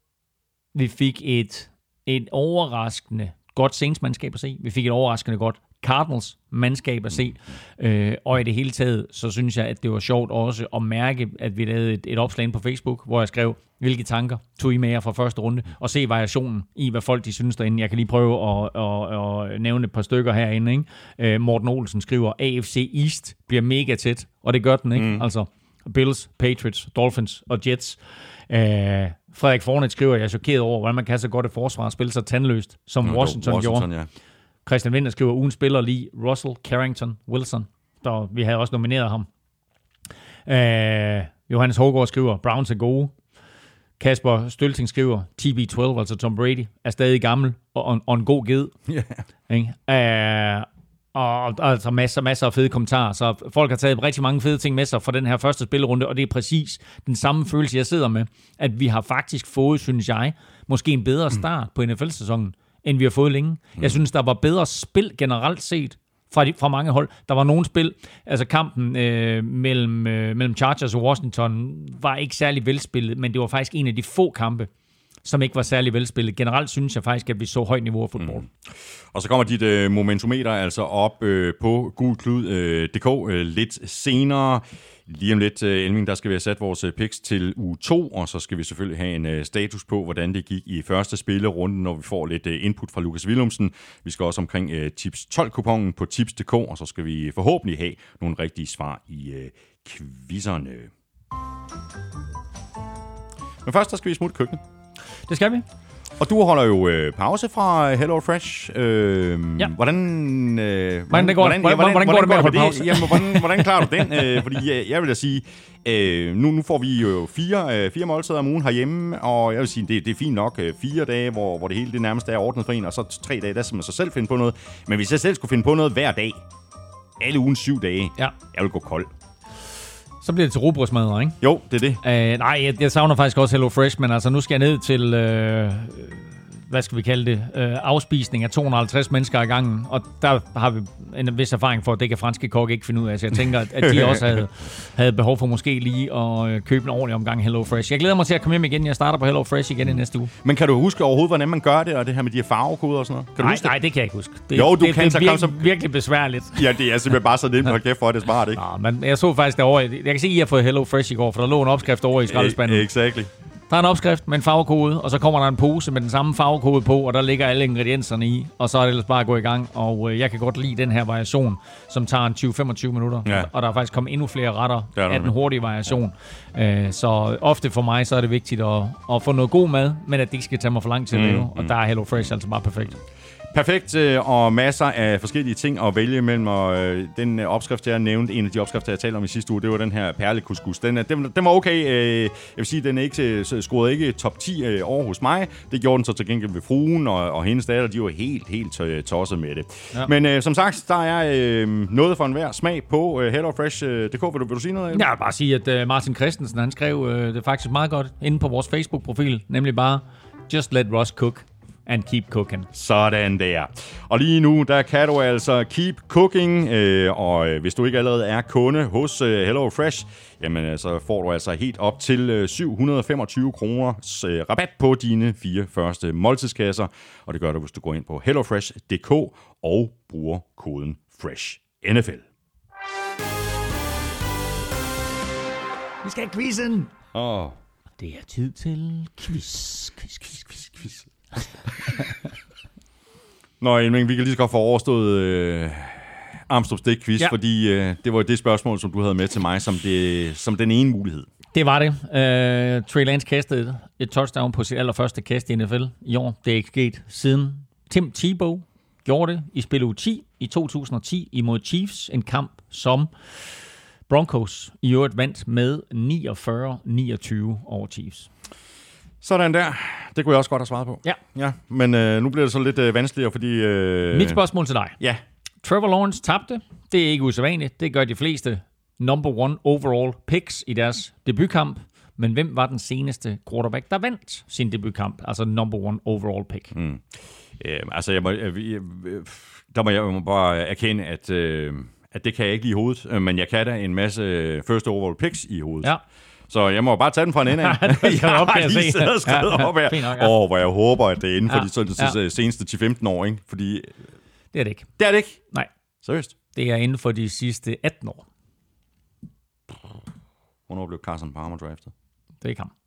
vi fik et overraskende godt Saints-mandskab at se. Vi fik et overraskende godt Cardinals mandskab at se. Og i det hele taget, så synes jeg, at det var sjovt også at mærke, at vi lavede et opslag ind på Facebook, hvor jeg skrev, hvilke tanker tog I med jer fra første runde, og se variationen i, hvad folk de synes derinde. Jeg kan lige prøve at nævne et par stykker herinde. Ikke? Morten Olsen skriver, AFC East bliver mega tæt, og det gør den, ikke? Altså Bills, Patriots, Dolphins og Jets. Frederik Fornet skriver, jeg er chokeret over, hvordan man kan så godt et forsvar spille så tandløst, som Washington gjorde. Ja. Christian Winter skriver, ugen spiller lige Russell, Carrington, Wilson. Vi havde også nomineret ham. Johannes Hågaard skriver, Browns er gode. Kasper Stølting skriver, TB12, altså Tom Brady, er stadig gammel og en god ged. Yeah. Og altså masser af fede kommentarer. Så folk har taget rigtig mange fede ting med sig fra den her første spillerunde, og det er præcis den samme følelse, jeg sidder med, at vi har faktisk fået, synes jeg, måske en bedre start på NFL-sæsonen, end vi har fået længe. Jeg synes, der var bedre spil generelt set fra mange hold. Der var nogle spil, altså kampen mellem Chargers og Washington var ikke særlig velspillet, men det var faktisk en af de få kampe, som ikke var særlig velspillet. Generelt synes jeg faktisk, at vi så højt niveau af fodbold. Og så kommer dit momentometer altså op på gulklud.dk lidt senere. Lige om lidt, Elming, der skal vi have sat vores picks til uge 2, og så skal vi selvfølgelig have en status på, hvordan det gik i første spillerunde, når vi får lidt input fra Lukas Willumsen. Vi skal også omkring Tips 12-kuponen på tips.dk, og så skal vi forhåbentlig have nogle rigtige svar i quizzerne. Men først, der skal vi smutte køkkenet. Det skal vi. Og du holder jo pause fra Hello Fresh. Ja. Hvordan går det med at holde pause? Jamen, hvordan klarer du den? Fordi jeg vil da sige, nu får vi jo fire måltider om ugen herhjemme, og jeg vil sige, det er fint nok 4 dage, hvor det hele det nærmest er ordnet for en, og så 3 dage, der skal man så selv finde på noget. Men hvis jeg selv skulle finde på noget hver dag, alle ugen 7 dage, jeg vil gå kold. Så bliver det til rugbrødsmadder, ikke? Jo, det er det. Nej, jeg savner faktisk også Hello Fresh, men altså nu skal jeg ned til, hvad skal vi kalde det, afspisning af 250 mennesker i gangen, og der har vi en vis erfaring for, at det kan franske kokke ikke finde ud af, så jeg tænker, at de også havde behov for måske lige at købe en ordentlig omgang Hello Fresh. Jeg glæder mig til at komme hjem igen. Jeg starter på Hello Fresh igen i næste uge. Men kan du huske overhovedet, hvordan man gør det, og det her med de her farvekoder og sådan noget? Kan du huske det? Nej, det kan jeg ikke huske. Det er virkelig besværligt. Ja, det er simpelthen bare så nemt, hold kæft for, det er smart, ikke? Nå, men jeg så faktisk derovre, jeg kan se, at I har fået Hello Fresh i går, for der lå en opskrift over i skraldespanden. Exactly. Der er en opskrift med en farvekode, og så kommer der en pose med den samme farvekode på, og der ligger alle ingredienserne i, og så er det ellers bare at gå i gang. Og jeg kan godt lide den her variation, som tager en 20-25 minutter. Ja. Og der er faktisk kommet endnu flere retter af den hurtige variation. Ja. Så ofte for mig, så er det vigtigt at få noget god mad, men at det ikke skal tage mig for lang tid at lave. Og der er Hello Fresh altså bare perfekt. Perfekt, og masser af forskellige ting at vælge mellem, og den opskrift, jeg nævnte, en af de opskrifter, jeg talte om i sidste uge, det var den her perlekuskus. Den var okay. Jeg vil sige, den er ikke scorede ikke top 10 over hos mig. Det gjorde den så til gengæld ved fruen, og hendes datter, de var helt tosset med det. Ja. Men som sagt, der er noget for enhver smag på HelloFresh.dk. Vil du sige noget? Jeg vil bare sige, at Martin Christensen, han skrev det faktisk meget godt inde på vores Facebook-profil, nemlig bare, just let Ross cook. And keep cooking. Sådan der. Og lige nu, der kan du altså keep cooking, og hvis du ikke allerede er kunde hos Hello Fresh, jamen så får du altså helt op til 725 kroner rabat på dine 4 første måltidskasser, og det gør du, hvis du går ind på hellofresh.dk og bruger koden FRESHNFL. Vi skal have quizzen! Det er tid til quiz. Nå, Elming, vi kan lige så godt få overstået Armstrong Stik Quiz, fordi det var det spørgsmål, som du havde med til mig som den ene mulighed. Det var det. Trey Lance kastede et touchdown på sit allerførste kast i NFL i år. Det er ikke sket siden Tim Tebow gjorde det i spil uge 10 i 2010 imod Chiefs. En kamp, som Broncos i øvrigt vandt med 49-29 over Chiefs. Sådan der. Det kunne jeg også godt have svaret på. Ja. Men nu bliver det så lidt vanskeligere, fordi... Mit spørgsmål til dig. Ja. Trevor Lawrence tabte. Det er ikke usædvanligt. Det gør de fleste number 1 overall picks i deres debutkamp. Men hvem var den seneste quarterback, der vandt sin debutkamp? Altså number 1 overall pick. Altså, der må jeg bare erkende, at det kan jeg ikke lige i hovedet. Men jeg kan da en masse first overall picks i hovedet. Ja. Så jeg må bare tage den fra en ende af. Jeg har lige siddet og skrevet op her. Hvor jeg håber, at det er inden for de seneste 10-15 år. Ikke? Fordi Det er det ikke. Det er det ikke? Nej. Seriøst? Det er inden for de sidste 18 år. Hvornår blev Carson Palmer draftet? Det er ikke ham.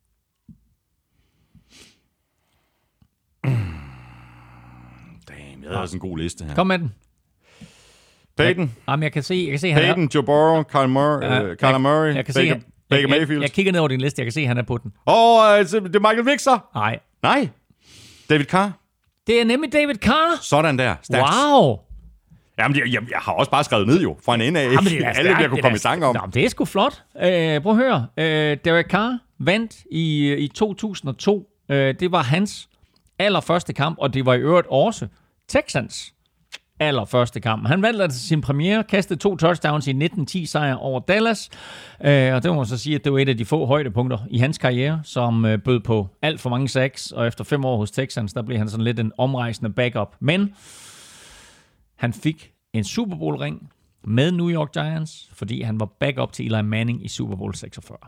Damn, jeg havde også en god liste her. Kom med den. Peyton? Jamen, jeg kan se han Peyton, er... Joe Burrow, Kyler Murray, jeg kan se, Baker Mayfield. Jeg kigger ned over din liste, jeg kan se, han er på den. Det er Michael Vick så? Nej. David Carr? Det er nemlig David Carr. Sådan der. Stærkt. Wow. Jamen, jeg har også bare skrevet ned jo, fra en ende af. Alle jeg kunne komme i tanke om. Nå, det er sgu flot. Prøv at høre. Derek Carr vandt i 2002. Det var hans allerførste kamp, og det var i øvrigt også Texans allerførste kamp. Han vandt altså sin premiere, kastede 2 touchdowns i 19-10 sejr over Dallas, og det må man så sige, at det var et af de få højdepunkter i hans karriere, som bød på alt for mange sacks, og efter 5 år hos Texans, der blev han sådan lidt en omrejsende backup. Men han fik en Super Bowl-ring med New York Giants, fordi han var backup til Eli Manning i Super Bowl 46.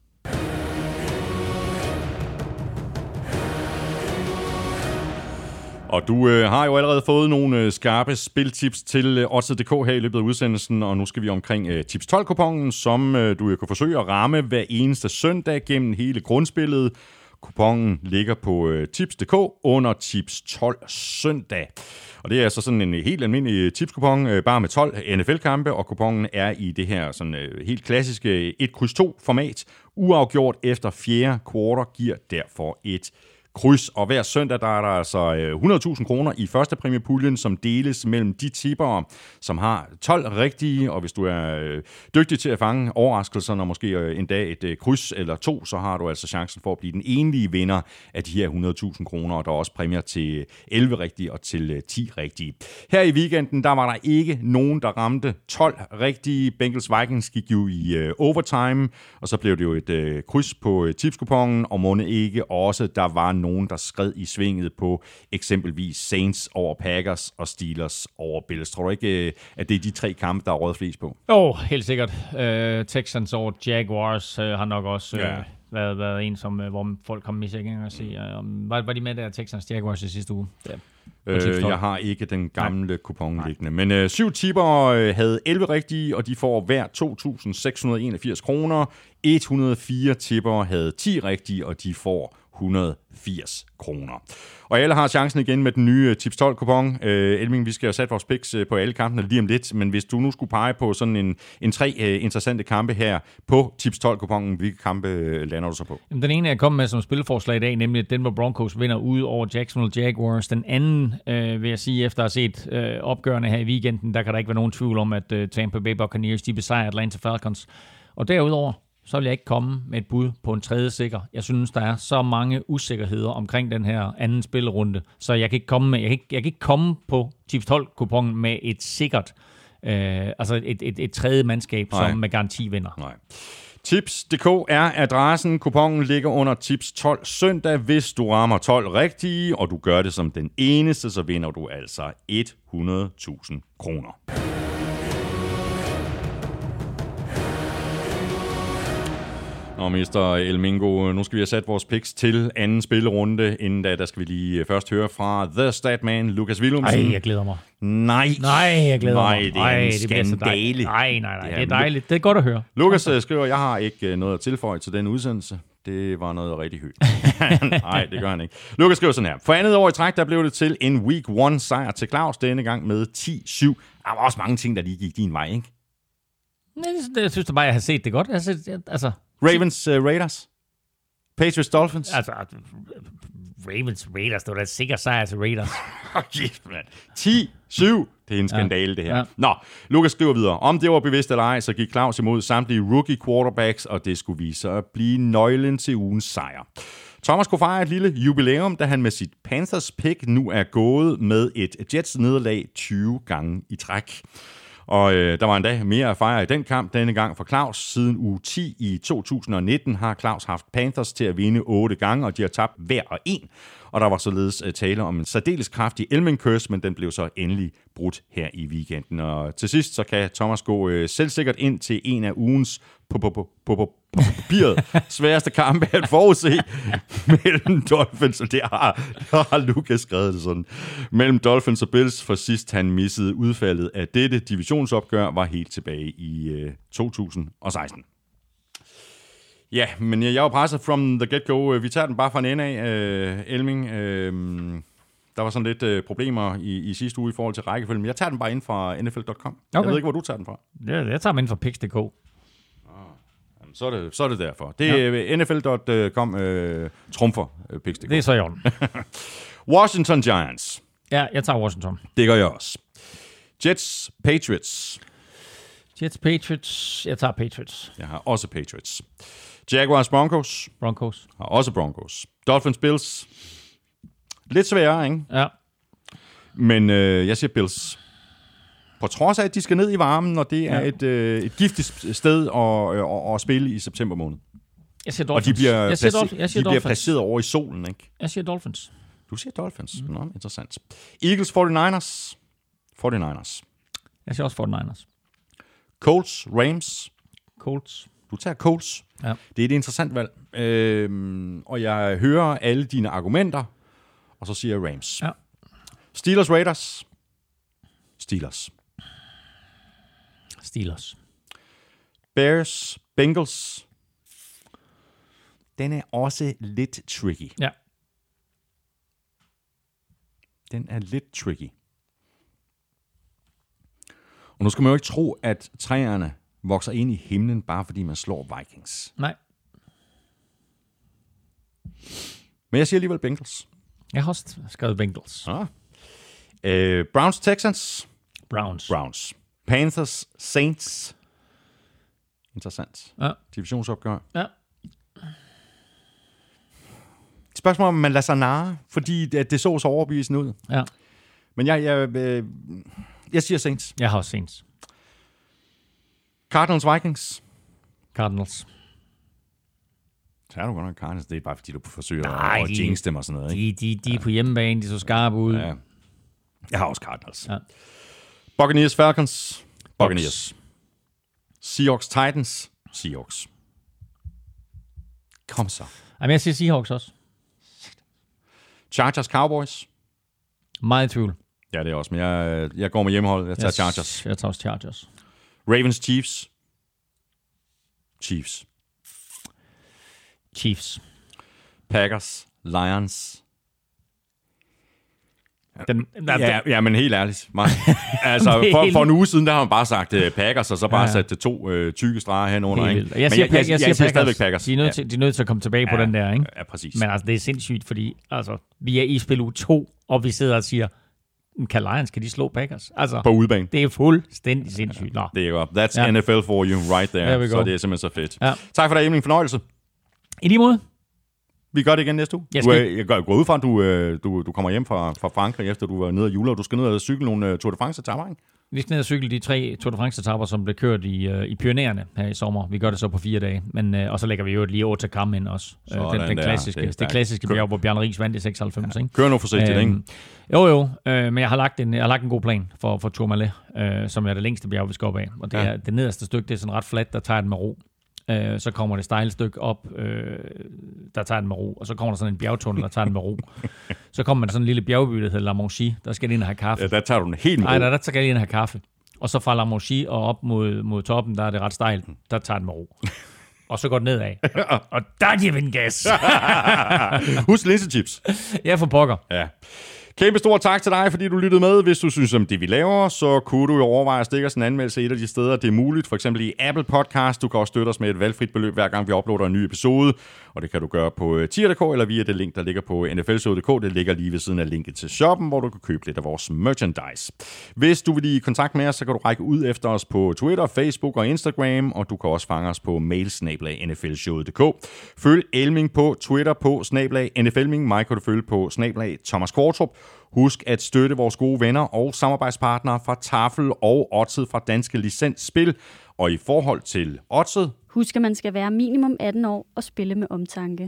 Og du har jo allerede fået nogle skarpe spiltips til Odds.dk her i løbet af udsendelsen, og nu skal vi omkring Tips 12-kupongen, som du jo kan forsøge at ramme hver eneste søndag gennem hele grundspillet. Kupongen ligger på Tips.dk under Tips 12 søndag. Og det er altså sådan en helt almindelig tipskupon, bare med 12 NFL-kampe, og kupongen er i det her sådan helt klassiske 1x2-format. Uafgjort efter 4. quarter giver derfor et kryds, og hver søndag der er der altså 100.000 kroner i første præmiepuljen, som deles mellem de tippere, som har 12 rigtige, og hvis du er dygtig til at fange overraskelserne, og måske endda et kryds eller 2, så har du altså chancen for at blive den enlige vinder af de her 100.000 kroner, og der er også præmier til 11 rigtige og til 10 rigtige. Her i weekenden, der var der ikke nogen, der ramte 12 rigtige. Bengals Vikings gik jo i overtime, og så blev det jo et kryds på tipskupongen, og måtte ikke også, der var nogen, der skred i svinget på eksempelvis Saints over Packers og Steelers over Bills. Tror du ikke, at det er de 3 kampe, der er råd flest på? Helt sikkert. Texans over Jaguars har nok også været en, som, hvor folk kom med sig og sige, var de med der Texans Jaguars i sidste uge? Jeg har ikke den gamle kupon liggende. Men 7 tippere havde 11 rigtige, og de får hver 2.681 kroner. 104 tippere havde 10 rigtige, og de får 180 kroner. Og alle har chancen igen med den nye Tips 12-kupon. Elming, vi skal have sat vores picks på alle kampene lige om lidt, men hvis du nu skulle pege på sådan en 3 interessante kampe her på Tips 12-kuponen, hvilke kampe lander du så på? Den ene er kommet med som spilforslag i dag, nemlig Denver Broncos vinder ude over Jacksonville Jaguars. Den anden, vil jeg sige, efter at have set opgørende her i weekenden, der kan der ikke være nogen tvivl om, at Tampa Bay Buccaneers, de besejrer Atlanta Falcons. Og derudover, så vil jeg ikke komme med et bud på en tredje sikker. Jeg synes, der er så mange usikkerheder omkring den her anden spillerunde, så jeg kan ikke komme på Tips 12-kupongen med et sikkert, altså et tredje mandskab, som med garanti vinder. Nej. Tips.dk er adressen. Kupongen ligger under Tips 12 søndag. Hvis du rammer 12 rigtige, og du gør det som den eneste, så vinder du altså 100.000 kroner. Nå, Mr. Elmingo, nu skal vi have sat vores picks til anden spillerunde. Inden da, der skal vi lige først høre fra The Statman, Lukas Willumsen. Ej, jeg glæder mig. Nej, jeg glæder mig. Det er en skandale. Nej, det er dejligt. Det er godt at høre. Lukas skriver, jeg har ikke noget at tilføje til den udsendelse. Det var noget rigtig højt. Nej, det gør han ikke. Lukas skriver sådan her. For andet år i træk, der blev det til en Week 1 sejr til Claus denne gang med 10-7. Der var også mange ting, der lige gik din vej, ikke? Jeg synes bare, jeg har set det godt. Altså, Ravens Raiders. Patriots Dolphins. Altså, Ravens Raiders, det var da en sikker sejr til Raiders. 10-7. Det er en skandale, det her. Ja. Nå, Lukas skriver videre. Om det var bevidst eller ej, så gik Claus imod samtlige rookie quarterbacks, og det skulle vise sig at blive nøglen til ugens sejr. Thomas kunne fejre et lille jubilæum, da han med sit Panthers pick nu er gået med et Jets nederlag 20 gange i træk. Og der var endda mere at fejre i den kamp denne gang for Claus. Siden uge 10 i 2019 har Claus haft Panthers til at vinde 8 gange, og de har tabt hver og en. og der var således tale om en særdeles kraftig Elming curse, men den blev så endelig brudt her i weekenden. Og til sidst så kan Thomas gå selvsikkert ind til en af ugens på papiret sværeste kampe at forudse mellem Dolphins, og det har Lucas skrevet det sådan, mellem Dolphins og Bills, for sidst han missede udfaldet af dette divisionsopgør, var helt tilbage i 2016. Ja, men jeg var presset from the get-go. Vi tager den bare fra en ende af, Elming. Der var sådan lidt problemer i sidste uge i forhold til rækkefølgen, men jeg tager den bare ind fra NFL.com. Okay. Jeg ved ikke, hvor du tager den fra. Ja, jeg tager den ind fra Pix.dk. Så er det derfor. Det er NFL.com trumfer Pix.dk. Det er så i orden. Washington Giants. Ja, jeg tager Washington. Det gør jeg også. Jets Patriots. Jets Patriots. Jeg tager Patriots. Jeg har også Patriots. Jaguars Broncos. Broncos. Har også Broncos. Dolphins Bills. Lidt sværere, ikke? Ja. Men jeg siger Bills. På trods af, at de skal ned i varmen, og det er et giftigt sted at spille i september måned. Jeg siger Dolphins. Og de bliver placeret over i solen, ikke? Jeg siger Dolphins. Du siger Dolphins. Nå, interessant. Eagles 49ers. 49ers. Jeg siger også 49ers. Colts Rams. Colts. Du tager Colts. Ja. Det er et interessant valg. Og jeg hører alle dine argumenter, og så siger jeg Rams. Ja. Steelers Raiders. Steelers. Bears Bengals. Den er også lidt tricky. Ja. Den er lidt tricky. Og nu skal man jo ikke tro, at træerne vokser ind i himlen, bare fordi man slår Vikings. Nej. Men jeg siger alligevel Bengals. Jeg har også skrevet Bengals. Browns Texans. Browns. Panthers Saints. Interessant. Ja. Divisionsopgør. Ja. Spørgsmål om man lader sig narre, fordi det så overbevisende ud. Ja. Men jeg siger Saints. Jeg har også Saints. Cardinals Vikings. Cardinals. Så er du godt nok Cardinals. Det er bare fordi, du forsøger Nej, at jinx dem og sådan noget. Ikke? De er på hjemmebane. De så skarpe ud. Ja. Jeg har også Cardinals. Ja. Buccaneers Falcons. Buccaneers. Seahawks Titans. Seahawks. Kom så. Jamen, jeg siger Seahawks også. Chargers Cowboys. Meget tvivl. Ja, det er også. Men jeg går med hjemmehold. Jeg tager Chargers. Jeg tager også Chargers. Ravens Chiefs. Chiefs. Packers Lions. Ja, men helt ærligt. Altså, for en uge siden, der har man bare sagt Packers, og så bare sat 2 tykke streger henover. Jeg siger stadigvæk Packers. De er nødt til at komme tilbage på den der, ikke? Ja, præcis. Men altså, det er sindssygt, fordi altså, vi er i spil uge 2, og vi sidder og siger, kan Lions, kan de slå Packers? Altså, på udebane. Det er fuldstændig sindssygt. Nå. Det er godt. That's NFL for you right there. Så det er simpelthen så fedt. Ja. Tak for det, Emil. Fornøjelse. I lige måde. Vi gør det igen næste uge. Jeg går ud fra, at du kommer hjem fra Frankrig, efter du var nede af jule, og du skal ned og cykle nogle Tour de France-etaper, ikke? Vi skal ned og cykle de 3 Tour de France-etaper, som blev kørt i Pyrenæerne her i sommer. Vi gør det så på 4 dage. Men, og så lægger vi jo lige Hautacam ind også. Det klassiske bjerg, hvor Bjarne Riis vandt i 96. Ikke? Kør nu forsigtigt, ikke? Jo. Men jeg har lagt en god plan for Tourmalet, som er det længste bjerg, vi skal op af. Og det er det nederste stykke, det er sådan ret fladt, der tager den med ro. Så kommer det stejle stykke op, der tager den med ro. Og så kommer der sådan en bjergtunnel, der tager den med ro. Så kommer man sådan en lille bjergby, der hedder La Manche. Der skal jeg ind og have kaffe. Ja, der tager du den helt med ro. Nej, der skal jeg ind og have kaffe. Og så fra La Manche og op mod toppen, der er det ret stejlt. Der tager den med ro. Og så går det nedad. Og der giver vi en gas. Husk linsechips. Ja, for pokker. Ja. Kæmpe stor tak til dig, fordi du lyttede med. Hvis du synes om det, vi laver, så kunne du jo overveje at stikke os en anmeldelse et af de steder, det er muligt. For eksempel i Apple Podcast. Du kan også støtte os med et valgfrit beløb, hver gang vi uploader en ny episode. Og det kan du gøre på tier.dk eller via det link, der ligger på nflshow.dk. Det ligger lige ved siden af linket til shoppen, hvor du kan købe lidt af vores merchandise. Hvis du vil i kontakt med os, så kan du række ud efter os på Twitter, Facebook og Instagram. Og du kan også fange os på mail@nflshow.dk. Følg Elming på Twitter på @nflming. Mig kan du følge på @Thomas Kvartrup. Husk at støtte vores gode venner og samarbejdspartnere fra Tafel og Oddset fra Danske Licensspil. Og i forhold til Oddset, husk at man skal være minimum 18 år og spille med omtanke.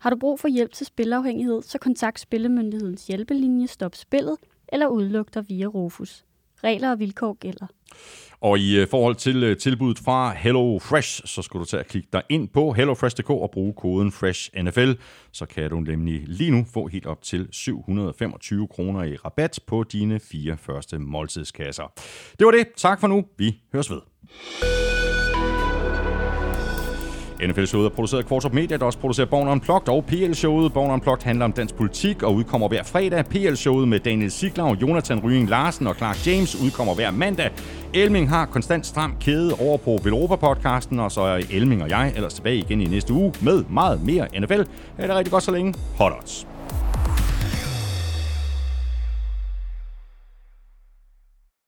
Har du brug for hjælp til spilafhængighed, så kontakt Spillemyndighedens hjælpelinje Stop Spillet eller udluk dig via Rufus. Regler og vilkår gælder. Og i forhold til tilbuddet fra Hello Fresh, så skal du tage og klikke dig ind på hellofresh.dk og bruge koden FRESHNFL. Så kan du nemlig lige nu få helt op til 725 kroner i rabat på dine 4 første måltidskasser. Det var det. Tak for nu. Vi høres ved. NFL-showet er produceret af Kvartrup Media, der også producerer Born Unplugged, og PL-showet. Born Unplugged handler om dansk politik og udkommer hver fredag. PL-showet med Daniel Siglau, Jonathan Ryging Larsen og Clark James udkommer hver mandag. Elming har konstant stram kæde over på Velropa-podcasten, og så er Elming og jeg ellers tilbage igen i næste uge med meget mere NFL. Er det rigtig godt så længe? Hot odds.